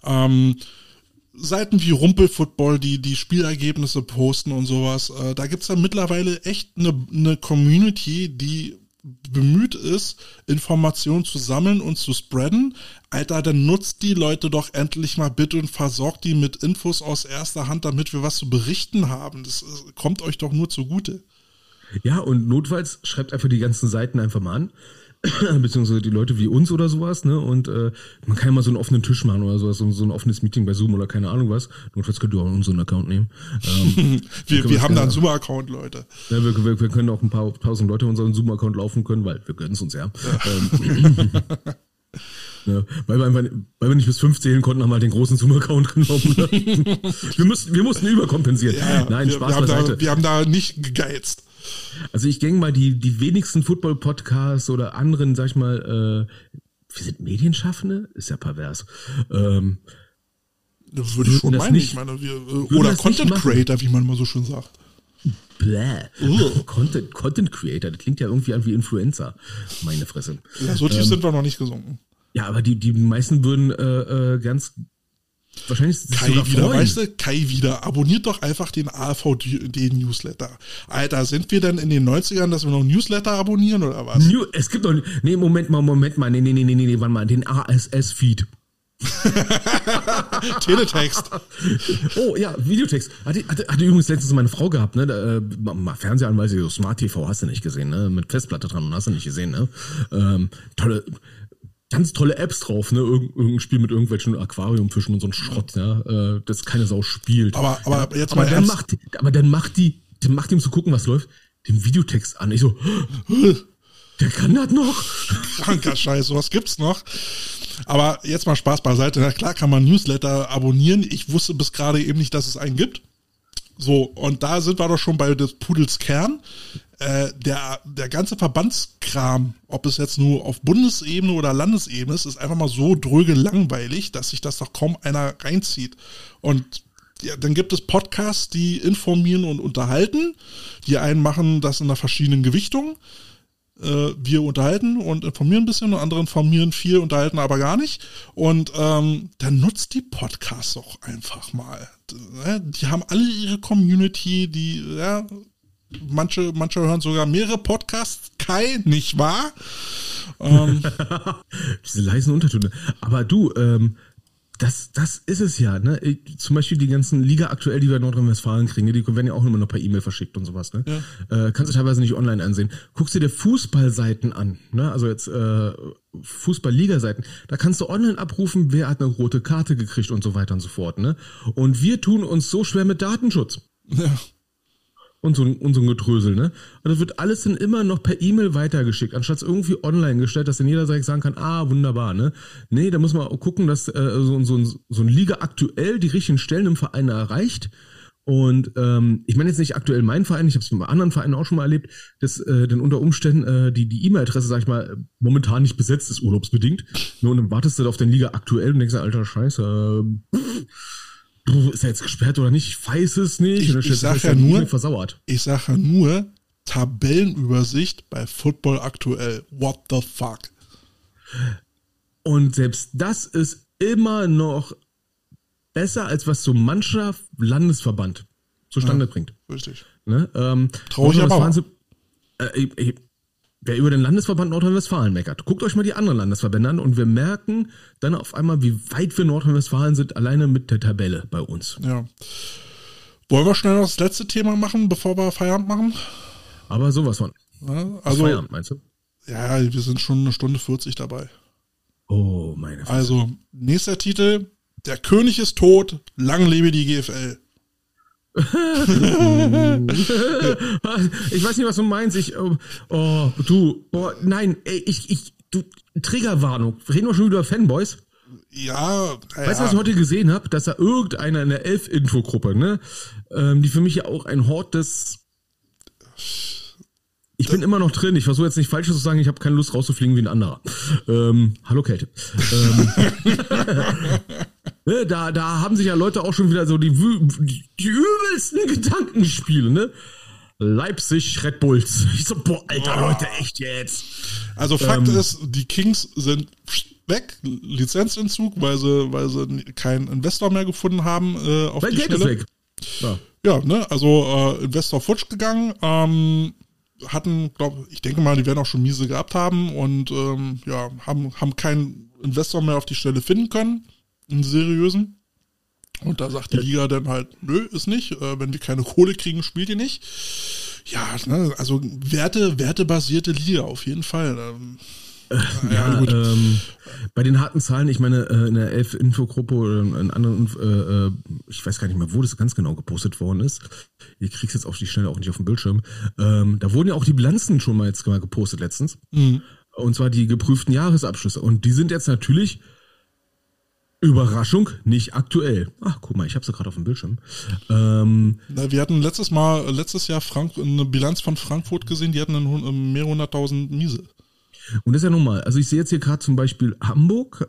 A: Seiten wie Rumpelfootball, die Spielergebnisse posten und sowas. Da gibt's ja mittlerweile echt eine Community, die bemüht ist, Informationen zu sammeln und zu spreaden. Alter, dann nutzt die Leute doch endlich mal bitte und versorgt die mit Infos aus erster Hand, damit wir was zu berichten haben. Das kommt euch doch nur zugute.
B: Ja, und notfalls schreibt einfach die ganzen Seiten einfach mal an. Beziehungsweise die Leute wie uns oder sowas, ne? Und man kann ja mal so einen offenen Tisch machen oder sowas, so ein offenes Meeting bei Zoom oder keine Ahnung was. Notfalls könnt ihr auch unseren Account nehmen.
A: Wir haben da einen Zoom-Account, Leute.
B: Ja, wir können auch ein paar tausend Leute unseren Zoom-Account laufen können, weil wir gönnen es uns ja. Ja, weil wir nicht bis 5 zählen konnten, haben wir halt den großen Zoom-Account genommen. wir mussten überkompensieren.
A: Ja,
B: Nein, Spaß beiseite.
A: Wir haben da nicht gegeizt.
B: Also ich denke mal, die wenigsten Football-Podcasts oder anderen, sag ich mal, wir sind Medienschaffende? Ist ja pervers.
A: Würde ich schon meinen. Ich meine, oder Content Creator, wie man immer so schön sagt.
B: Bläh. Content Creator, das klingt ja irgendwie an wie Influencer. Meine Fresse.
A: Ja, so tief sind wir noch nicht gesunken.
B: Ja, aber die meisten würden ganz wahrscheinlich
A: Kai wieder, weißt du, Kai wieder. Abonniert doch einfach den AVD-Newsletter. Alter, sind wir denn in den 90ern, dass wir noch Newsletter abonnieren oder was?
B: Es gibt doch, nee, Moment mal, nee, warte mal, den ASS-Feed.
A: Teletext.
B: Oh ja, Videotext. Hatte übrigens letztens meine Frau gehabt, ne? Mal Fernseher an, weil sie so Smart TV hast du nicht gesehen, ne? Mit Festplatte dran und hast du nicht gesehen, ne? Ganz tolle Apps drauf, ne? Irgendein Spiel mit irgendwelchen Aquariumfischen und so ein Schrott, ja? Das keine Sau spielt.
A: Aber jetzt
B: aber
A: mal
B: dann macht ihm zu gucken, was läuft, den Videotext an. Ich so, der kann das noch?
A: Kranker Scheiß, sowas gibt's noch. Aber jetzt mal Spaß beiseite. Na klar kann man Newsletter abonnieren. Ich wusste bis gerade eben nicht, dass es einen gibt. So, und da sind wir doch schon bei des Pudels Kern. Der ganze Verbandskram, ob es jetzt nur auf Bundesebene oder Landesebene ist einfach mal so dröge langweilig, dass sich das doch kaum einer reinzieht. Und ja, dann gibt es Podcasts, die informieren und unterhalten. Die einen machen das in einer verschiedenen Gewichtung. Wir unterhalten und informieren ein bisschen, und andere informieren viel, unterhalten aber gar nicht. Und dann nutzt die Podcasts doch einfach mal. Die haben alle ihre Community, die, ja, manche hören sogar mehrere Podcasts, Kai, nicht wahr?
B: Diese leisen Untertöne. Aber du, das ist es ja, ne? Zum Beispiel die ganzen Liga aktuell, die wir in Nordrhein-Westfalen kriegen, die werden ja auch immer noch per E-Mail verschickt und sowas, ne? Ja. Kannst du teilweise nicht online ansehen. Guckst dir dir Fußballseiten an, ne? Also jetzt Fußball-Liga-Seiten. Da kannst du online abrufen, wer hat eine rote Karte gekriegt und so weiter und so fort, ne? Und wir tun uns so schwer mit Datenschutz. Ja. Und so ein Getrösel, ne? Und das wird alles dann immer noch per E-Mail weitergeschickt, anstatt es irgendwie online gestellt, dass dann jeder sagen kann, wunderbar, ne? Nee, da muss man auch gucken, dass so ein Liga aktuell die richtigen Stellen im Verein erreicht. Und ich meine jetzt nicht aktuell meinen Verein, ich habe es mit anderen Vereinen auch schon mal erlebt, dass dann unter Umständen die E-Mail-Adresse, sag ich mal, momentan nicht besetzt ist, urlaubsbedingt. Nur und dann wartest du auf den Liga aktuell und denkst, alter Scheiße, ist er jetzt gesperrt oder nicht? Ich weiß es nicht.
A: Ich sage ja nur, Tabellenübersicht bei Football aktuell. What the fuck?
B: Und selbst das ist immer noch besser, als was so mancher Landesverband zustande bringt.
A: Richtig.
B: Ne?
A: Traurig aber auch.
B: Wer über den Landesverband Nordrhein-Westfalen meckert, guckt euch mal die anderen Landesverbände an und wir merken dann auf einmal, wie weit wir Nordrhein-Westfalen sind, alleine mit der Tabelle bei uns.
A: Ja. Wollen wir schnell noch das letzte Thema machen, bevor wir Feierabend machen?
B: Aber sowas von.
A: Ja, also,
B: Feierabend, meinst du?
A: Ja, wir sind schon 1 Stunde 40 dabei.
B: Oh, meine Fresse.
A: Also, nächster Titel, der König ist tot, lang lebe die GFL.
B: Ich weiß nicht, was du meinst. Triggerwarnung. Reden wir schon wieder über Fanboys?
A: Ja.
B: Weißt du, was ich heute gesehen habe? Dass da irgendeiner in der Elf-Infogruppe, ne, die für mich ja auch ein Hort des... Ich bin immer noch drin. Ich versuche jetzt nicht Falsches zu sagen. Ich habe keine Lust rauszufliegen wie ein anderer. Hallo Kälte. Da haben sich ja Leute auch schon wieder so die übelsten Gedankenspiele, ne? Leipzig, Red Bulls. Ich so, Alter, Leute, echt jetzt.
A: Also Fakt ist, die Kings sind weg, Lizenzentzug, weil sie keinen Investor mehr gefunden haben auf
B: Weil
A: die
B: Geld
A: Stelle.
B: ist weg.
A: Ja, ne, also Investor futsch gegangen, hatten, ich denke mal, die werden auch schon miese gehabt haben und haben keinen Investor mehr auf die Stelle finden können, einen seriösen. Und da sagt die Liga dann halt, nö, ist nicht, wenn wir keine Kohle kriegen, spielt ihr nicht. Ja, ne, also wertebasierte Liga auf jeden Fall.
B: Gut. Bei den harten Zahlen, ich meine, in der Elf-Infogruppe oder in anderen, ich weiß gar nicht mehr, wo das ganz genau gepostet worden ist. Ihr kriegt jetzt auf die Schnelle auch nicht auf dem Bildschirm. Da wurden ja auch die Bilanzen schon mal jetzt gepostet letztens. Mhm. Und zwar die geprüften Jahresabschlüsse. Und die sind jetzt natürlich, Überraschung, nicht aktuell. Ach, guck mal, ich habe sie gerade auf dem Bildschirm.
A: Wir hatten letztes Jahr eine Bilanz von Frankfurt gesehen, die hatten mehrere 100.000 miese.
B: Und das ist ja normal. Also ich sehe jetzt hier gerade zum Beispiel Hamburg,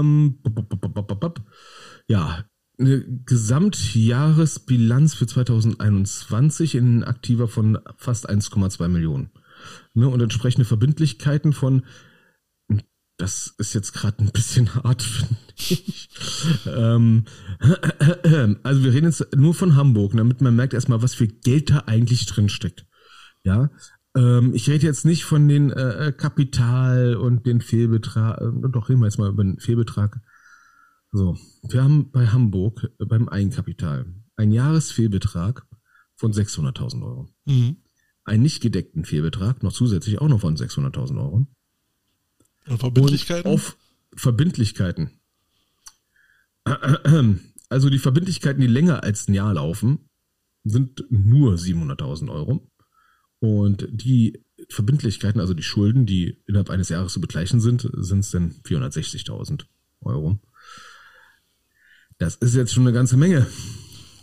B: ja, eine Gesamtjahresbilanz für 2021 in Aktiva von fast 1,2 Millionen. Ne, und entsprechende Verbindlichkeiten von, das ist jetzt gerade ein bisschen hart, finde ich. Also wir reden jetzt nur von Hamburg, damit man merkt erstmal, was für Geld da eigentlich drin steckt. Ja, ich rede jetzt nicht von den Kapital und den Fehlbetrag, doch reden wir jetzt mal über den Fehlbetrag. So, wir haben bei Hamburg beim Eigenkapital einen Jahresfehlbetrag von 600.000 Euro. Mhm. Einen nicht gedeckten Fehlbetrag, noch zusätzlich auch noch von 600.000 Euro.
A: Und Verbindlichkeiten?
B: Und auf Verbindlichkeiten. Also die Verbindlichkeiten, die länger als ein Jahr laufen, sind nur 700.000 Euro. Und die Verbindlichkeiten, also die Schulden, die innerhalb eines Jahres zu begleichen sind es dann 460.000 Euro. Das ist jetzt schon eine ganze Menge.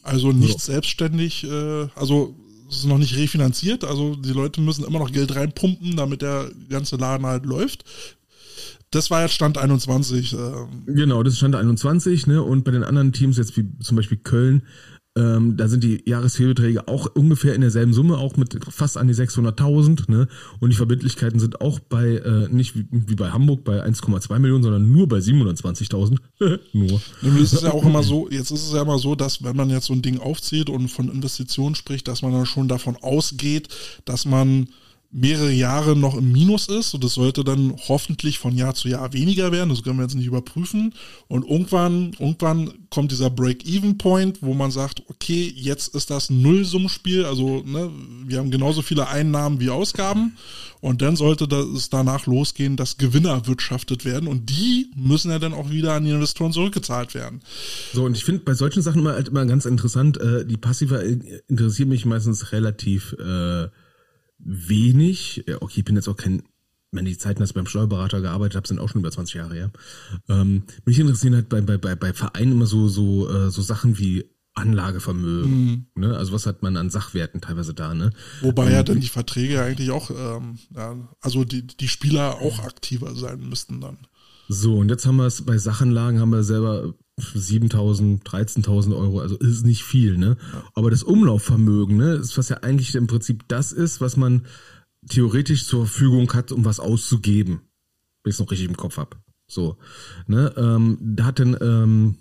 A: Also nicht selbstständig, also es ist noch nicht refinanziert, also die Leute müssen immer noch Geld reinpumpen, damit der ganze Laden halt läuft. Das war jetzt Stand 21.
B: Genau, das ist Stand 21, ne? Und bei den anderen Teams, jetzt wie zum Beispiel Köln, da sind die Jahresfehlbeträge auch ungefähr in derselben Summe, auch mit fast an die 600.000, ne? Und die Verbindlichkeiten sind auch bei, nicht wie bei Hamburg bei 1,2 Millionen, sondern nur bei 720.000. Nur.
A: Nun ist es ja auch immer so, jetzt ist es ja immer so, dass wenn man jetzt so ein Ding aufzieht und von Investitionen spricht, dass man dann schon davon ausgeht, dass man mehrere Jahre noch im Minus ist und das sollte dann hoffentlich von Jahr zu Jahr weniger werden, das können wir jetzt nicht überprüfen und irgendwann kommt dieser Break-Even-Point, wo man sagt, okay, jetzt ist das Nullsummenspiel, also ne, wir haben genauso viele Einnahmen wie Ausgaben und dann sollte es danach losgehen, dass Gewinne erwirtschaftet werden und die müssen ja dann auch wieder an die Investoren zurückgezahlt werden.
B: So, und ich finde bei solchen Sachen immer ganz interessant, die Passiva interessieren mich meistens relativ wenig. Ja, okay, ich bin jetzt auch wenn die Zeiten, dass ich beim Steuerberater gearbeitet habe, sind auch schon über 20 Jahre her. Mich interessieren halt bei Vereinen immer so Sachen wie Anlagevermögen. Ne? Also was hat man an Sachwerten teilweise da, ne?
A: Wobei ja dann die Verträge eigentlich auch, also die Spieler auch aktiver sein müssten dann.
B: So, und jetzt haben wir es bei Sachanlagen, haben wir selber 7.000, 13.000 Euro, also ist nicht viel, ne? Aber das Umlaufvermögen, ne, ist was ja eigentlich im Prinzip das ist, was man theoretisch zur Verfügung hat, um was auszugeben. Wenn ich es noch richtig im Kopf habe. So, ne, da hat dann,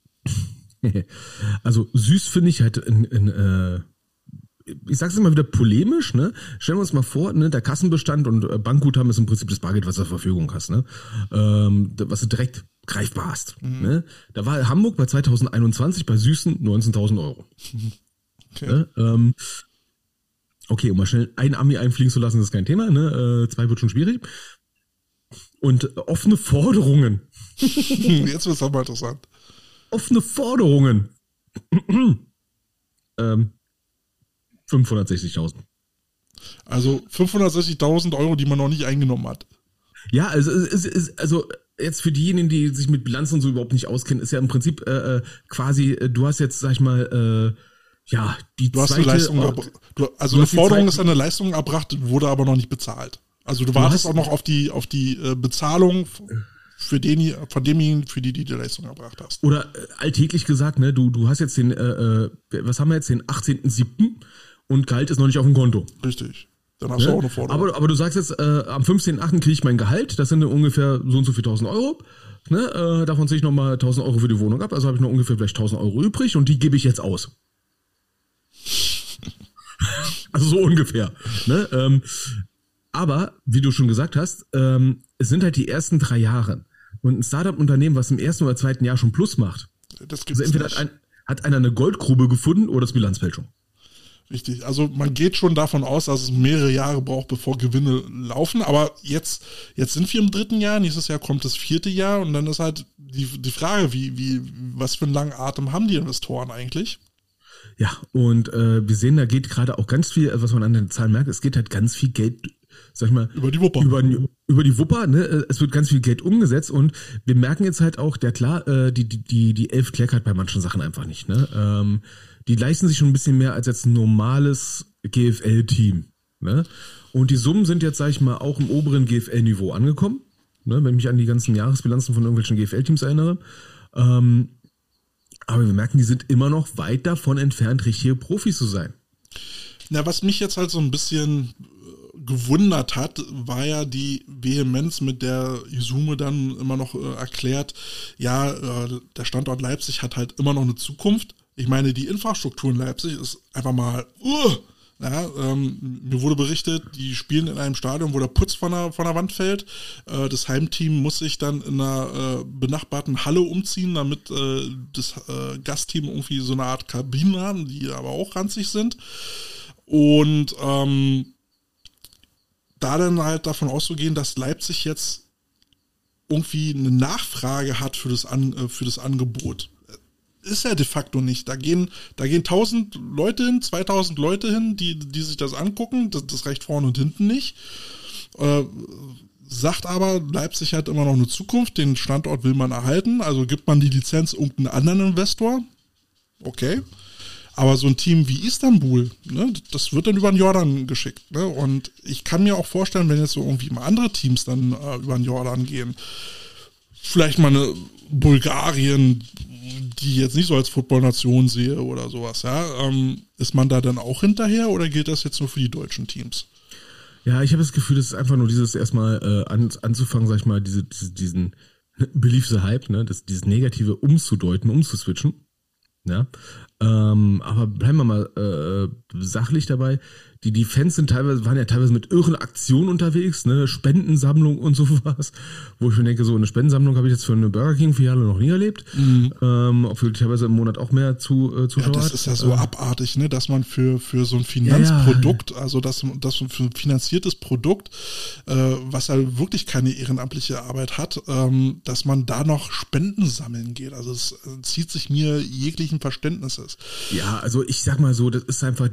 B: also süß finde ich halt ich sag's immer wieder polemisch, ne? Stellen wir uns mal vor, ne, der Kassenbestand und Bankguthaben ist im Prinzip das Bargeld, was du zur Verfügung hast, ne? Was du direkt greifbar hast. Ne? Da war Hamburg bei 2021 bei süßen 19.000 Euro. Okay. Ne? Okay, um mal schnell ein Ami einfliegen zu lassen, ist kein Thema, ne? 2 wird schon schwierig. Und offene Forderungen.
A: Jetzt wird's aber interessant.
B: Offene Forderungen. 560.000.
A: Also 560.000 Euro, die man noch nicht eingenommen hat.
B: Ja, also jetzt für diejenigen, die sich mit Bilanzen und so überhaupt nicht auskennen, ist ja im Prinzip quasi, du hast jetzt, sag ich mal, die
A: du hast
B: zweite...
A: Eine Leistung eine Forderung ist eine Leistung erbracht, wurde aber noch nicht bezahlt. Also du wartest auch noch auf die Bezahlung von demjenigen, für die Leistung erbracht hast.
B: Oder alltäglich gesagt, ne, du hast jetzt den, was haben wir jetzt, den 18.07. und Gehalt ist noch nicht auf dem Konto.
A: Richtig. Dann hast du auch eine Forderung.
B: Aber du sagst jetzt, am 15.08. kriege ich mein Gehalt, das sind ungefähr so und so viel 1.000 Euro. Ne? Davon ziehe ich nochmal 1.000 Euro für die Wohnung ab, also habe ich noch ungefähr vielleicht 1.000 Euro übrig und die gebe ich jetzt aus. Also so ungefähr. Ne? Aber, wie du schon gesagt hast, es sind halt die ersten 3 Jahre. Und ein Startup-Unternehmen, was im ersten oder zweiten Jahr schon Plus macht,
A: das gibt's
B: also entweder hat einer eine Goldgrube gefunden oder das Bilanzfälschung.
A: Richtig, also man geht schon davon aus, dass es mehrere Jahre braucht, bevor Gewinne laufen, aber jetzt sind wir im 3. Jahr, nächstes Jahr kommt das 4. Jahr und dann ist halt die Frage, was für einen langen Atem haben die Investoren eigentlich?
B: Ja, und wir sehen, da geht gerade auch ganz viel, was man an den Zahlen merkt, es geht halt ganz viel Geld, sag ich mal,
A: über die Wupper.
B: Über die Wupper, ne? Es wird ganz viel Geld umgesetzt und wir merken jetzt halt auch, die Elf kleckert bei manchen Sachen einfach nicht, ne? Die leisten sich schon ein bisschen mehr als jetzt ein normales GFL-Team. Ne? Und die Summen sind jetzt, sag ich mal, auch im oberen GFL-Niveau angekommen. Ne? Wenn ich mich an die ganzen Jahresbilanzen von irgendwelchen GFL-Teams erinnere. Aber wir merken, die sind immer noch weit davon entfernt, richtige Profis zu sein.
A: Na, was mich jetzt halt so ein bisschen gewundert hat, war ja die Vehemenz, mit der Izume dann immer noch erklärt, der Standort Leipzig hat halt immer noch eine Zukunft. Ich meine, die Infrastruktur in Leipzig ist einfach mal, mir wurde berichtet, die spielen in einem Stadion, wo der Putz von der Wand fällt. Das Heimteam muss sich dann in einer benachbarten Halle umziehen, damit das Gastteam irgendwie so eine Art Kabinen haben, die aber auch ranzig sind. Und da dann halt davon auszugehen, dass Leipzig jetzt irgendwie eine Nachfrage hat für das Angebot. Ist ja de facto nicht. Da gehen 1000 Leute hin, 2000 Leute hin, die sich das angucken. Das reicht vorne und hinten nicht. Sagt aber, Leipzig hat immer noch eine Zukunft. Den Standort will man erhalten. Also gibt man die Lizenz irgendeinem anderen Investor. Okay. Aber so ein Team wie Istanbul, ne, das wird dann über den Jordan geschickt. Ne? Und ich kann mir auch vorstellen, wenn jetzt so irgendwie mal andere Teams dann über den Jordan gehen, vielleicht mal eine Bulgarien, die ich jetzt nicht so als Football-Nation sehe oder sowas, ja, ist man da dann auch hinterher oder gilt das jetzt nur für die deutschen Teams?
B: Ja, ich habe das Gefühl, das ist einfach nur dieses erstmal anzufangen, sag ich mal, diesen Believe the Hype, ne, dieses Negative umzudeuten, umzuswitchen. Ja. Aber bleiben wir mal sachlich dabei. Die Fans waren ja teilweise mit irren Aktionen unterwegs, ne, Spendensammlung und sowas, wo ich mir denke, so eine Spendensammlung habe ich jetzt für eine Burger King Filiale noch nie erlebt, obwohl teilweise im Monat auch mehr Zuschauer
A: ja, das ist ja so abartig, ne, dass man für so ein Finanzprodukt, also das für ein finanziertes Produkt, was ja wirklich keine ehrenamtliche Arbeit hat, dass man da noch Spenden sammeln geht. Also es zieht sich mir jeglichen Verständnisses.
B: Ja, also ich sag mal so, das ist einfach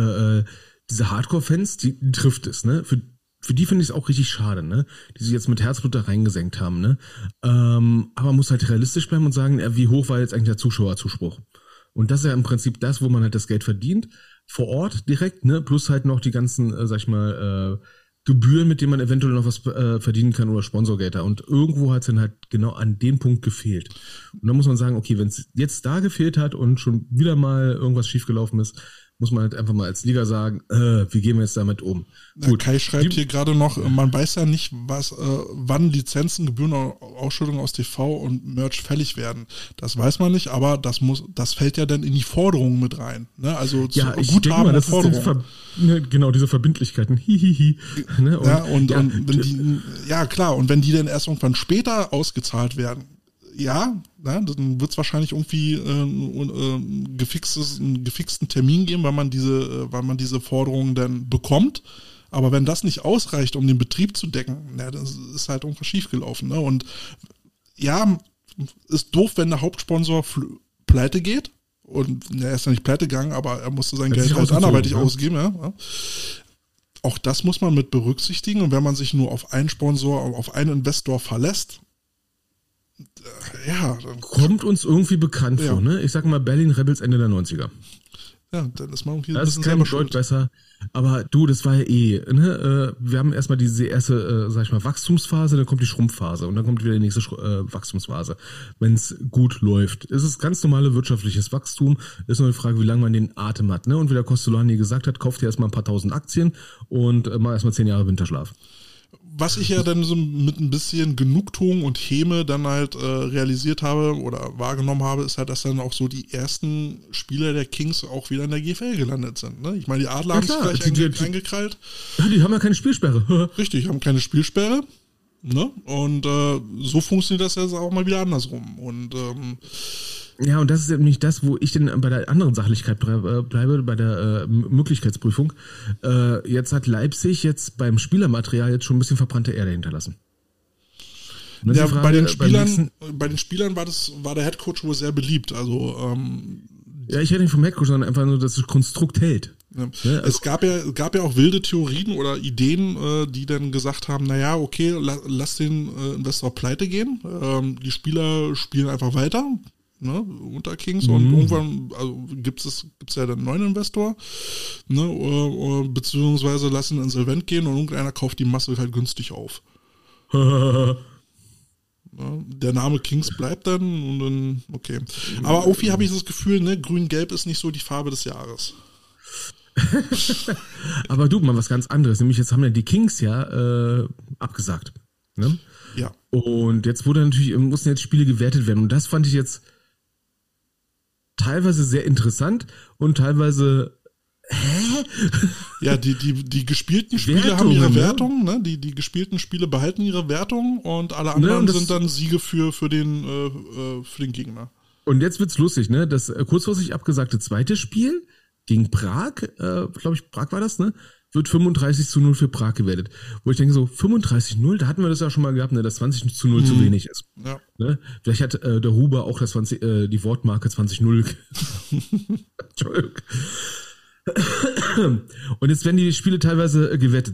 B: diese Hardcore-Fans, die trifft es, ne? Für die finde ich es auch richtig schade, ne? Die sich jetzt mit Herzblut da reingesenkt haben, ne? Aber man muss halt realistisch bleiben und sagen, wie hoch war jetzt eigentlich der Zuschauerzuspruch? Und das ist ja im Prinzip das, wo man halt das Geld verdient, vor Ort direkt, ne? Plus halt noch die ganzen, sag ich mal, Gebühren, mit denen man eventuell noch was verdienen kann oder Sponsorgelder. Und irgendwo hat es dann halt genau an dem Punkt gefehlt. Und dann muss man sagen, okay, wenn es jetzt da gefehlt hat und schon wieder mal irgendwas schiefgelaufen ist, muss man halt einfach mal als Liga sagen, wie gehen wir jetzt damit um?
A: Gut. Kai schreibt hier gerade noch, man weiß ja nicht, wann Lizenzen, Gebühren, Ausschüttungen aus TV und Merch fällig werden. Das weiß man nicht, aber das fällt ja dann in die Forderungen mit rein. Ne? Also
B: ja, Guthaben und Forderungen. Genau, diese Verbindlichkeiten. Hihihi. Ne?
A: Und wenn die, ja klar, und wenn die dann erst irgendwann später ausgezahlt werden, ja, ne, dann wird es wahrscheinlich irgendwie einen gefixten Termin geben, weil man diese Forderungen dann bekommt. Aber wenn das nicht ausreicht, um den Betrieb zu decken, ne, das ist halt irgendwas schiefgelaufen. Ne? Und ja, ist doof, wenn der Hauptsponsor pleite geht. Und er ist ja nicht pleite gegangen, aber er musste sein Geld halt anderweitig ausgeben. Ja. Auch das muss man mit berücksichtigen. Und wenn man sich nur auf einen Sponsor, auf einen Investor verlässt, ja, dann
B: kommt uns irgendwie bekannt vor, ne? Ich sag mal Berlin Rebels Ende der 90er.
A: Ja, dann ist man irgendwie
B: ein bisschen selber schuld. Besser. Aber du, das war ja ne? Wir haben erstmal diese erste, sag ich mal, Wachstumsphase, dann kommt die Schrumpfphase und dann kommt wieder die nächste Wachstumsphase. Wenn es gut läuft. Es ist ganz normale wirtschaftliches Wachstum. Ist nur die Frage, wie lange man den Atem hat, ne? Und wie der Costolani gesagt hat, kauft ihr erstmal ein paar tausend Aktien und mal erstmal 10 Jahre Winterschlaf.
A: Was ich ja dann so mit ein bisschen Genugtuung und Häme dann halt realisiert habe oder wahrgenommen habe, ist halt, dass dann auch so die ersten Spieler der Kings auch wieder in der GFL gelandet sind. Ne? Ich meine, die Adler haben es gleich eingekrallt.
B: Ja, die haben ja keine Spielsperre.
A: Richtig, haben keine Spielsperre. Ne? Und so funktioniert das jetzt auch mal wieder andersrum. Und
B: ja, und das ist nämlich das, wo ich denn bei der anderen Sachlichkeit bleibe, bei der Möglichkeitsprüfung. Jetzt hat Leipzig jetzt beim Spielermaterial jetzt schon ein bisschen verbrannte Erde hinterlassen.
A: Ja, Frage, bei den Spielern war der Headcoach wohl sehr beliebt. Also
B: ja, ich hätte nicht vom Headcoach, sondern einfach nur, dass das Konstrukt hält.
A: Ja. Ja, also es gab ja auch wilde Theorien oder Ideen, die dann gesagt haben, naja, okay, lass den Investor pleite gehen. Die Spieler spielen einfach weiter. Ne, unter Kings und irgendwann gibt's ja dann einen neuen Investor, ne, beziehungsweise lassen insolvent gehen und irgendeiner kauft die Masse halt günstig auf. Ne, der Name Kings bleibt dann und dann, okay. Aber irgendwie habe ich das Gefühl, ne, grün-gelb ist nicht so die Farbe des Jahres.
B: Aber du, mal was ganz anderes, nämlich jetzt haben ja die Kings ja abgesagt. Ne?
A: Ja.
B: Und jetzt mussten jetzt Spiele gewertet werden und das fand ich jetzt teilweise sehr interessant und teilweise
A: Ja, die gespielten Spiele haben ihre Wertung, ne? Die gespielten Spiele behalten ihre Wertung und alle anderen sind dann Siege für den Gegner.
B: Und jetzt wird's lustig, ne? Das kurzfristig abgesagte zweite Spiel gegen Prag, glaube ich, Prag war das, ne? Wird 35-0 für Prag gewertet. Wo ich denke so, 35-0, da hatten wir das ja schon mal gehabt, ne, dass 20-0 zu wenig ist.
A: Ja.
B: Ne? Vielleicht hat der Huber auch das die Wortmarke 20-0. Entschuldigung. Und jetzt werden die Spiele teilweise gewertet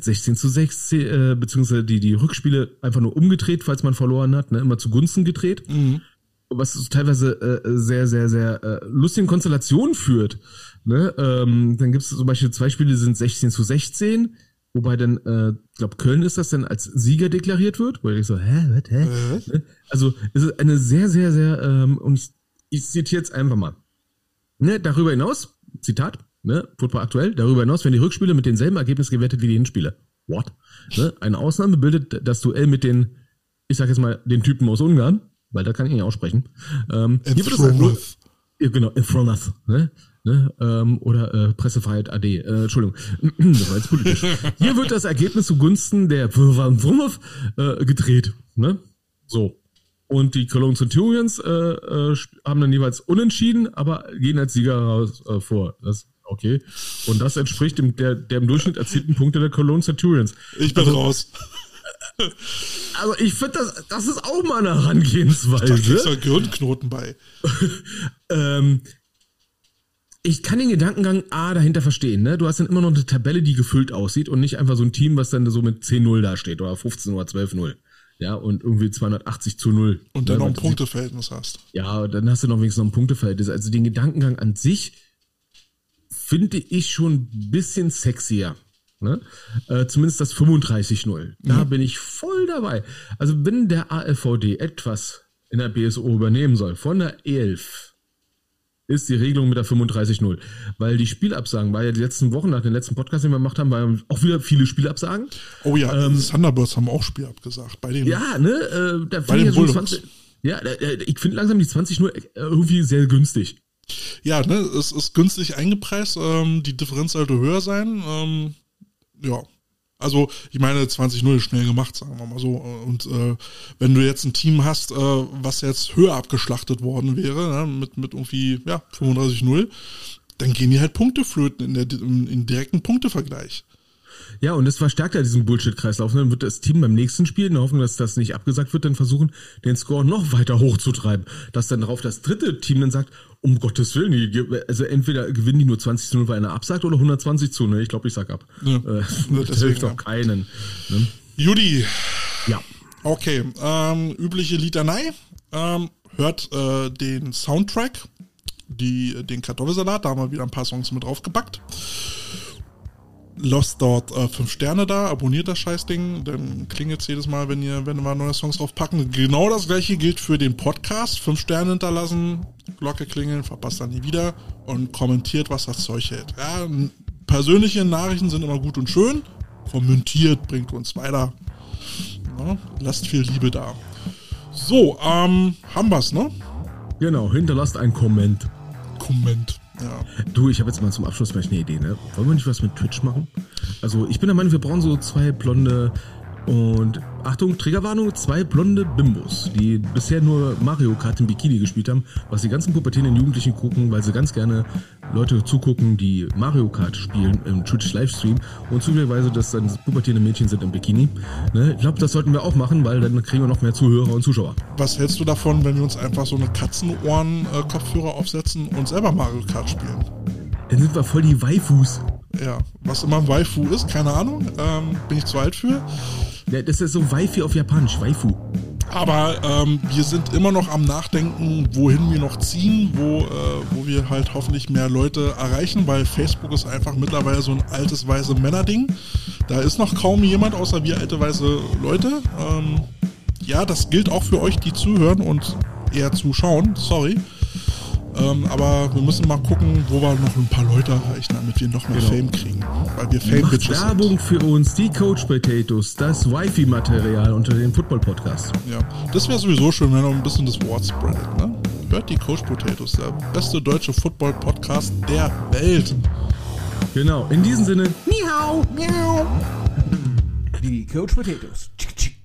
B: 16-6, beziehungsweise die Rückspiele einfach nur umgedreht, falls man verloren hat, ne, immer zugunsten gedreht. was zu teilweise sehr, sehr, sehr lustigen Konstellationen führt. Ne? Dann gibt es zum Beispiel 2 Spiele, die sind 16:16, wobei dann, ich glaube, Köln ist das dann als Sieger deklariert wird, wo ich so, hä? Ne? Also es ist eine sehr, sehr, sehr, und ich zitiere jetzt einfach mal. Ne? Darüber hinaus, Zitat, ne? Football aktuell, darüber hinaus werden die Rückspiele mit denselben Ergebnissen gewertet wie die Hinspiele. What? Ne? Eine Ausnahme bildet das Duell mit den, ich sag jetzt mal, den Typen aus Ungarn, weil da kann ich nicht aussprechen. Genau, Infronath, ne? Oder Pressefreiheit AD. Entschuldigung, das war jetzt politisch. Hier wird das Ergebnis zugunsten der gedreht. Ne? So. Und die Cologne Centurions haben dann jeweils unentschieden, aber gehen als Sieger raus vor. Das okay. Und das entspricht der im Durchschnitt erzielten Punkte der Cologne Centurions.
A: Ich bin raus.
B: Aber ich finde, das ist auch mal eine Herangehensweise.
A: Da kriegst du Gehirnknoten bei.
B: Ich kann den Gedankengang dahinter verstehen. Ne? Du hast dann immer noch eine Tabelle, die gefüllt aussieht und nicht einfach so ein Team, was dann so mit 10-0 dasteht oder 15 oder 12-0. Ja, und irgendwie 280-0.
A: Und dann noch ein Punkteverhältnis hast.
B: Ja, dann hast du noch wenigstens noch ein Punkteverhältnis. Also den Gedankengang an sich finde ich schon ein bisschen sexier. Ne? Zumindest das 35-0. Da bin ich voll dabei. Also wenn der ALVD etwas in der BSO übernehmen soll, von der E11, ist die Regelung mit der 35-0. Weil die Spielabsagen, war ja die letzten Wochen, nach den letzten Podcasts, den wir gemacht haben, waren auch wieder viele Spielabsagen.
A: Oh ja, Thunderbirds haben auch Spiel abgesagt. Bei den
B: Bulldogs. Ich finde langsam die 20-0 irgendwie sehr günstig.
A: Ja, ne, es ist günstig eingepreist, die Differenz sollte höher sein. Ja, also ich meine 20-0 ist schnell gemacht, sagen wir mal so. Und wenn du jetzt ein Team hast, was jetzt höher abgeschlachtet worden wäre, ne, mit irgendwie 35-0, dann gehen die halt Punkte flöten im direkten Punktevergleich.
B: Ja, und das verstärkt ja diesen Bullshit-Kreislauf. Dann wird das Team beim nächsten Spiel, in der Hoffnung, dass das nicht abgesagt wird, dann versuchen, den Score noch weiter hochzutreiben. Dass dann darauf das dritte Team dann sagt, um Gottes Willen, also entweder gewinnen die nur 20-0, weil einer absagt, oder 120-0. Ich glaube, ich sag ab. Ja, das hilft doch keinen. Ne?
A: Judy.
B: Ja.
A: Okay, übliche Litanei. Hört den Soundtrack, den Kartoffelsalat, da haben wir wieder ein paar Songs mit draufgepackt. Lasst dort 5 Sterne da, abonniert das Scheißding, dann klingelt es jedes Mal, wenn wir neue Songs draufpacken. Genau das gleiche gilt für den Podcast. 5 Sterne hinterlassen, Glocke klingeln, verpasst dann nie wieder und kommentiert, was das Zeug hält. Ja, persönliche Nachrichten sind immer gut und schön. Kommentiert, bringt uns weiter. Ja, lasst viel Liebe da. So, haben wir's, ne?
B: Genau, hinterlasst einen Comment.
A: Ja.
B: Du, ich habe jetzt mal zum Abschluss vielleicht eine Idee, ne? Wollen wir nicht was mit Twitch machen? Also ich bin der Meinung, wir brauchen so 2 blonde und, Achtung, Triggerwarnung, 2 blonde Bimbos, die bisher nur Mario Kart im Bikini gespielt haben, was die ganzen pubertierenden Jugendlichen gucken, weil sie ganz gerne Leute zugucken, die Mario Kart spielen im Twitch-Livestream und zufälligerweise, dass dann pubertierende Mädchen sind im Bikini. Ne? Ich glaube, das sollten wir auch machen, weil dann kriegen wir noch mehr Zuhörer und Zuschauer.
A: Was hältst du davon, wenn wir uns einfach so eine Katzenohren-Kopfhörer aufsetzen und selber Mario Kart spielen?
B: Dann sind wir voll die Waifus.
A: Ja, was immer ein Waifu ist, keine Ahnung, bin ich zu alt für.
B: Ja, das ist so Waifi auf Japanisch, Waifu.
A: Aber wir sind immer noch am Nachdenken, wohin wir noch ziehen, wo wir halt hoffentlich mehr Leute erreichen, weil Facebook ist einfach mittlerweile so ein altes, weise Männerding. Da ist noch kaum jemand außer wir alte, weise Leute. Ja, das gilt auch für euch, die zuhören und eher zuschauen, sorry. Aber wir müssen mal gucken, wo wir noch ein paar Leute erreichen, damit wir noch mehr Fame kriegen. Weil wir Fame-Bitches sind.
B: Werbung für uns, die Coach Potatoes, das Wifi-Material unter dem Football-Podcast.
A: Ja, das wäre sowieso schön, wenn ihr noch ein bisschen das Wort spreadet, ne? Hört die Coach Potatoes, der beste deutsche Football-Podcast der Welt.
B: Genau, in diesem Sinne,
C: Miau, miau. Die Coach Potatoes.